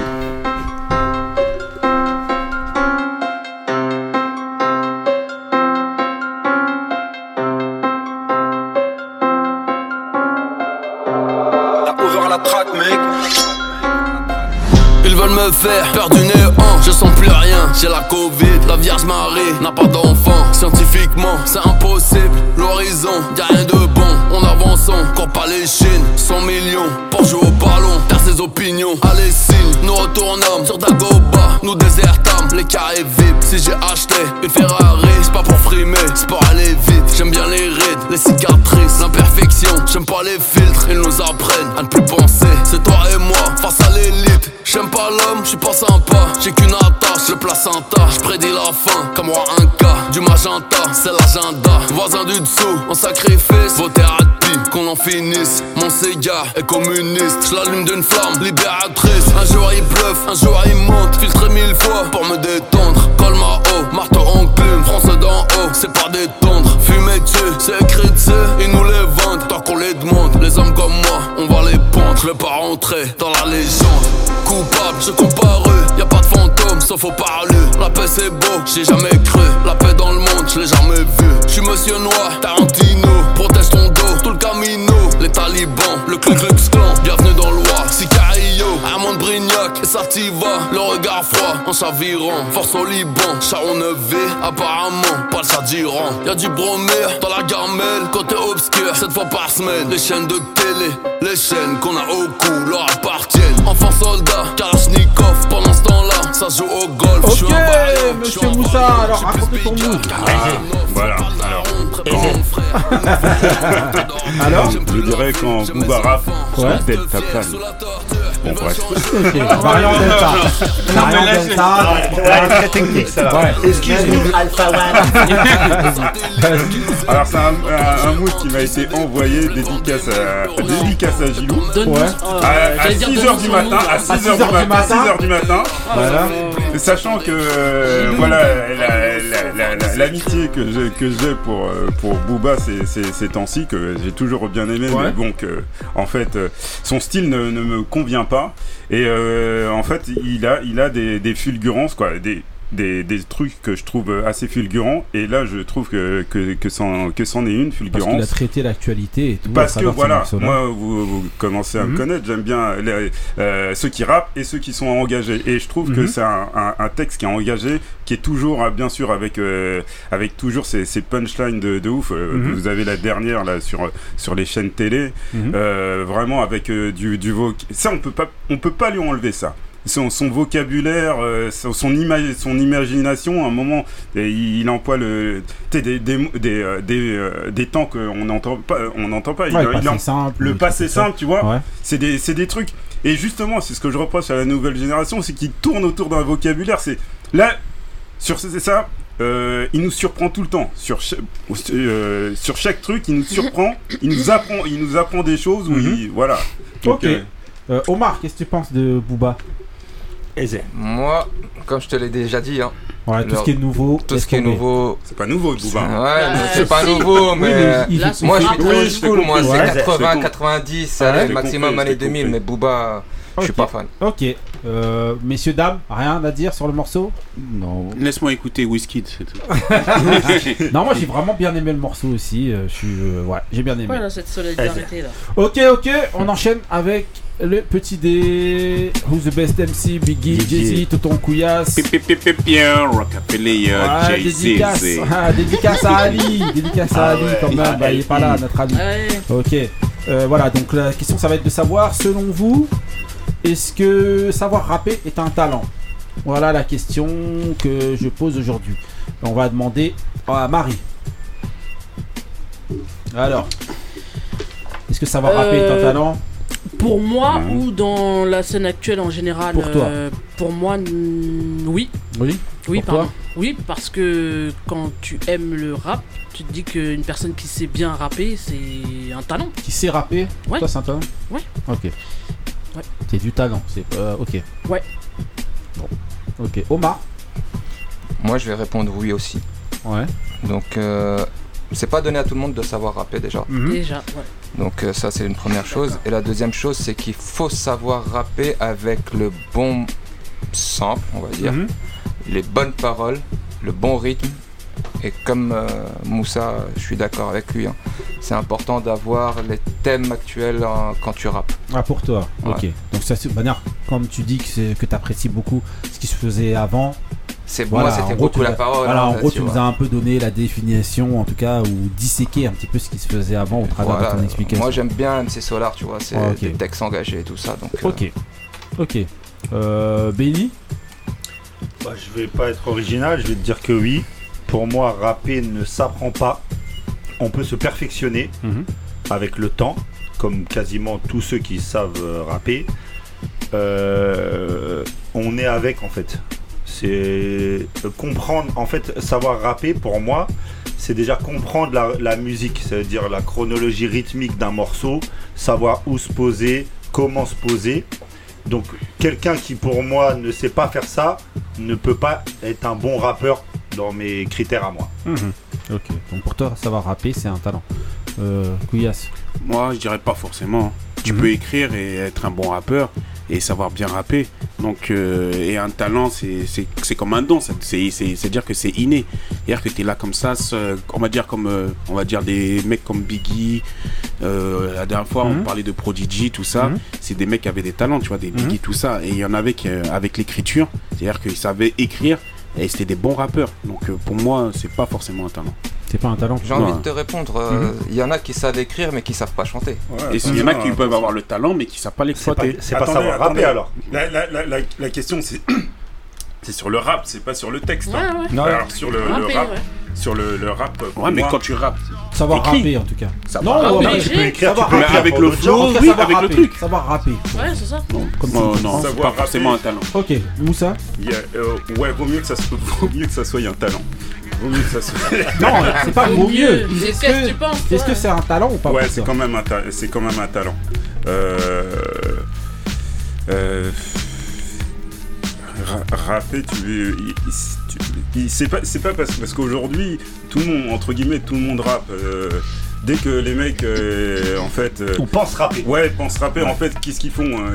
T'as ouvert la track, mec. Ils veulent me faire perdre du néant. Je sens plus rien, j'ai la Covid. La Vierge Marie n'a pas d'enfant. Scientifiquement, c'est impossible. L'horizon, y'a rien de bon. On avance, on court pas les chines. cent millions pour jouer au ballon. Taire ses opinions, allez signe. Nous retournons sur Dagoba. Nous désertons les carrés V I P. Si j'ai acheté une Ferrari, c'est pas pour frimer, c'est pour aller vite. J'aime bien les rides, les cicatrices, l'imperfection. J'aime pas les filtres, ils nous apprennent à ne plus penser. C'est toi et moi face à l'élite. J'aime pas l'homme, j'suis pas sympa. J'ai qu'une attache, le placenta. J'prédis la fin, comme moi un cas. Du magenta, c'est l'agenda. Voisin du dessous, en sacrifice. Vos thérapies, qu'on en finisse. Mon cigare est communiste. J'l'allume d'une flamme libératrice. Un jour il bluffe, un jour il monte. Filtré mille fois pour me détendre. Col ma haut, marteau enclume. France d'en haut, c'est pas détendre. Fumer dessus, c'est écrit dessus. Ils nous les vendent, tant qu'on les demande. Les hommes comme moi, on va les pondre. J'vais pas rentrer dans la légende. Coupable, je comparu, y'a pas de fantôme, sauf au parlu. La paix c'est beau, j'ai jamais cru. La paix dans le monde, je l'ai jamais vu. J'suis monsieur noir, Tarantino. Protège ton dos, tout le camino. Les talibans, le Ku Klux Klan. Bienvenue dans l'Oie, Sicario. Un monde Brignac et Sativa. Le regard froid, en chavirant. Force au Liban, Charon neuf apparemment, pas le Chadiran. Y'a du bromure dans la gamelle. Côté obscur, sept fois par semaine. Les chaînes de télé, les chaînes qu'on a au cou leur appartiennent. Enfant soldat, Kalachnikov, pendant ce temps-là, ça joue au golf. Ok, monsieur Moussa, alors racontez ton mood. Voilà, alors. Alors, je dirais quand Boubaraf appelle ta femme. Bon, bref. Variant Delta. Variant Delta. Très technique, ça va. Excuse-nous, Alpha One. Alors, c'est un, un, un mood qui m'a été envoyé, dédicace à, dédicace à Gilou. Ouais. À, à six heures du matin. À six heures du matin. six heures du matin. Voilà. Sachant que, euh, voilà, l'amitié que j'ai, que j'ai pour, pour Booba ces, ces, ces temps-ci, que j'ai toujours bien aimé, ouais. mais bon, que, en fait, son style ne, ne me convient pas. sympa. Et euh, en fait, il a, il a des, des fulgurances, quoi, des, des, des trucs que je trouve assez fulgurants. Et là, je trouve que, que, que, c'en, que c'en est une fulgurance. Parce qu'il a traité l'actualité et tout. Parce que voilà, moi, vous, vous commencez à mm-hmm. me connaître, j'aime bien les, euh, ceux qui rappent et ceux qui sont engagés. Et je trouve mm-hmm. que c'est un, un, un texte qui est engagé, qui est toujours, bien sûr, avec, euh, avec toujours ces, ces punchlines de, de ouf. Mm-hmm. Vous avez la dernière là sur, sur les chaînes télé, mm-hmm. euh, vraiment avec euh, du, du voc. Ça, on peut pas, on peut pas lui enlever ça. Son, son vocabulaire, euh, son, son, ima- son imagination, à un moment, et il, il emploie le, des, des, des, des, euh, des, euh, des temps qu'on n'entend pas. On n'entend pas. Ouais, il, le il passé en, simple. Le passé simple, tu vois. Ouais. C'est, des, c'est des trucs. Et justement, c'est ce que je reproche à la nouvelle génération, c'est qu'ils tournent autour d'un vocabulaire. C'est, là, sur c'est ça, euh, il nous surprend tout le temps. Sur, ch- euh, sur chaque truc, il nous surprend. Il nous apprend, il nous apprend des choses. Où mm-hmm. il, voilà. Donc, ok. Euh, euh, Omar, qu'est-ce que tu penses de Booba? Moi, comme je te l'ai déjà dit, hein, ouais, tout ce qui est nouveau, tout ce qui est nouveau, c'est pas nouveau, Booba. Ouais, ouais c'est pas si. nouveau, mais, oui, mais il, il, moi je suis trop old school, moi c'est quatre-vingts, quatre-vingt-dix, ouais, maximum années deux mille, mais Booba, je suis okay. pas fan. Ok, euh, messieurs dames, rien à dire sur le morceau? Non. Laisse-moi écouter Wizkid, c'est tout. Non, moi j'ai vraiment bien aimé le morceau aussi. Je suis, euh, ouais, j'ai bien aimé. Voilà cette solidarité là. Ok, ok, on enchaîne avec le petit dé. Who's the best M C? Biggie, Jay-Z, Tonton Couillasse. Pépépépépien, Rockafeller, Jay-Z. Ah, dédicace à Ali, dédicace à Ali quand même. Bah, il est pas là, notre Ali. Ok, euh, voilà. Donc la question, ça va être de savoir, selon vous, est-ce que savoir rapper est un talent? Voilà la question que je pose aujourd'hui. On va demander à Marie. Alors, est-ce que savoir euh... rapper est un talent? Pour moi mmh. ou dans la scène actuelle en général? Pour toi euh, Pour moi, n- oui. Oui Oui, pour pardon. Toi oui, parce que quand tu aimes le rap, tu te dis qu'une personne qui sait bien rapper, c'est un talent. Qui sait rapper? Ouais. Toi, c'est un talent? Ouais. Ok. Ouais. C'est du talent, c'est euh, ok. Ouais. Bon. Ok. Omar? Moi, je vais répondre oui aussi. Ouais. Donc, euh, c'est pas donné à tout le monde de savoir rapper déjà. Mmh. Déjà, ouais. Donc euh, ça c'est une première chose. Et la deuxième chose c'est qu'il faut savoir rapper avec le bon sample, on va dire, mm-hmm. les bonnes paroles, le bon rythme. Et comme euh, Moussa, je suis d'accord avec lui, hein, c'est important d'avoir les thèmes actuels hein, quand tu rappes. Ah pour toi, ouais. Ok. Donc ça c'est manière, comme tu dis que, c'est, que tu apprécies beaucoup ce qui se faisait avant. C'est bon, voilà, c'était beaucoup la parole. Voilà, hein, en gros, tu nous as un peu donné la définition, en tout cas, ou disséquer un petit peu ce qui se faisait avant au travers voilà. de ton explication. Moi, j'aime bien M C Solar, tu vois, c'est oh, okay. des textes engagés et tout ça. Donc, ok. Euh... Ok. Euh, Benny bah, je vais pas être original, je vais te dire que oui. Pour moi, rapper ne s'apprend pas. On peut se perfectionner mm-hmm. avec le temps, comme quasiment tous ceux qui savent euh, rapper. Euh, on est avec, en fait. C'est comprendre, en fait, savoir rapper pour moi, c'est déjà comprendre la, la musique, c'est-à-dire la chronologie rythmique d'un morceau, savoir où se poser, comment se poser. Donc, quelqu'un qui pour moi ne sait pas faire ça ne peut pas être un bon rappeur dans mes critères à moi. Mmh. Ok, donc pour toi, savoir rapper, c'est un talent. Euh, Couillasse? Moi, je dirais pas forcément. Tu mmh. peux écrire et être un bon rappeur et savoir bien rapper. Donc, euh, et un talent, c'est, c'est, c'est comme un don. C'est, c'est, c'est, c'est dire que c'est inné. C'est-à-dire que tu es là comme ça, on va dire comme euh, on va dire des mecs comme Biggie. Euh, la dernière fois, mmh. on parlait de Prodigy, tout ça. Mmh. C'est des mecs qui avaient des talents, tu vois, des Biggie, mmh. tout ça. Et il y en avait qui, euh, avec l'écriture. C'est-à-dire qu'ils savaient écrire et c'était des bons rappeurs. Donc, euh, pour moi, c'est pas forcément un talent. C'est pas un talent. J'ai envie ouais. de te répondre. Il euh, mm-hmm. y en a qui savent écrire mais qui savent pas chanter. Ouais, et il y en a qui peuvent avoir le talent mais qui savent pas l'exploiter. C'est pas, c'est attendez, pas savoir rapper alors. La, la, la, la, la question c'est c'est sur le rap, c'est pas sur le texte. Ouais, hein. ouais. Non, alors sur le, rapper, le rap, ouais. sur le, le rap. Ouais, mais moi, quand tu rappes, savoir écrit. rapper en tout cas. Savoir non, rapper. ouais, tu peux écrire, savoir tu peux rapper avec le flow, oui, avec rapper. le truc. Savoir rapper. Ouais, c'est ça. Non, comme oh, ça. non, c'est pas forcément un talent. Ok, Moussa. Yeah, euh, ouais, vaut mieux que ça soit, vaut mieux que ça soit un talent. Vaut mieux que ça soit. Non, c'est pas vaut mieux. C'est ce que tu penses. Est-ce que c'est un talent ou pas? Ouais, c'est quand même un ta- c'est quand même un talent. Euh, euh, ra- rapper, tu, il, tu il, c'est pas c'est pas parce, parce qu'aujourd'hui tout le monde entre guillemets tout le monde rappe. Euh, dès que les mecs, euh, en fait, euh, ou pensent rapper. Ouais, pensent rapper. Ouais. En fait, qu'est-ce qu'ils font hein,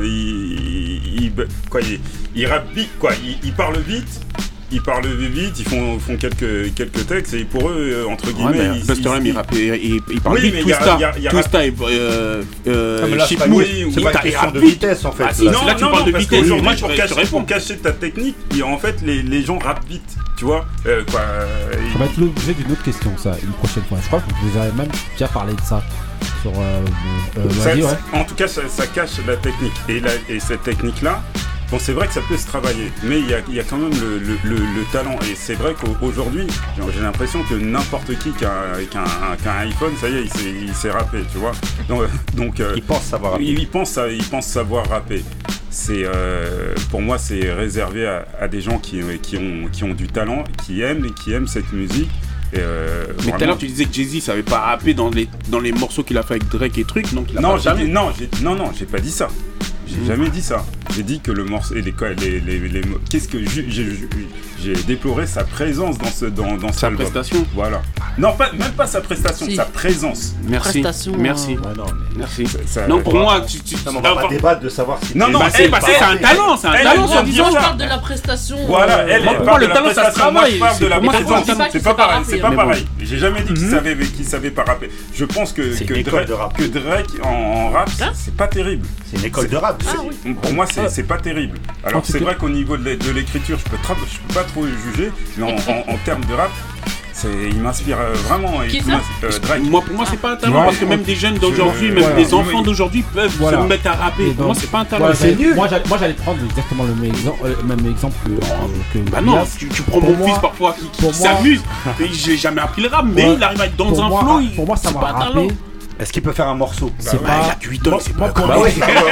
ils, ils, quoi, ils, ils rappent vite, quoi. Ils, ils parlent vite. Ils parlent vite, ils font, font quelques, quelques textes et pour eux, euh, entre guillemets, ouais, ils, Buster M, il, rappe, il, il, il parle oui, vite. Twista, Twista et euh, euh, ah, là, Chipmunk, oui, c'est pas une question de vitesse en fait. Ah, si, là, non, là, tu non, parles non, de parce vitesse. qu'aujourd'hui, Moi, pour, je cacher, pour cacher ta technique, et en fait, les, les gens rappent vite, tu vois. Euh, quoi, euh, ça va être l'objet d'une autre question, ça, une prochaine fois. Je crois que vous avez même déjà parlé de ça. Sur, euh, euh, ça, ouais. En tout cas, ça, ça cache la technique. Et, la, et cette technique-là, bon, c'est vrai que ça peut se travailler, mais il y a, il y a quand même le, le, le, le talent. Et c'est vrai qu'aujourd'hui, j'ai l'impression que n'importe qui qui a, qui, a un, qui a un iPhone, ça y est, il sait, il sait rapper, tu vois. Donc, donc euh, il pense savoir rapper. Il, il, pense, il pense savoir rapper. C'est, euh, pour moi, c'est réservé à, à des gens qui, qui, ont, qui ont du talent, qui aiment et qui aiment cette musique. Et euh, mais tout à l'heure tu disais que Jay-Z savait pas rapper dans les, dans les morceaux qu'il a fait avec Drake et trucs, donc il a non, pas jamais. Dit, non, j'ai, non, non, j'ai pas dit ça. J'ai mmh. jamais dit ça. J'ai dit que le morceau, les, les, les, les, les qu'est-ce que j'ai, j'ai, j'ai déploré sa présence dans ce, dans, dans sa prestation. Voilà. Non, pas, même pas sa prestation, si. Sa présence. Merci. Prestation, merci. Euh... Ouais, non, mais... merci. Ça, ça, non, pour bah, moi, tu, tu, ça, on va pas débattre de savoir si. Non, non, bah, c'est, bah, c'est un talent, c'est un talent. On parle de la prestation. Voilà, elle. Moi, pour moi, le talent, ça se travaille. Moi, je parle de la présence. C'est pas pareil. C'est pas pareil. Bon. J'ai jamais dit qu'il savait, qu'il savait pas rapper. Je pense que que Drake, que Drake en rap, c'est pas terrible. C'est une école de rap. Pour moi, c'est, c'est pas terrible. Alors, c'est vrai qu'au niveau de l'écriture, je peux, tra- je peux pas trop juger, mais en, en, en termes de rap, c'est, il m'inspire vraiment. Qui il, ça euh, Drake. Moi, pour moi, c'est pas un talent, ouais, parce que même des jeunes d'aujourd'hui, même voilà. des enfants d'aujourd'hui peuvent voilà. se mettre à rapper. Donc, pour moi, c'est pas un talent. Voilà, c'est nul. Moi, j'allais, moi, j'allais prendre exactement le même exemple, euh, même exemple que. que bah non, tu, tu prends mon fils parfois qui, qui, qui s'amuse. Je l'ai jamais appris le rap, mais il arrive à être dans un flow. Pour moi, ça va rapper. Est-ce qu'il peut faire un morceau? C'est bah, pas. Il a huit ans, c'est pas pour moi.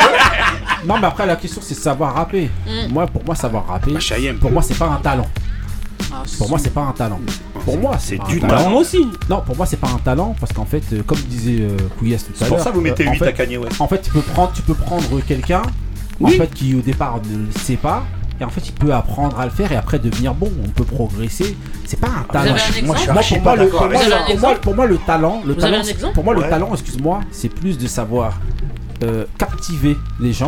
Non, mais après, la question, c'est savoir rapper. Mm. Moi, pour moi, savoir rapper, bah, pour moi, c'est pas un talent. Ah, pour moi, c'est pas un talent. Pour moi, c'est du talent aussi. Non, pour moi, c'est pas un talent parce qu'en fait, euh, comme disait euh, Kouyas tout à l'heure. C'est pour ça que vous mettez euh, huit fait, à Kanye West. En fait, tu peux prendre, tu peux prendre quelqu'un oui. en fait, qui au départ ne le sait pas. Et en fait, il peut apprendre à le faire et après devenir bon. On peut progresser. C'est pas un talent. Un moi, je, moi, pour, moi, le, pour, moi, pour, moi, pour moi, le talent, le Vous talent, avez un pour moi, ouais. le talent, excuse-moi, c'est plus de savoir euh, captiver les gens,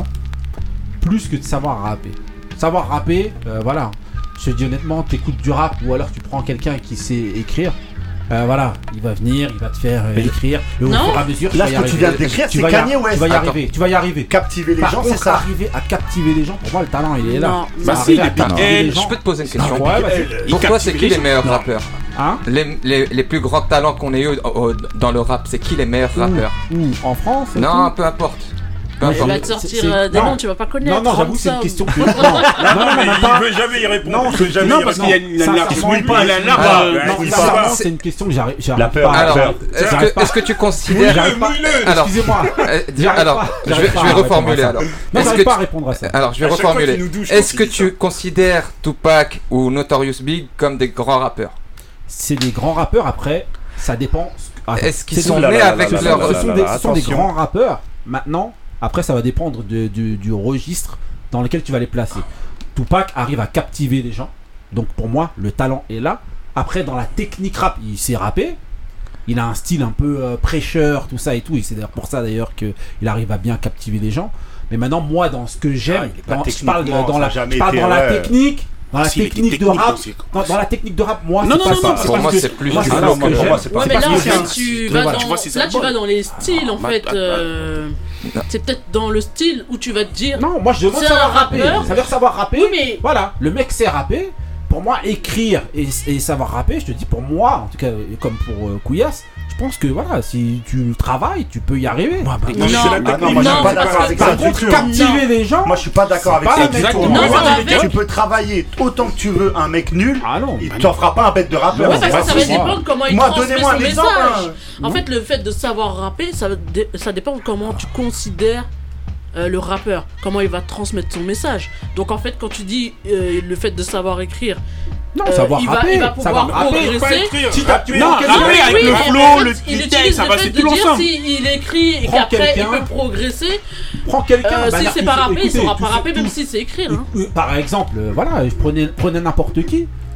plus que de savoir rapper. Savoir rapper, euh, voilà. Je te dis honnêtement, t'écoutes du rap ou alors tu prends quelqu'un qui sait écrire. Euh, voilà, il va venir, il va te faire euh, écrire. Et au fur et à mesure, là, ce que tu viens de décrire, c'est Kanye West. Tu vas y arriver, tu vas y arriver. Captiver les Par gens, contre, c'est ça. Arriver à captiver les gens, pour moi, le talent, il est là. Non, bah si, il est pas. Je peux te poser une question. Ouais, bah, pour toi, c'est qui les meilleurs rappeurs? Hein les, les, les plus grands talents qu'on ait eu dans le rap, c'est qui les meilleurs où, rappeurs? Où, en France? Non, peu importe. Il va te sortir euh, des noms, tu vas pas connaître. Non, non, j'avoue, c'est une question que. Non, non, non, mais il veut jamais y répondre. Non, jamais non parce qu'il y a une large. Il a une large. C'est une question que j'arrive pas. Alors, est-ce que tu considères. Alors, excusez-moi. Alors, je vais reformuler alors. Non, j'arrive pas à répondre à ça. Alors, je vais reformuler. Est-ce que tu considères Tupac ou Notorious Big comme des grands rappeurs? C'est des grands rappeurs, après, ça dépend. Est-ce qu'ils sont nés avec leur. Ce sont des grands rappeurs. Maintenant. Après, ça va dépendre de, de, du registre dans lequel tu vas les placer. Tupac arrive à captiver les gens. Donc, pour moi, le talent est là. Après, dans la technique rap, il sait rapper. Il a un style un peu euh, prêcheur, tout ça et tout. Et c'est d'ailleurs pour ça, d'ailleurs, qu'il arrive à bien captiver les gens. Mais maintenant, moi, dans ce que j'aime, ah, dans, je parle dans, la, je parle dans la technique... Dans la, si, technique de rap, dans, dans la technique de rap, moi, non, c'est non, pas non, ça. Non, pour moi, c'est plus moi, du flow. Pour moi, c'est pas ouais, mais là, en fait, bien. tu vas dans, là, tu vas dans les styles, en fait. Euh, c'est peut-être dans le style où tu vas te dire. Non, moi, je veux savoir rapper. Ça veut dire savoir rapper. Oui, mais voilà, le mec sait rapper. Pour moi, écrire et, et savoir rapper, je te dis, pour moi, en tout cas, comme pour euh, Kouyas, je pense que voilà, si tu travailles, tu peux y arriver. Ouais, bah, non, non, ah non, moi je suis pas d'accord avec ça du tout. Captiver les gens. Moi je suis pas d'accord avec ça du tout. Non, ça tu peux travailler autant que tu veux un mec nul. Ah non. Il t'en fera pas un bête de rappeur. Ouais, parce que ça va dépendre comment il moi, transmet son un message. En fait, le fait de savoir rapper, ça, ça dépend de comment tu considères euh, le rappeur, comment il va transmettre son message. Donc en fait, quand tu dis euh, le fait de savoir écrire. Non, euh, savoir il, rapper, va, il va pouvoir progresser. Si t'as pu non, rapper avec oui, le flow, le il ça va, c'est tout ensemble. S'il écrit et qu'après il peut progresser, prends quelqu'un. Euh, bah, si c'est pas rapper, il saura pas rapper même si c'est écrire. Hein. Par exemple, voilà, je prenais, prenais n'importe qui.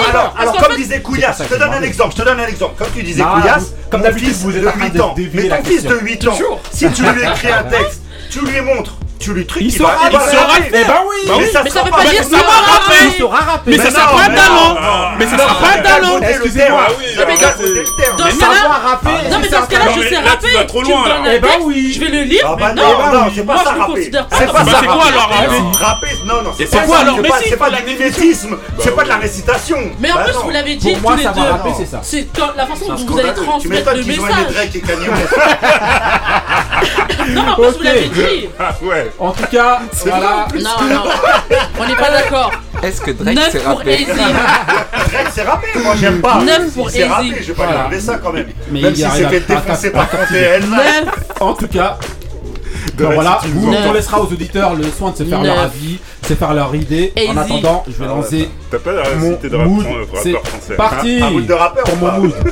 Alors, alors comme disait Couillasse, je te donne un exemple, je te donne un exemple. Comme tu disais Couillasse, comme mon fils de huit ans, mais ton fils de huit ans, si tu lui écris un texte, tu lui montres, tu lui trucs, il saura il va rapper. Mais bah oui. Mais ça ça veut pas dire ça va rapper. rapper. Il saura rapper. Mais ça sera pas un talent. Mais ça sera pas un talent. Excusez-moi. Dans ce cas-là, non mais dans ce cas-là, je sais rapper. Tu vas trop loin là. Eh bah oui. Je vais le lire. Ah bah mais non, non, c'est pas moi, ça je me rapper. considère pas C'est comme pas ça. ça. C'est quoi alors rapper? Rapper, non, non, c'est C'est pas quoi ça. alors? C'est Mais pas- si, c'est pas faut du la mimétisme, c'est pas de la récitation. Mais en Bah plus, non. vous l'avez dit Pour moi, tous les ça va rapper, deux. c'est ça. C'est quand- la façon C'est un dont vous allez scandale. Tu transmettre m'étonnes le qu'ils ont aimé message. Drake et Kanye West. Non, mais en plus, vous l'avez dit. Ah ouais. En tout cas, voilà. Non, non, on n'est pas d'accord. Est-ce que Drake neuf s'est pour rappé? Easy. Drake s'est rappé, moi j'aime pas. neuf pour C'est rappé, Easy. je vais pas lui enlever ça quand même. Mais Même il si y a- c'est il y a- fait défoncer à- par à- Kanté et Elsa. neuf. En tout cas, De bon, voilà, l'attitude. vous, Neuf. on laissera aux auditeurs le soin de se faire Neuf. leur avis, de se faire leur idée. En Easy. attendant, je vais Ah ouais, lancer T'as pas la mon cité de mood. rappeur C'est français. parti Un mood de rappeur pour ou mon pas mood.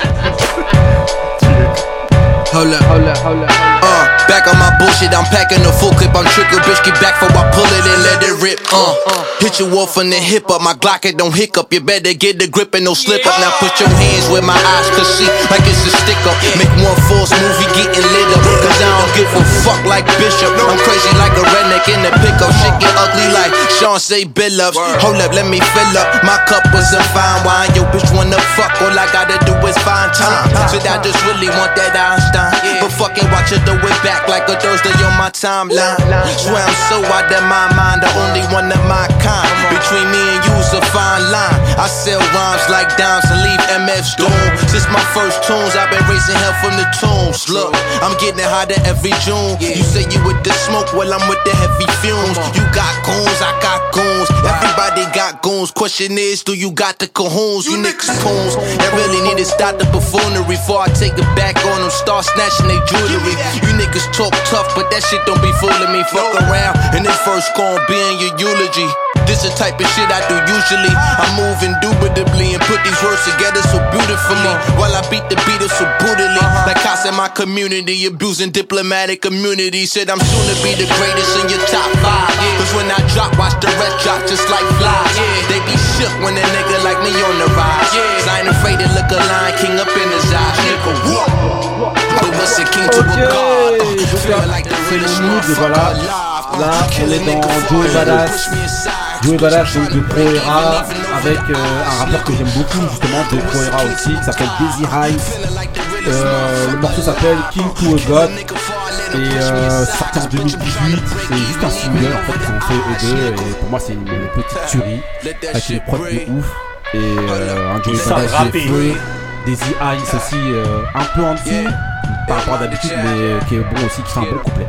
Hold up, hold up, hold up. Uh, back on my bullshit, I'm packing the full clip. I'm trigger, bitch, get back for I pull it and let it rip. Uh, hit your wolf from the hip up. My Glock, it don't hiccup. You better get the grip and no slip up. Now put your hands where my eyes could see, like it's a stick up. Make one false movie getting lit up. Cause I don't give a fuck like Bishop. I'm crazy like a redneck in the pickup. Shit get ugly like Sean say Billups. Hold up, let me fill up. My cup was a fine wine. Yo, bitch wanna fuck. All I gotta do is find time. So I just really want that Einstein. But fucking watch her do it back like a Thursday on my timeline. Swear I'm so out of my mind, the only one of my kind. Between me and you's a fine line. I sell rhymes like dimes and leave M F's doomed. Since my first tunes, I've been raising hell from the tombs. Look, I'm getting hotter every June. You say you with the smoke, well I'm with the heavy fumes. You got goons, I got goons. Everybody got goons. Question is, do you got the cajoons? You niggas coons. I really need to stop the buffoonery before I take it back on them. Start snatching they jewelry. You niggas talk tough, but that shit don't be fooling me. Fuck around, and this first gon' be in your eulogy. This the type of shit I do usually. I move indubitably and put these words together so beautifully. While I beat the beaters so brutally. Like I said, my community abusing diplomatic immunity. Said I'm soon to be the greatest in your top five. Cause when I drop, watch the rest drop just like flies. They be shook when a nigga like me on the rise. Cause I ain't afraid to look a Lion King up in his eyes. Nigga, what? But what's a king to a god? Feel like the realest motherfucker alive. Là, on est dans Joey Badass. Joey Badass donc de Pro Era avec euh, un rappeur que j'aime beaucoup justement de Pro Era aussi qui s'appelle Daisy Hines. Euh, le morceau s'appelle King to a God et euh, sorti en deux mille dix-huit. C'est juste un single en fait qu'ils ont fait eux deux et pour moi c'est une, une petite tuerie avec des prods de ouf et euh, un Joey Badass qui est feu. Daisy Hines aussi euh, un peu en dessous par rapport à d'habitude mais qui est bon aussi, qui fait un bon couplet.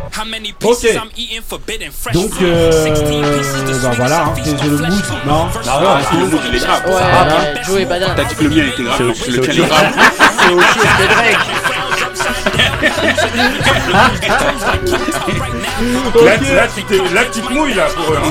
Ok. Donc euh, bah voilà, hein, c'est le mood. Non, Ah ouais, c'est le mood, il est grave. Ouais, Voilà. ouais, Joey Badass. T'as dit que le mien était grave, C'est donc au- le c'est tien au- est grave. C'est au chier, c'est Drake. Là, là, tu t'es- là, tu te mouilles là pour eux.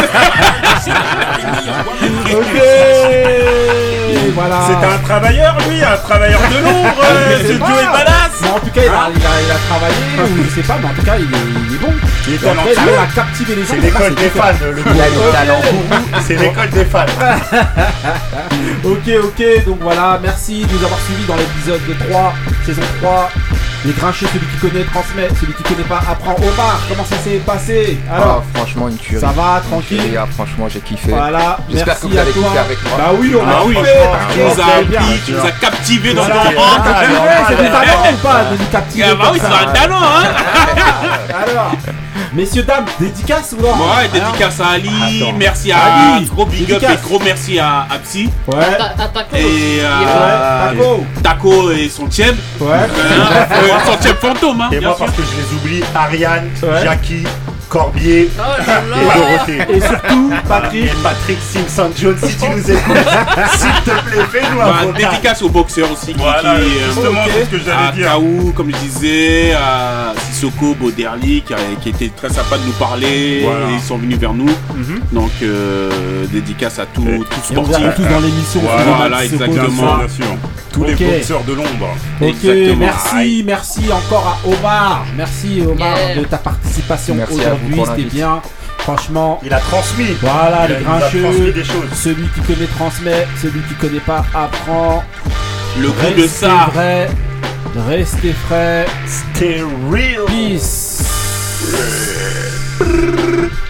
Ok, voilà. C'est un travailleur, lui, un travailleur de l'ombre. euh, Je sais C'est pas. Joey Badass. Mais en tout cas, il a, il a, il a travaillé, ou je sais pas, mais en tout cas, il est, il est bon. Il est Et après, il talentueux. arrive à captiver les gens. C'est l'école des fans, le Il a le groupe. talent. C'est l'école des fans. Ok, ok, donc voilà, merci de nous avoir suivis dans l'épisode trois, saison trois. Les grincheux, celui qui connaît transmet, celui qui connaît pas apprend. Omar, comment ça s'est passé? Alors, Ah, franchement, une tuerie. ça va, tranquille? Les gars, franchement, j'ai kiffé. Voilà, J'espère merci que vous à allez toi. kiffer avec moi. Bah oui, on Ah a oui, kiffé, parce tu que nous as c'est bien. appris, tu nous as captivé dans Voilà. ton rang. Ah, ouais, c'est du talent ou pas de nous captiver Ah bah oui, comme c'est ça. un talent, hein. Alors, messieurs, dames, dédicace ou non? Ouais, dédicace à Ali, Attends. merci à Ali, gros big up dédicace. et gros merci à, à Psy. Ouais. T'as t'as Taco. Et Il est euh, Taco. Taco et son tieb. Ouais. Hein, euh, son tieb fantôme, hein. Et bien moi, sûr. parce que je les oublie, Ariane, Ouais. Jackie, Corbier Oh là et là. Dorothée. Et surtout, Patrick. Et Patrick Simpson-Jones, si tu nous écoutes, s'il te plaît, fais-nous un Bah, vocal. dédicace aux boxeurs aussi. qui- Voilà, qui, euh, justement, ok. c'est ce que à j'allais dire. Kaou, comme je disais, à Sissoko, Bauderly, qui, a- qui était très sympa de nous parler. Voilà. Et ils sont venus vers nous. Mhm. Donc, euh, dédicace à tous Et- tous Et on sportifs. verra tous dans l'émission. Voilà, c'est voilà, Max Sissoko, exactement. tout ça. Bien sûr. Tous Ok. les boxeurs de l'ombre. Ok, Exactement. merci, merci encore à Omar. Merci Omar Yeah. de ta participation Merci à vous aujourd'hui, pour c'était l'invite. bien. Franchement, Il a transmis. voilà Il les a- il nous a transmis grincheux. des choses. Celui qui connaît transmet, celui qui connaît pas apprend. Le goût de Restez ça. vrai, restez frais. Stay real. Peace.